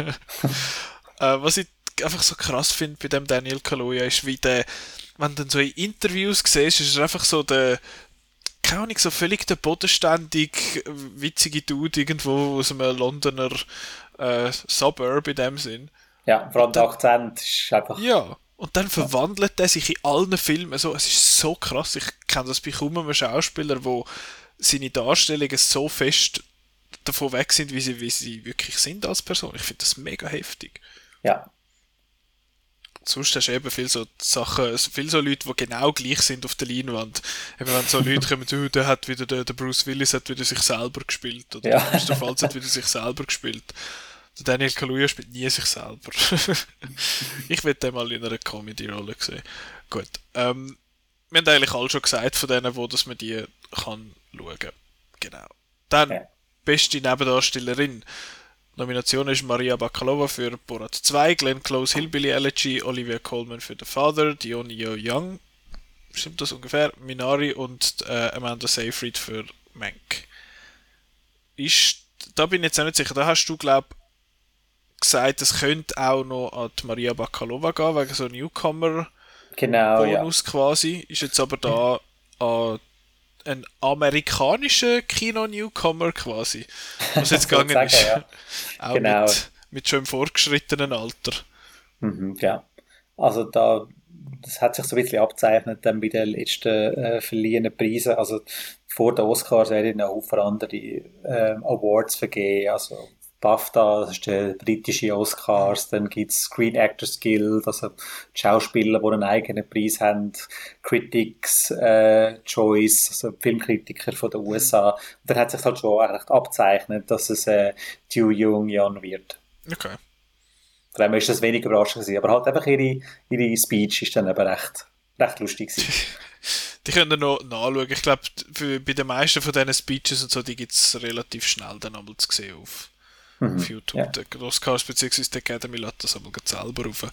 äh, was ich einfach so krass finde bei dem Daniel Kaluuya ist, wie der, wenn du dann so in Interviews siehst, ist er einfach so der, keine Ahnung, so völlig der bodenständig witzige Dude irgendwo aus einem Londoner äh, Suburb in dem Sinn. Ja, vor allem der Akzent ist einfach... Ja, und dann verwandelt er sich in allen Filmen so, es ist so krass, ich kenne das bei kaum einem Schauspieler, wo seine Darstellungen so fest davon weg sind, wie sie, wie sie wirklich sind als Person. Ich finde das mega heftig. Ja. Sonst hast du eben viele so Sachen, viele so Leute, die genau gleich sind auf der Leinwand. Eben wenn so Leute kommen, oh, der hat wieder, der, der Bruce Willis hat wieder sich selber gespielt. Oder ja. der Christoph Waltz hat wieder sich selber gespielt. Der Daniel Kaluuya spielt nie sich selber. Ich will den mal in einer Comedy-Rolle sehen. Gut. Ähm, wir haben eigentlich alle schon gesagt von denen, wo dass man die kann schauen. Genau. Dann, ja. beste Nebendarstellerin. Nomination ist Maria Bakalova für Borat zwei, Glenn Close Hillbilly Elegy, Olivia Colman für The Father, Dion Yo Young, stimmt das ungefähr, Minari und äh, Amanda Seyfried für Mank. Ist, da bin ich jetzt auch nicht sicher, da hast du, glaube ich, gesagt, es könnte auch noch an die Maria Bakalova gehen, wegen so Newcomer-Bonus Genau, ja. quasi. Ist jetzt aber da an einen amerikanischen Kino-Newcomer quasi, was jetzt gegangen Sozusagen, ist. ja. Auch Genau. mit, mit schon im fortgeschrittenen Alter. Mhm, ja. Also da, das hat sich so ein bisschen abzeichnet dann bei den letzten äh, verliehenen Preisen. Also vor den Oscars werden noch viele andere ähm, Awards vergeben. Also BAFTA, das ist der britische Oscars, dann gibt es Screen Actors Guild, also die Schauspieler, die einen eigenen Preis haben, Critics äh, Choice, also Filmkritiker von den U S A. Und dann hat sich halt schon eigentlich abzeichnet, dass es äh, Ju Young Yan wird. Okay. Darum ist das wenig überraschend gewesen. Aber halt einfach ihre, ihre Speech ist dann eben recht, recht lustig gewesen. Die können wir noch nachschauen. Ich glaube, bei den meisten von diesen Speeches und so, die gibt es relativ schnell dann einmal zu sehen auf, Mhm, auf YouTube. ja. Der Oscars bzw. die Academy lädt das einmal selber rauf.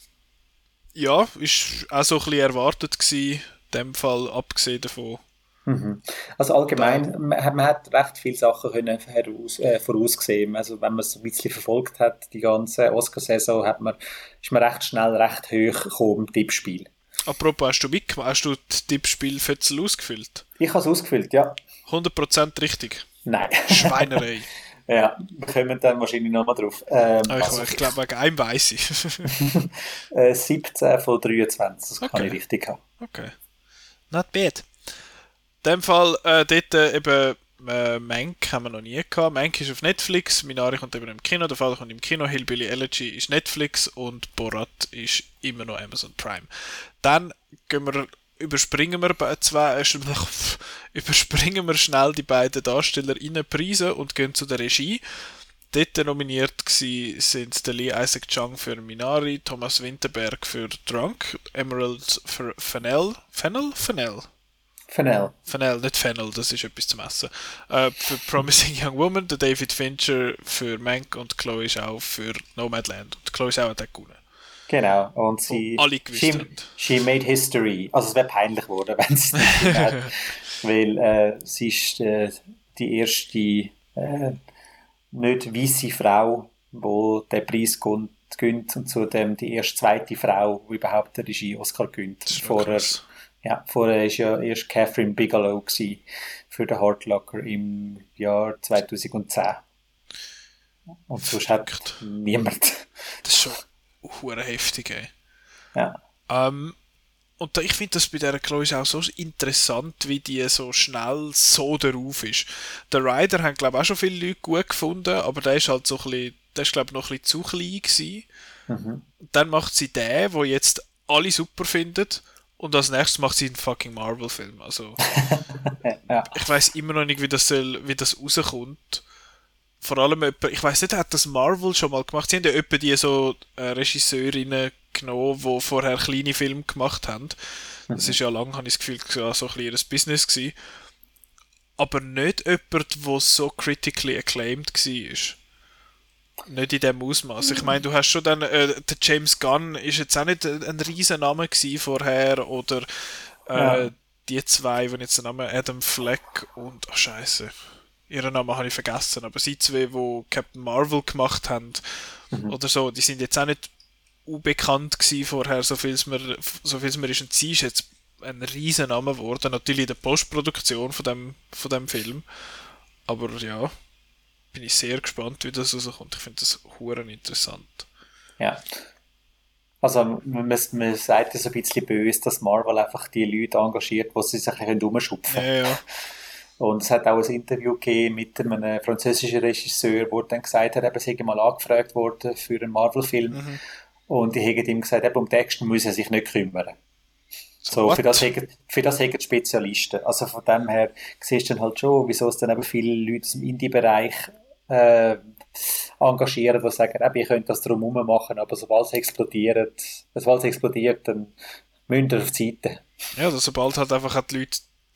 Ja, ist auch so ein bisschen erwartet gewesen, in dem Fall, abgesehen davon. Mhm. Also allgemein, man hat, man hat recht viele Sachen können heraus, äh, voraussehen. Also wenn man es ein bisschen verfolgt hat, die ganze Oscar-Saison, hat man, ist man recht schnell recht hoch gekommen im Tippspiel. Apropos, hast du mitgemacht? Hast du das Tippspiel-Fetzel ausgefüllt? Ich habe es ausgefüllt, ja. hundert Prozent richtig. Nein. Schweinerei. Ja, wir kommen dann wahrscheinlich nochmal drauf. Ähm, Ah, ich also, ich glaube, wegen einem weiss ich. äh, siebzehn von dreiundzwanzig, das kann Okay. ich richtig haben. Okay. Not bad. In dem Fall, äh, dort äh, eben, äh, Mank haben wir noch nie gehabt. Mank ist auf Netflix, Minari kommt eben im Kino, der Fall kommt im Kino, Hillbilly Elegy ist Netflix und Borat ist immer noch Amazon Prime. Dann gehen wir, überspringen wir bei zwei, äh, überspringen wir schnell die beiden DarstellerInnen Preise und gehen zu der Regie. Dort nominiert gsi sind der Lee Isaac Chung für Minari, Thomas Winterberg für Drunk, Emerald für Fennell, Fennell? Fennell? Fennell. Fennell, nicht Fennel, das ist etwas zum Essen. Äh, für Promising Young Woman, der David Fincher für Mank und Chloe Zhao für Nomadland. Und Chloe Zhao hat auch gewonnen. Genau, und sie Wo alle gewusst she, haben. she made history. Also es wäre peinlich geworden, wenn sie es nicht gemacht hat. Weil äh, sie ist äh, die erste äh, nicht weisse Frau, die den Preis gönnt, gönnt und zudem die erste zweite Frau, die überhaupt den Regie-Oscar gönnt. Das ist noch Vorher, krass. ja, vorher war ja erst Catherine Bigelow gewesen für den Hurt Locker im Jahr zweitausendzehn. Und sonst hat Verrückt. niemand. Das ist schon hure heftig, ey. Ja. Ähm, und da, ich finde das bei dieser Chloe auch so interessant, wie die so schnell so darauf ist. Der Rider haben, glaube ich, auch schon viele Leute gut gefunden, aber der ist halt so ein bisschen, der ist, glaube ich, noch ein bisschen zu klein gewesen. Mhm. Dann macht sie den, wo jetzt alle super finden, und als nächstes macht sie einen fucking Marvel-Film. Also, Ja. ich weiß immer noch nicht, wie das, soll, wie das rauskommt. Vor allem, jemand, ich weiß nicht, hat das Marvel schon mal gemacht? Sie haben ja etwa die so äh, Regisseurinnen genommen, die vorher kleine Filme gemacht haben. Das Mhm. ist ja lange, habe ich das Gefühl, so ein bisschen ihr Business gewesen. Aber nicht jemand, der so critically acclaimed war. Nicht in dem Ausmaß. Ich meine, du hast schon dann, äh, der James Gunn ist jetzt auch nicht ein, ein riesen Name gewesen vorher, oder äh, Ja. die zwei, die jetzt den Namen Adam Fleck und, ach Scheiße, ihren Namen habe ich vergessen, aber sie zwei, die Captain Marvel gemacht haben, Mhm. oder so, die sind jetzt auch nicht unbekannt gewesen vorher, so viel es mir, so viel es mir ist, und sie ist jetzt ein riesen Name geworden, natürlich in der Postproduktion von dem, von dem Film, aber ja, bin ich sehr gespannt, wie das rauskommt. Ich finde das hure interessant. Ja. Also man, man, man sagt ja so ein bisschen böse, dass Marvel einfach die Leute engagiert, die sie sich ein bisschen rumschupfen. Ja, ja. Und es hat auch ein Interview gegeben mit einem französischen Regisseur, der dann gesagt hat, eben, sie hätten mal angefragt worden für einen Marvel-Film. Mhm. Und die haben ihm gesagt, eben, um Texten müssen sie sich nicht kümmern. So, So, what? für das haben für das haben die Spezialisten. Also von dem her siehst du dann halt schon, wieso es dann eben viele Leute aus dem Indie-Bereich äh, engagieren, die sagen, eben, ihr könnt das drumherum machen, aber sobald es explodiert, sobald es explodiert, dann müsst ihr auf die Seite. Ja, also sobald halt einfach auch die Leute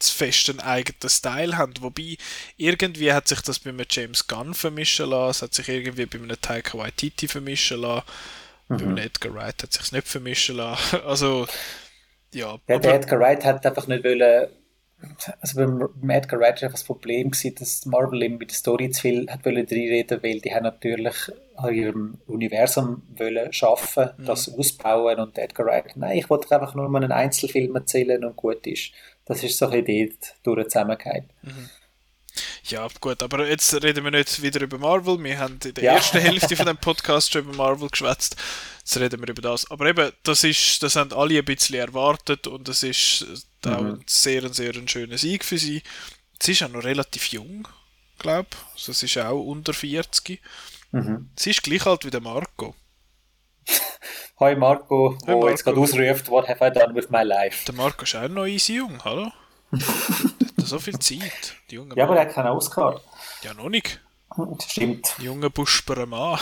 zu fest einen eigenen Style haben. Wobei, irgendwie hat sich das bei einem James Gunn vermischen lassen, es hat sich irgendwie bei einem Taika Waititi vermischen lassen, mhm. bei einem Edgar Wright hat sich es nicht vermischen lassen. Also, ja. Ja, der Edgar Wright hat einfach nicht wollen, also beim, beim Edgar Wright war einfach das Problem gewesen, dass Marvel ihm mit der Story zu viel hat wollen reinreden, weil die haben natürlich an ihrem Universum wollen schaffen, mhm. das ausbauen und Edgar Wright, nein, ich wollte einfach nur mal einen Einzelfilm erzählen und gut ist. Das ist so eine Idee durch Zusammenhang. Mhm. Ja, gut, aber jetzt reden wir nicht wieder über Marvel. Wir haben in der ja. ersten Hälfte von dem Podcast schon über Marvel geschwätzt. Jetzt reden wir über das. Aber eben, das ist, das haben alle ein bisschen erwartet und es ist mhm. auch ein sehr, sehr ein schöner Sieg für sie. Sie ist auch noch relativ jung, glaube ich. Also sie ist auch unter vierzig. Mhm. Sie ist gleich alt wie der Marco. Hi Marco, der Marco. jetzt gerade ausruft, what have I done with my life? Der Marco ist auch noch easy jung, hallo? So viel Zeit. Die junge ja, aber er hat keinen Oscar. Ja, noch nicht. Das stimmt. Die junge Buschbere Mann.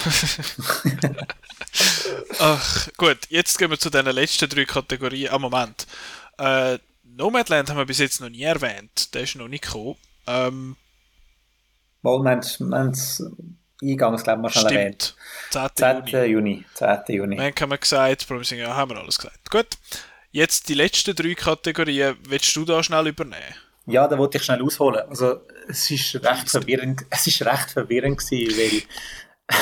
Ach, gut, jetzt gehen wir zu den letzten drei Kategorien. Ah, Moment. Äh, Nomadland haben wir bis jetzt noch nie erwähnt. Der ist noch nicht gekommen. Ähm, Mal, wir haben es eingangs, glaube ich, mal schon erwähnt. zehnten Juni. zehnten Juni. Wir haben gesagt, Promising, ja, haben wir alles gesagt. Gut, jetzt die letzten drei Kategorien. Willst du da schnell übernehmen? Ja, da wollte ich schnell ausholen. Also, es ist recht verwirrend, es ist recht verwirrend gewesen, weil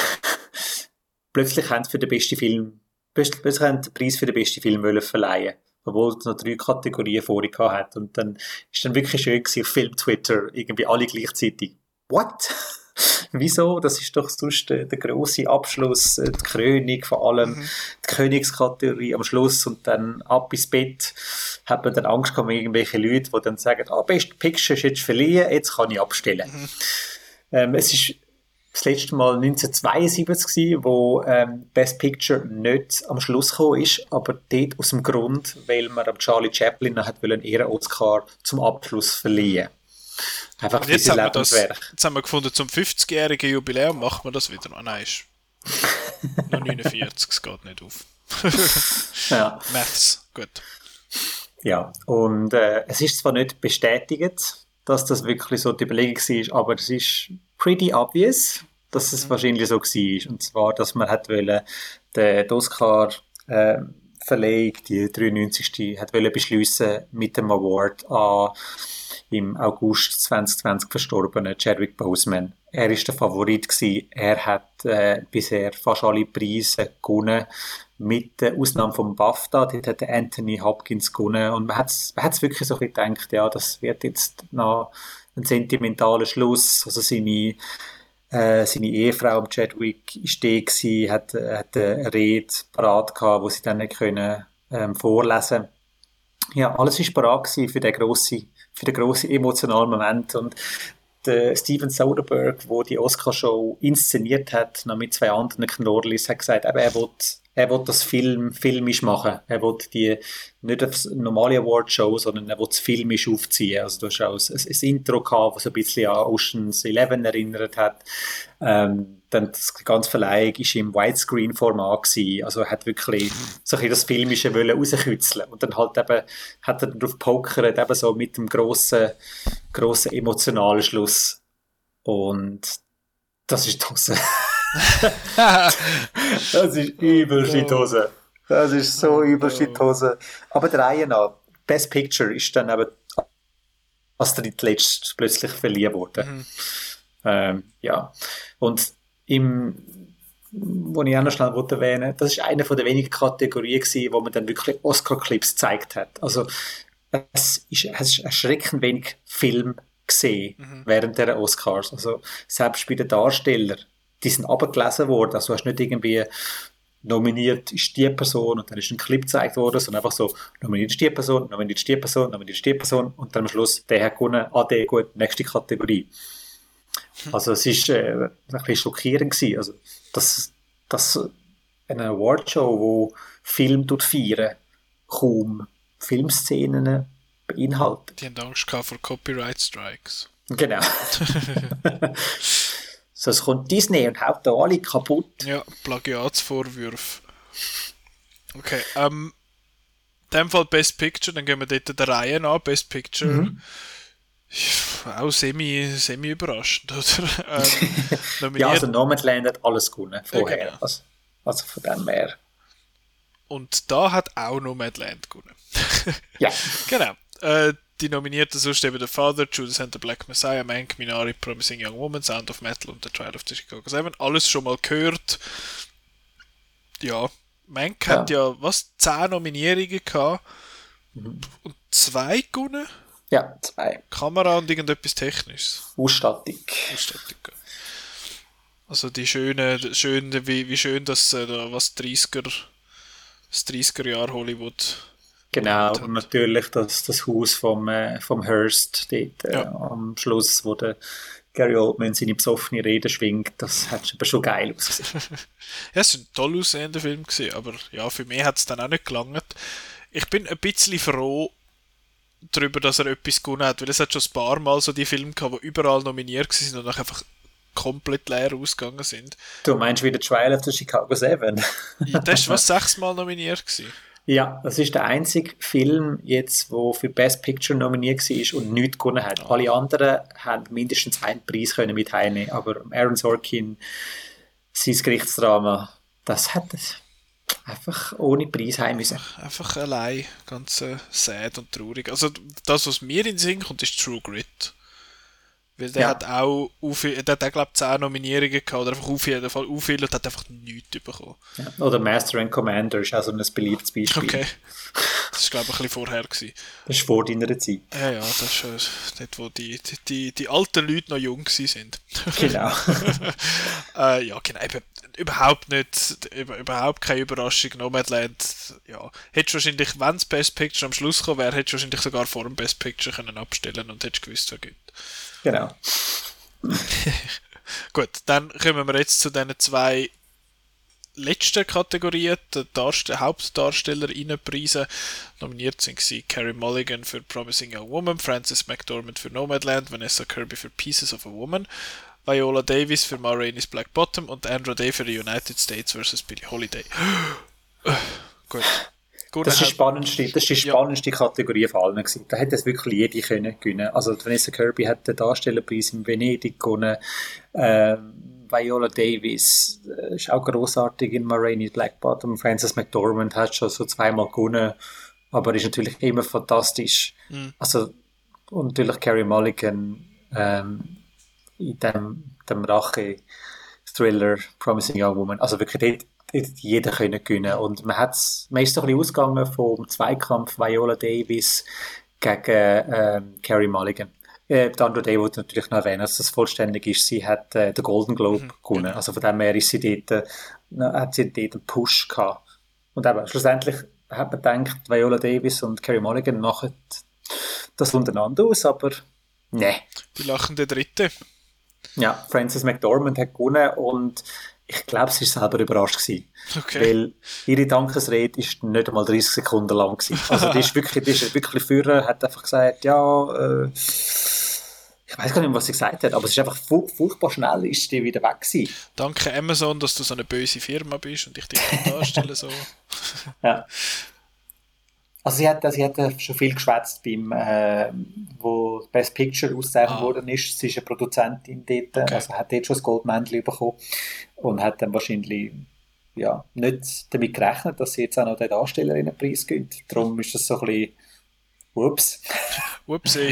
plötzlich haben sie für den besten Film, plötzlich, plötzlich haben den Preis für den besten Film wollen verleihen, obwohl es noch drei Kategorien vorher gehabt hat. Und dann ist dann wirklich schön gewesen, auf Film-Twitter, irgendwie alle gleichzeitig. What? Wieso? Das ist doch sonst der, der grosse Abschluss, die Krönung, vor allem mhm. die Königskategorie am Schluss und dann ab ins Bett hat man dann Angst gehabt, irgendwelche Leute, die dann sagen, ah, Best Picture ist jetzt verliehen, jetzt kann ich abstellen. Mhm. Ähm, es ist das letzte Mal neunzehnhundertzweiundsiebzig gewesen, wo ähm, Best Picture nicht am Schluss gekommen ist, aber dort aus dem Grund, weil man am Charlie Chaplin hat wollen ihren Oscar zum Abschluss verliehen. Einfach und jetzt, haben wir das, jetzt haben wir gefunden, zum fünfzigjährigen Jubiläum machen wir das wieder. Ah, nein, ist noch neunundvierzig, es geht nicht auf. ja. Maths, gut. Ja, und äh, es ist zwar nicht bestätigt, dass das wirklich so die Überlegung war, aber es ist pretty obvious, dass es mhm. wahrscheinlich so war. Und zwar, dass man hat wollen, den Oscar äh, Verleihung, die dreiundneunzigste hat wollen beschliessen mit dem Award an im August zwanzig zwanzig verstorbenen Chadwick Boseman. Er war der Favorit gewesen. Er hat äh, bisher fast alle Preise gewonnen, mit der Ausnahme vom BAFTA. Dort hat Anthony Hopkins gewonnen. Und man hat es wirklich so ein bisschen gedacht, ja, das wird jetzt noch ein sentimentaler Schluss. Also seine, äh, seine Ehefrau Chadwick war da gewesen, hat, hat eine Rede parat gehabt, wo sie dann nicht können, ähm, vorlesen konnte. Ja, alles war parat gewesen für den grossen für den grossen emotionalen Moment. Und der Steven Soderbergh, der die Oscar-Show inszeniert hat, noch mit zwei anderen Knorrlis, hat gesagt, eben, er will, er will das Film filmisch machen. Er will die nicht auf eine normale Award-Show, sondern er will es filmisch aufziehen. Also du hast auch ein, ein Intro gehabt, das so ein bisschen an Ocean's Eleven erinnert hat. Ähm, dann das ganze Verleihung war im Widescreen-Format gewesen. Also er hat wirklich so ein bisschen das Filmische wollen rauskitzeln. Und dann halt eben, hat er darauf gepokert, eben so mit dem grossen, grossen emotionalen Schluss. Und das ist die Hose. Das ist übelst die Hose. Das ist so übelst die Hose. Aber der Reihe nach, Best Picture ist dann eben als drittletzt plötzlich verliehen worden. Mhm. Ähm, ja. Und im, wo ich auch noch schnell erwähnen wollte, das ist eine von der wenigen Kategorien gewesen, wo man dann wirklich Oscar-Clips gezeigt hat. Also, es ist, es ist erschreckend wenig Film gesehen mhm. während der Oscars. Also, selbst bei den Darstellern, die sind abgelesen worden. Also, du hast nicht irgendwie nominiert ist die Person und dann ist ein Clip gezeigt worden, sondern einfach so, nominiert ist die Person, nominiert ist die Person, nominiert ist die Person und dann am Schluss, der hat gewonnen, ah, der, gut, nächste Kategorie. Also es ist äh, ein bisschen schockierend gewesen. Also, dass, dass eine Awardshow, wo Film feiern, kaum Filmszenen beinhaltet. Die haben Angst vor Copyright Strikes. Genau. So, es kommt Disney und haut da alle kaputt. Ja, Plagiatsvorwürfe. Okay, ähm, in dem Fall Best Picture, dann gehen wir dort der Reihe an. Best Picture, Mhm. auch semi, semi überraschend, oder? ähm, Ja, nominiert. also Nomadland hat alles gewonnen vorher. Ja, genau. also, also von dem her. Und da hat auch Nomadland gewonnen. Ja. Genau. Äh, die Nominierten sonst eben The Father, Judas and the Black Messiah, Mank, Minari, Promising Young Woman, Sound of Metal und The Trial of the Chicago Seven. Alles schon mal gehört. Ja, Mank Ja. hat ja, was, zehn Nominierungen gehabt Mhm. und zwei gewonnen. Ja, zwei. Kamera und irgendetwas Technisches. Ausstattung. Ausstattung. Also die schöne, schöne wie, wie schön das, äh, da, was dreißiger, das dreißiger Jahr Hollywood. Genau, hat. und natürlich das, das Haus vom, äh, vom Hearst dort äh, Ja. am Schluss, wo der Gary Oldman seine besoffene Rede schwingt, das hat aber schon geil ausgesehen. Ja, es war ein toll aussehender Film gewesen, aber ja, für mich hat es dann auch nicht gelangt. Ich bin ein bisschen froh darüber, dass er etwas gewonnen hat, weil es hat schon ein paar Mal so die Filme gehabt, die überall nominiert waren und dann einfach komplett leer ausgegangen sind. Du meinst wie der Trial of the Chicago Seven? Das war was sechsmal nominiert gewesen. Ja, das ist der einzige Film jetzt, der für Best Picture nominiert war und nichts gewonnen hat. Oh. Alle anderen haben mindestens einen Preis können mit heimnehmen, aber Aaron Sorkin, sein Gerichtsdrama, das hat es einfach ohne Preis heim müssen. Einfach allein, ganz äh, sad und traurig. Also das, was mir in den Sinn kommt, ist True Grit. Weil der Ja. hat auch, auf, der hat auch, glaube ich, zehn Nominierungen gehabt, oder einfach auf jeden Fall auf viel und hat einfach nichts bekommen. Ja. Oder Master and Commander ist auch so ein beliebtes Beispiel. Okay. Das war, glaube ich, ein bisschen vorher gewesen. Das ist vor deiner Zeit. Ja, ja, das ist äh, dort, wo die, die, die, die alten Leute noch jung gewesen sind. Genau. äh, ja, genau, eben, überhaupt nicht, über, überhaupt keine Überraschung. Nomadland, ja, hättest wahrscheinlich, wenn das Best Picture am Schluss gekommen wäre, hättest du wahrscheinlich sogar vor dem Best Picture können abstellen und hättest gewusst, wer gewinnt. Genau. Gut, dann kommen wir jetzt zu diesen zwei letzten Kategorien, die Darst- HauptdarstellerInnenpreise. Nominiert sind sie Carey Mulligan für Promising Young Woman, Frances McDormand für Nomadland, Vanessa Kirby für Pieces of a Woman, Viola Davis für Ma Rainey's Black Bottom und Andra Day für The United States versus Billie Holiday. Gut. Gut, Das ist die hat- spannendste, das ist die Ja. spannendste Kategorie von allen gewesen. Da hätte es wirklich jede können gewinnen. Also Vanessa Kirby hat den Darstellerpreis in Venedig gewonnen. Ähm, Viola Davis äh, ist auch grossartig in Ma Rainey's Black Bottom. Frances McDormand hat schon so zweimal gewonnen, aber ist natürlich immer fantastisch. Mhm. Also und natürlich Carey Mulligan ähm, in dem, dem Rache-Thriller Promising Young Woman. Also wirklich dort hätte jeder können gewinnen. Und man, hat's, man ist so ein bisschen ausgegangen vom Zweikampf Viola Davis gegen ähm, Carey Mulligan. Äh, die Andra Day wollte natürlich noch erwähnen, dass das vollständig ist. Sie hat äh, den Golden Globe Mhm, gewonnen. genau. Also von dem her ist sie dort, äh, hat sie dort einen Push gehabt. Und eben, schlussendlich hat man gedacht, Viola Davis und Carey Mulligan machen das untereinander aus, aber ne. Die lachende Dritte. Ja, Frances McDormand hat gewonnen und ich glaube, sie war selber überrascht gewesen. Okay. Weil ihre Dankesrede ist nicht einmal dreißig Sekunden lang gewesen. Also die ist wirklich, die ist wirklich führen, hat einfach gesagt, ja, äh, ich weiß gar nicht mehr, was sie gesagt hat, aber es ist einfach fu- furchtbar schnell ist die wieder weg gewesen. Danke Amazon, dass du so eine böse Firma bist und ich dich kann darstellen so. Ja. Also sie hat, sie hat schon viel geschwätzt beim, äh, wo Best Picture ausgezeichnet Ah. worden ist. Sie ist eine Produzentin dort, Okay. also hat dort schon das Goldmännchen bekommen und hat dann wahrscheinlich ja, nicht damit gerechnet, dass sie jetzt auch noch den Darstellerinnenpreis gewinnt. Darum ist das so ein bisschen ups. Upsi.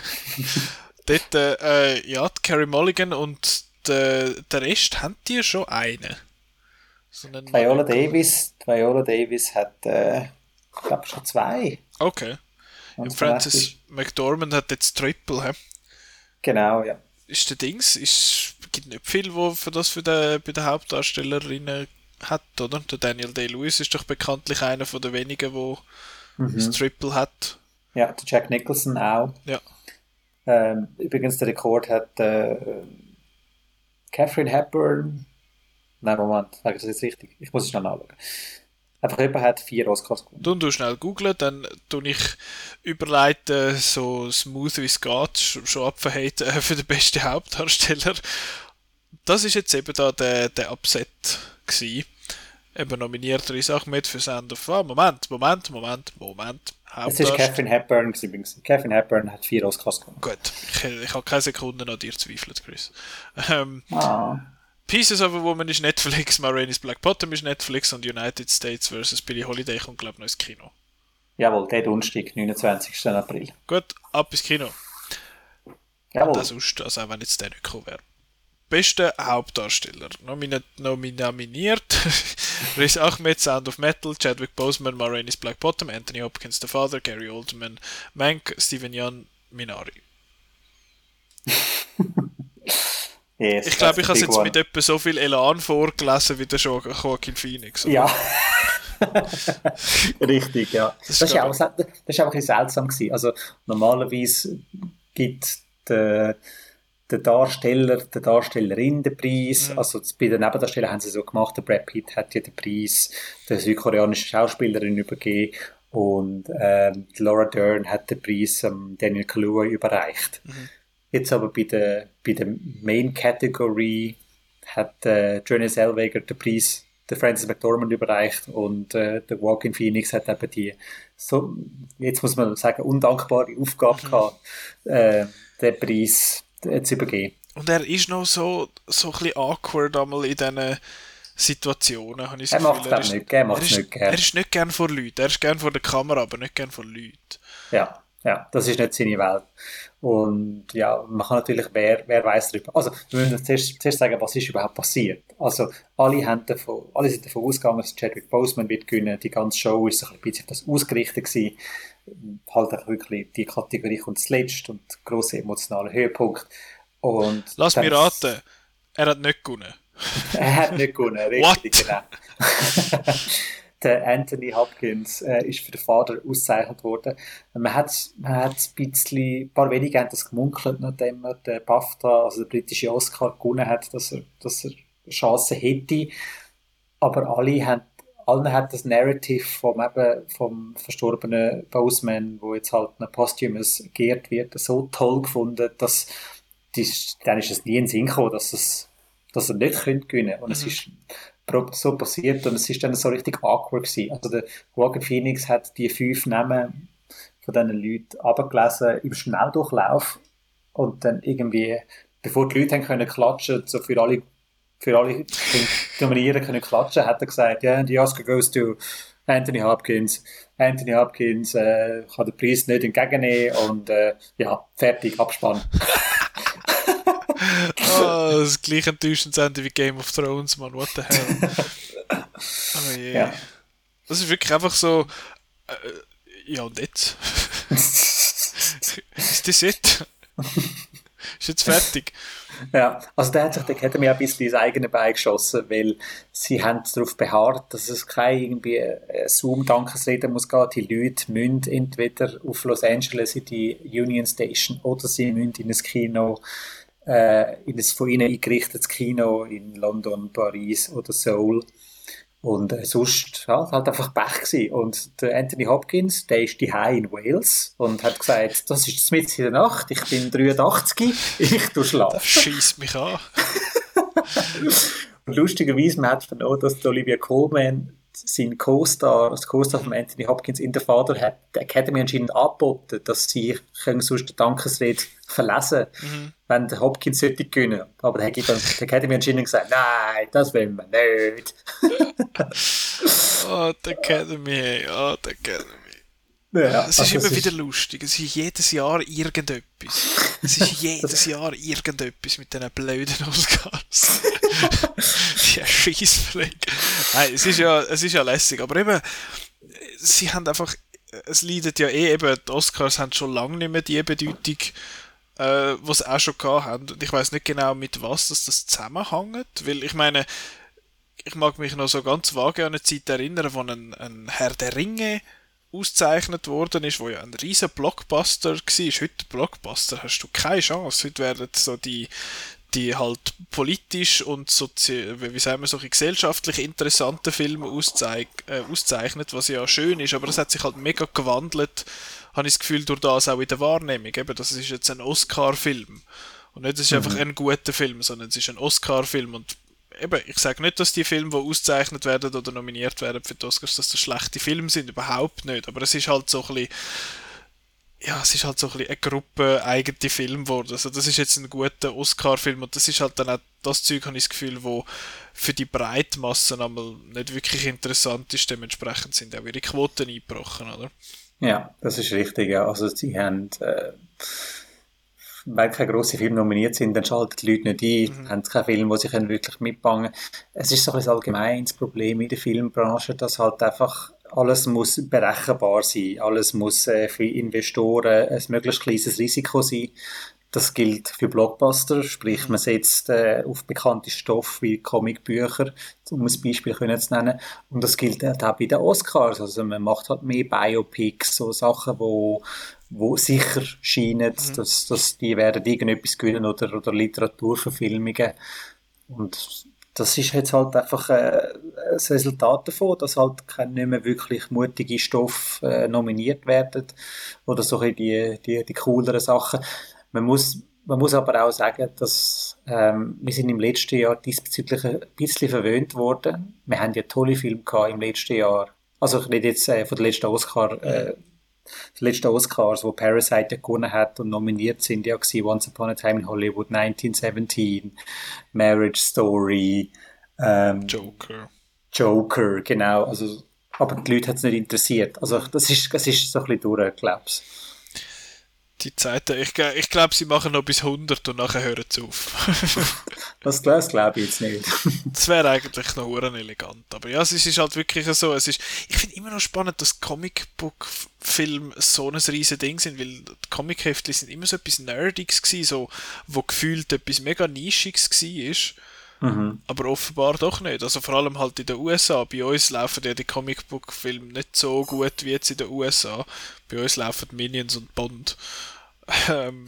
Dort, äh, ja, die Carey Mulligan und der, der Rest haben die schon einen. So einen Viola Davis, die Viola Davis hat, äh, ich glaube, schon zwei. Okay. Und Und der Rest Frances ist- McDormand hat jetzt Triple, hä? Genau, ja. Ist der Dings, ist, gibt nicht viel, wo für das für den, bei den Hauptdarstellerinnen hat, oder? Der Daniel Day-Lewis ist doch bekanntlich einer von den wenigen, der das Mhm. Triple hat. Ja, der Jack Nicholson auch. Ja. Ähm, übrigens, der Rekord hat äh, Catherine Hepburn. Nein, Moment, sage ich das jetzt richtig? Ich muss es schnell nachschauen. Einfach jemand hat vier Oscars gewonnen. Du, du schnell googlen, dann tue ich überleiten, so smooth wie es geht, sch- schon abverheilt äh, für den besten Hauptdarsteller. Das ist jetzt eben da der, der Upset gsi. Eben nominiert Riz Ahmed für Sound of... Ah, Moment, Moment, Moment, Moment. Es war Catherine Hepburn. Catherine Hepburn hat vier Oscars gewonnen. Gut, ich, ich habe keine Sekunde an dir zweifelt, Chris. Ähm, ah. Pieces of a Woman ist Netflix, Ma Rainey's Black Bottom ist Netflix und United States versus Billie Holiday kommt, glaube ich, noch ins Kino. Jawohl, der Donnerstag, neunundzwanzigsten April. Gut, ab ins Kino. Jawohl. Und sonst, also auch wenn jetzt der nicht gekommen wäre. Bester Hauptdarsteller. Nomina- nomi- nominiert Riz Ahmed, Sound of Metal, Chadwick Boseman, Ma Rainey's Black Bottom, Anthony Hopkins, The Father, Gary Oldman, Mank, Steven Yeun, Minari. Yes, ich glaube, ich habe es jetzt one. mit etwa so viel Elan vorgelesen wie der Joaquin Phoenix. Oder? Ja. Richtig, ja. Das, das, ist auch, das ist auch ein bisschen seltsam gewesen. Also normalerweise gibt der, der Darsteller, der Darstellerin den Preis. Mhm. Also bei den Nebendarstellern haben sie so gemacht, der Brad Pitt hat ja den Preis der südkoreanischen Schauspielerin übergeben und ähm, Laura Dern hat den Preis ähm, Daniel Kaluuya überreicht. Mhm. Jetzt aber bei der, bei der Main Category hat äh, Renée Zellweger den Preis der Frances McDormand überreicht und äh, der Joaquin Phoenix hat eben die, so, jetzt muss man sagen, undankbare Aufgabe mhm. gehabt, äh, den Preis äh, zu übergeben. Und er ist noch so, so ein bisschen awkward einmal in diesen Situationen, habe ich das er Gefühl. Macht er, ist, nicht, er macht es nicht gern. Er ist nicht gern vor Leuten, er ist gern vor der Kamera, aber nicht gern vor Leuten. Ja, ja, das ist nicht seine Welt. Und ja, man kann natürlich, wer, wer weiß darüber. Also, wir müssen zuerst, zuerst sagen, was ist überhaupt passiert. Also, alle, haben davon, alle sind davon ausgegangen, dass Chadwick Boseman wird gewinnen. Die ganze Show ist ein bisschen auf das ausgerichtet gewesen. Halt auch wirklich, die Kategorie kommt zuletzt und grosser emotionaler Höhepunkt. Und lass mich raten, er hat nicht gewonnen. Er hat nicht gewonnen, richtig, genau. Der Anthony Hopkins äh, ist für den Vater ausgezeichnet worden. Man hat, man hat ein bisschen, ein paar wenige haben das gemunkelt, nachdem er den BAFTA, also den britischen Oscar, gewonnen hat, dass er, dass er Chancen hätte. Aber alle haben, allen hat das Narrative vom, eben, vom verstorbenen Boseman, wo jetzt halt ein posthumous geehrt wird, so toll gefunden, dass die, dann ist es nie in den Sinn gekommen, dass, es, dass er nicht gewinnen könnte. Und mhm. es ist so passiert und es ist dann so richtig awkward gewesen. Also der Joaquin Phoenix hat die fünf Namen von diesen Leuten abgelesen im Schnelldurchlauf und dann irgendwie, bevor die Leute haben können klatschen, so für alle, für alle Nominieren können klatschen, hat er gesagt, ja, yeah, the Oscar goes to Anthony Hopkins. Anthony Hopkins äh, kann den Preis nicht entgegennehmen und äh, ja, fertig, Abspann. Oh, das ist gleich enttäuschend Ende wie Game of Thrones, man. What the hell? Oh je. Yeah. Das ist wirklich einfach so. Äh, ja, und jetzt? Ist das it? Ist jetzt fertig? Ja, also da hat sich die Academy ein bisschen ins eigene Bein geschossen, weil sie haben darauf beharrt, dass es keine irgendwie Zoom-Dankesrede muss gehen. Die Leute müssen entweder auf Los Angeles in die Union Station oder sie müssen in ein Kino, äh, in ein von ihnen eingerichtetes Kino in London, Paris oder Seoul. Und äh, sonst ja, halt einfach Pech gewesen. Und der Anthony Hopkins, der ist daheim in Wales und hat gesagt, das ist mitten in der Nacht, ich bin dreiundachtzig, ich tu schlafen. Das scheisst mich an. Und lustigerweise, man hat vernommen, dass Olivia Colman, sein Co-Star, das Co-Star von Anthony Hopkins in der Vater, hat der Academy anscheinend angeboten, dass sie können sonst die Dankesrede verlesen, mhm. wenn der Hopkins sollte gewinnen. Aber der hat dann die Academy anscheinend gesagt, nein, das wollen wir nicht. Oh, die Academy, oh, die Academy. Ja, es ist also immer es wieder ist... lustig. Es ist jedes Jahr irgendetwas. Es ist jedes Jahr irgendetwas mit diesen blöden Oscars. Die Scheissfleck. Nein, es ist ja, es ist ja lässig. Aber eben, sie haben einfach, es leidet ja eh eben, die Oscars haben schon lange nicht mehr die Bedeutung, äh, die sie auch schon gehabt haben. Und ich weiss nicht genau, mit was das, das zusammenhängt. Weil ich meine, ich mag mich noch so ganz vage an eine Zeit erinnern, wo ein, ein Herr der Ringe ausgezeichnet worden ist, wo ja ein riesen Blockbuster war. Heute Blockbuster hast du keine Chance. Heute werden so die, die halt politisch und sozi- wie sagen wir, solche gesellschaftlich interessanten Filme auszeig- äh, auszeichnet, was ja schön ist, aber es hat sich halt mega gewandelt, habe ich das Gefühl, durch das auch in der Wahrnehmung. Eben, das ist jetzt ein Oscar-Film. Und nicht, es ist mhm. einfach ein guter Film, sondern es ist ein Oscar-Film und eben, ich sage nicht, dass die Filme, die ausgezeichnet werden oder nominiert werden für die Oscars, dass das schlechte Filme sind, überhaupt nicht, aber es ist halt so ein bisschen, ja, es ist halt so ein bisschen eine Gruppe eigene Film geworden. Also das ist jetzt ein guter Oscar-Film und das ist halt dann auch das Zeug, habe ich das Gefühl, wo für die Breitmassen einmal nicht wirklich interessant ist, dementsprechend sind auch ihre Quoten eingebrochen, oder? Ja, das ist richtig, ja. Also sie haben, äh, weil keine grossen Filme nominiert sind, dann schalten die Leute nicht ein, mhm. haben keinen Film, wo sie können wirklich mitbangen können. Es ist so ein bisschen allgemeines Problem in der Filmbranche, dass halt einfach alles muss berechenbar sein, alles muss äh, für Investoren ein möglichst kleines Risiko sein. Das gilt für Blockbuster, sprich man setzt äh, auf bekannte Stoffe wie Comicbücher, um ein Beispiel können zu nennen. Und das gilt halt auch bei den Oscars. Also man macht halt mehr Biopics, so Sachen, wo, wo sicher scheinen, mhm. dass, dass die werden irgendetwas gewinnen oder, oder Literaturverfilmungen. Und das ist jetzt halt einfach äh, das Resultat davon, dass halt keine nicht mehr wirklich mutige Stoffe äh, nominiert werden oder so die, die, die cooleren Sachen. Man muss, man muss aber auch sagen, dass ähm, wir sind im letzten Jahr diesbezüglich ein bisschen verwöhnt worden. Wir haben ja tolle Filme gehabt im letzten Jahr. Also ich rede jetzt äh, von den letzten Oscar, äh, die letzten Oscars, wo Parasite gewonnen hat und nominiert sind ja gewesen, Once Upon a Time in Hollywood, neunzehn siebzehn, Marriage Story, ähm, Joker. Joker, genau. Also, aber die Leute hat es nicht interessiert. Also das ist, das ist so ein bisschen durch, glaube ich. Die Zeiten, ich, ich glaube, sie machen noch bis hundert und nachher hören sie auf. das das glaube ich jetzt nicht. Das wäre eigentlich noch elegant. Aber ja, es ist, ist halt wirklich so. Es ist, ich finde immer noch spannend, dass Comicbook-Filme so ein riesen Ding sind, weil die Comic-Heftchen sind immer so etwas Nerdiges gewesen, so, wo gefühlt etwas mega Nischiges war. Mhm. Aber offenbar doch nicht. Also vor allem halt in den U S A. Bei uns laufen ja die Comicbook-Filme nicht so gut wie jetzt in den U S A. Bei uns laufen Minions und Bond. Ähm,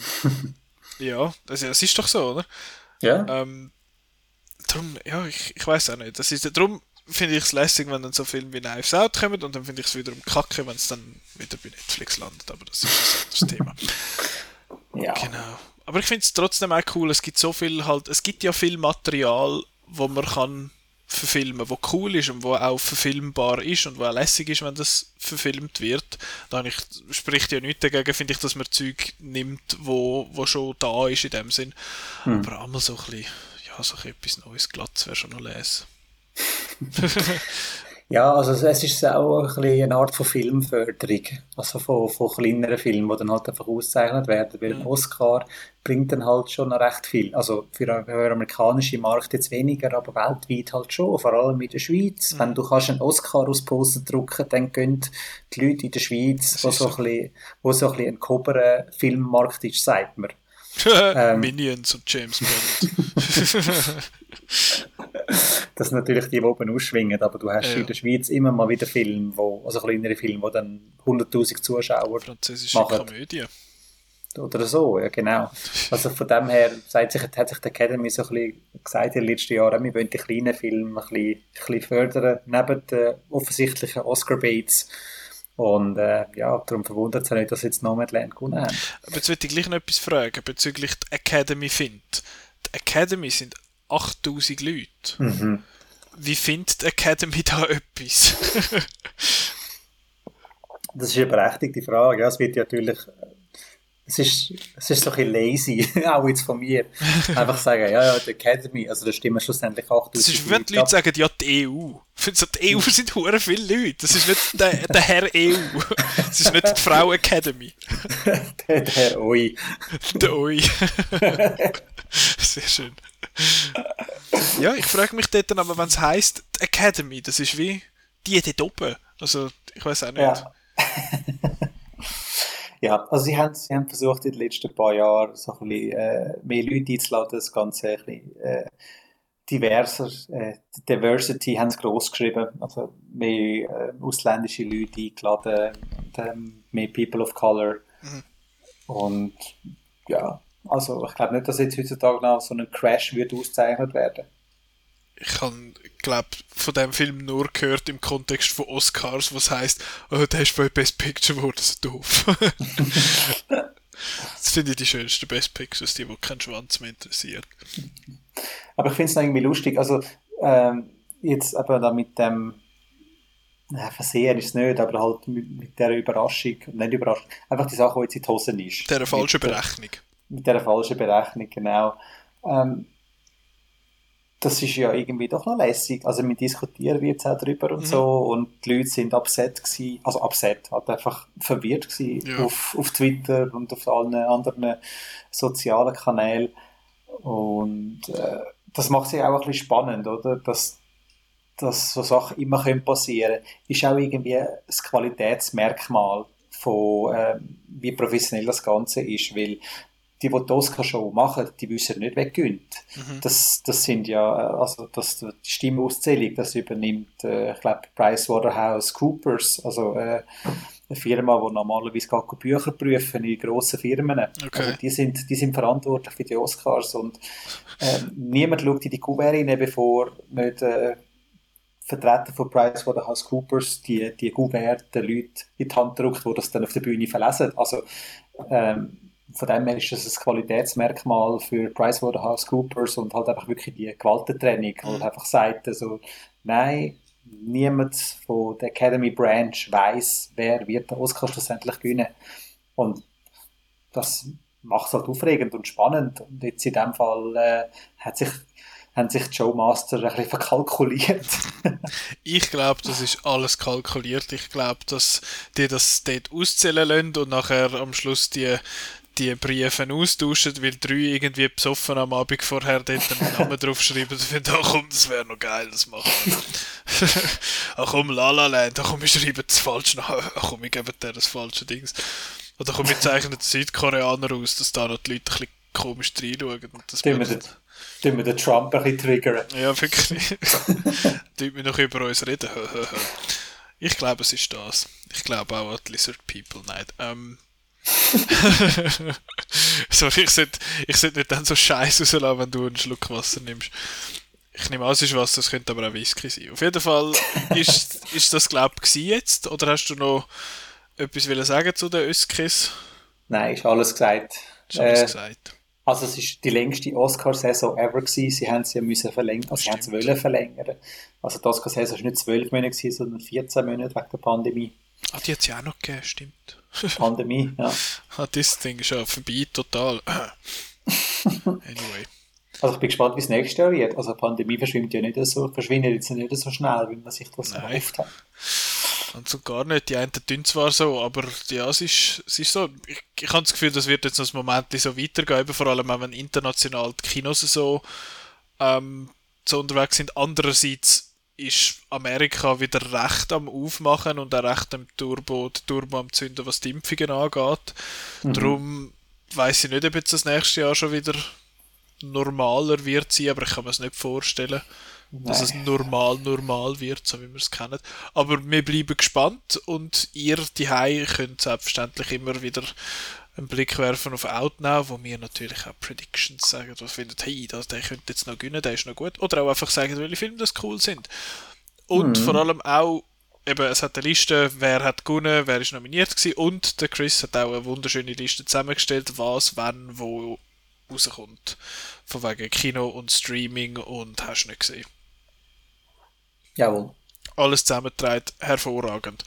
ja, das, das ist doch so, oder? Ja. Ähm, darum, ja, ich, ich weiß auch nicht. Das ist, darum finde ich es lässig, wenn dann so Filme wie Knives Out kommen und dann finde ich es wiederum kacke, wenn es dann wieder bei Netflix landet. Aber das ist ein anderes Thema. Ja. Genau. Aber ich finde es trotzdem auch cool, es gibt so viel halt, es gibt ja viel Material, wo man kann verfilmen, wo cool ist und wo auch verfilmbar ist und wo auch lässig ist, wenn das verfilmt wird. Da ich, spricht ja nichts dagegen, finde ich, dass man Zeug nimmt, wo, wo schon da ist in dem Sinn. Hm. Aber einmal so ein bisschen, ja, so ein bisschen etwas Neues, glatt wäre schon noch les. Ja, also es ist auch ein bisschen eine Art von Filmförderung, also von, von kleineren Filmen, die dann halt einfach ausgezeichnet werden, weil ein Oscar bringt dann halt schon noch recht viel, also für den amerikanischen Markt jetzt weniger, aber weltweit halt schon, vor allem in der Schweiz. Mhm. Wenn du kannst einen Oscar aus Posten drucken, dann gehen die Leute in der Schweiz, wo so, so. Ein bisschen, wo so ein bisschen ein gehobener Filmmarkt ist, sagt man. ähm, Minions und James Bond. Das sind natürlich die, die oben ausschwingen, aber du hast ja in der Schweiz immer mal wieder Filme, wo, also kleinere Filme, die dann hunderttausend Zuschauer Französische machen. Komödie. Oder so, ja genau. Also von dem her sagt sich, hat sich die Academy so ein bisschen gesagt in den letzten Jahren, wir wollen die kleinen Filme ein bisschen, ein bisschen fördern, neben den offensichtlichen Oscar-Baits. Und äh, ja, darum verwundert es auch nicht, dass jetzt Nomadland gewonnen haben. Aber jetzt würde ich gleich noch etwas fragen bezüglich der Academy findet. Die Academy sind achttausend Leute. Mhm. Wie findet die Academy da etwas? Das ist eine berechtigte Frage. Ja, es wird ja natürlich... Es ist, es ist so ein bisschen lazy, auch jetzt von mir. Einfach sagen, ja, ja, die Academy, also da stimmen schlussendlich achttausend Das ist, wenn die Leute ab. sagen, ja, die E U. So, die E U sind hure viele Leute. Das ist nicht der, der Herr E U. Das ist nicht die Frau Academy. der, der Herr Oi. Der Oi. Sehr schön. Ja, ich frage mich dort dann aber, wenn es heisst, die Academy, das ist wie die dort oben. Also, ich weiß auch nicht. Ja. Ja, also sie haben, sie haben versucht in den letzten paar Jahren so ein bisschen äh, mehr Leute einzuladen, das Ganze ein bisschen äh, diverser, äh, Diversity haben sie gross geschrieben, also mehr äh, ausländische Leute eingeladen und ähm, mehr People of Color. Mhm. Und ja, also ich glaube nicht, dass jetzt heutzutage noch so ein Crash wird ausgezeichnet werden. Ich habe, glaube von dem Film nur gehört im Kontext von Oscars, was heisst, oh, der ist bei Best Picture geworden, so doof. Das finde ich die schönsten Best Pictures, die, die keinen Schwanz mehr interessiert. Aber ich finde es noch irgendwie lustig, also ähm, jetzt eben da mit dem ja, Versehen ist es nicht, aber halt mit, mit dieser Überraschung, nicht Überraschung, einfach die Sache, die jetzt in die Hosen ist. Dieser falschen mit, Berechnung. Mit dieser falschen Berechnung, genau. Ähm, das ist ja irgendwie doch noch lässig. Also wir diskutieren jetzt auch drüber und mhm. so und die Leute sind upset gewesen, also upset, halt einfach verwirrt gewesen ja. auf, auf Twitter und auf allen anderen sozialen Kanälen und äh, das macht sich auch ein bisschen spannend, oder? Dass, dass so Sachen immer können passieren können, ist auch irgendwie das Qualitätsmerkmal von äh, wie professionell das Ganze ist, weil die, die die Oscar-Show machen, die wissen nicht, wer gewinnt. Mhm. Das, das sind ja, also das, die Stimmauszählung, das übernimmt, äh, ich glaube, PricewaterhouseCoopers, also äh, eine Firma, die normalerweise gar keine Bücher prüfen in grossen Firmen. Okay. Also die sind, die sind verantwortlich für die Oscars und äh, niemand schaut in die Kuvert rein, bevor nicht äh, Vertreter von PricewaterhouseCoopers die, die Kuvert den Leuten in die Hand drückt, die das dann auf der Bühne verlesen. Also ähm, von dem her ist das ein Qualitätsmerkmal für PricewaterhouseCoopers und halt einfach wirklich die Gewaltentrennung, wo mhm. einfach sagt, also, nein, niemand von der Academy Branch weiss, wer wird den Oscar schlussendlich gewinnen. Und das macht es halt aufregend und spannend. Und jetzt in dem Fall äh, hat sich, haben sich die Showmaster ein bisschen verkalkuliert. Ich glaube, das ist alles kalkuliert. Ich glaube, dass die das dort auszählen lassen und nachher am Schluss die die Briefe austauschen, weil drei irgendwie besoffen am Abend vorher dort einen Namen draufschreiben und finden, ach komm, das wäre noch geil, das machen wir. Ach komm, La La Land, ach komm, wir schreiben das falsch nach, ach komm, wir geben dir das falsche Dings. Oder komm, wir zeichnen den Südkoreaner aus, dass da noch die Leute ein bisschen komisch reinschauen. Und das tun, wir den, tun wir den Trump ein bisschen triggern. Ja, wirklich. Tun wir noch über uns reden. Ich glaube, es ist das. Ich glaube auch an die Lizard People nicht. Ähm, so, ich sollte ich sollte nicht dann so Scheiß rauslassen, wenn du einen Schluck Wasser nimmst. Ich nehme an, es ist Wasser, es könnte aber auch Whisky sein. Auf jeden Fall ist, ist das, glaube ich, jetzt. Oder hast du noch etwas wollen sagen zu den Öskis? Nein, ist alles gesagt. Ist alles äh, gesagt. Also es ist die längste Oscar-Saison ever gewesen. Sie haben sie ja müssen verlängern, also sie haben sie wollen verlängern. Also die Oscar-Saison war nicht zwölf Monate gewesen, sondern vierzehn Monate wegen der Pandemie. Ah, die hat es ja auch noch gegeben, stimmt. Pandemie, ja. Ah, das Ding ist ja vorbei, total. Anyway. Also ich bin gespannt, wie es nächstes Jahr wird. Also die Pandemie verschwindet ja nicht so, verschwindet jetzt nicht so schnell, wie man sich das erhofft hat. Und so gar nicht. Die einen tun zwar so, aber ja, es ist, es ist so. Ich, ich habe das Gefühl, das wird jetzt noch ein Moment so weitergehen, vor allem wenn international die Kinos so, ähm, so unterwegs sind. Andererseits ist Amerika wieder recht am Aufmachen und auch recht am Turbo, Turbo am Zünden, was die Impfungen angeht. Mhm. Darum weiss ich nicht, ob jetzt das nächste Jahr schon wieder normaler wird sein, aber ich kann mir es nicht vorstellen, Nein. dass es normal normal wird, so wie wir es kennen. Aber wir bleiben gespannt und ihr daheim könnt selbstverständlich immer wieder einen Blick werfen auf Outnow, wo wir natürlich auch Predictions sagen, was findet, hey, der könnte jetzt noch gewinnen, der ist noch gut. Oder auch einfach sagen, welche Filme das cool sind. Und mhm. vor allem auch, eben, es hat eine Liste, wer hat gewonnen, wer ist nominiert gewesen, und der Chris hat auch eine wunderschöne Liste zusammengestellt, was, wann, wo rauskommt. Von wegen Kino und Streaming und hast du nicht gesehen. Jawohl. Alles zusammengetragen, hervorragend.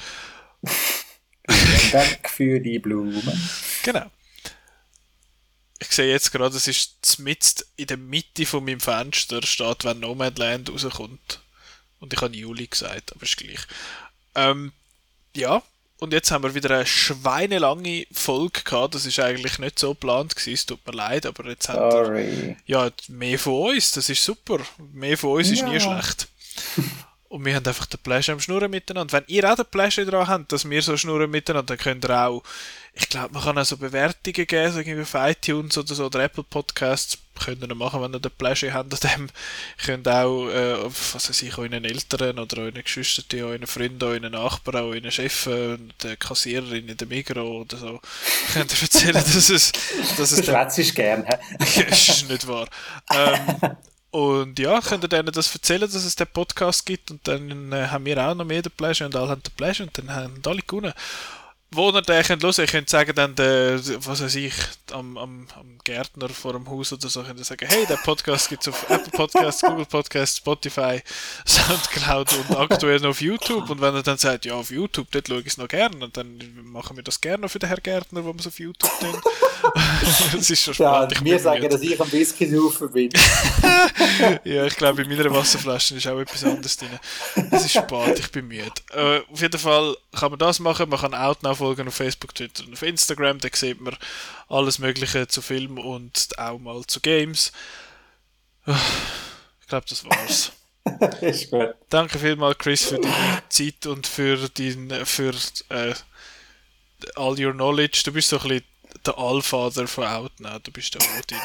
Dank für die Blumen. Genau. Ich sehe jetzt gerade, es ist mitten in der Mitte von meinem Fenster, steht, wenn Nomadland rauskommt. Und ich habe Juli gesagt, aber ist gleich. Ähm, ja, und jetzt haben wir wieder eine schweinelange Folge gehabt. Das ist eigentlich nicht so geplant gewesen, es tut mir leid, aber jetzt haben wir ja, mehr von uns, das ist super. Mehr von uns ja. ist nie schlecht. Und wir haben einfach den Pleasure am Schnurren miteinander. Wenn ihr auch den Pleasure daran habt, dass wir so schnurren miteinander, dann könnt ihr auch, ich glaube, man kann auch so Bewertungen geben, so irgendwie auf iTunes oder so, oder Apple Podcasts, könnt ihr machen, wenn ihr den Pleasure habt an dem. Ihr könnt auch, äh, was weiß ich, euren Eltern oder euren Geschwistern, euren Freunden, euren Nachbarn, euren Chef, der Kassiererin in der Migros oder so, könnt ihr erzählen, dass es... Dass es du schwätzt gern, hä? Das ist nicht wahr. Ähm, Und ja, könnt ihr denen das erzählen, dass es den Podcast gibt und dann äh, haben wir auch noch mehr den Pleasure und alle haben den Pleasure und dann haben alle gewonnen. wo ihr den könnt hören, ihr könnt sagen, dann der, was weiß ich, am, am, am Gärtner vor dem Haus oder so, könnt ihr sagen, hey, der Podcast gibt es auf Apple Podcasts, Google Podcasts, Spotify, Soundcloud und aktuell noch auf YouTube. Und wenn er dann sagt, ja, auf YouTube, dort schaue ich es noch gerne, und dann machen wir das gerne noch für den Herrn Gärtner, wo wir es auf YouTube tun. Das ist schon spannend. Ja, wir sagen, dass ich am Whisky saufen bin. Ja, ich glaube, in meiner Wasserflasche ist auch etwas anderes drin. Es ist spät, ich bin müde. Äh, auf jeden Fall kann man das machen. Man kann Outnow folgen auf Facebook, Twitter und auf Instagram. Da sieht man alles Mögliche zu Filmen und auch mal zu Games. Ich glaube, das war's. Ist gut. Danke vielmals, Chris, für deine Zeit und für, dein, für äh, all your knowledge. Du bist so ein bisschen der Allfather von Outnow. Du bist der Odin.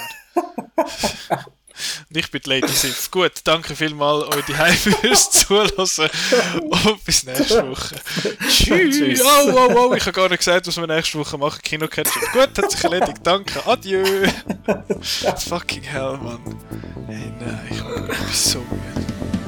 Und ich bin die Lady Sif. Gut, danke vielmals euch die Heim fürs Zuhören und bis nächste Woche. Tschüss. Tschüss. Oh, oh, oh, ich habe gar nicht gesagt, was wir nächste Woche machen. Kino-Ketchup. Gut, hat sich erledigt. Danke. Adieu. Fucking hell, Mann. Hey, nein, ich bin so müde.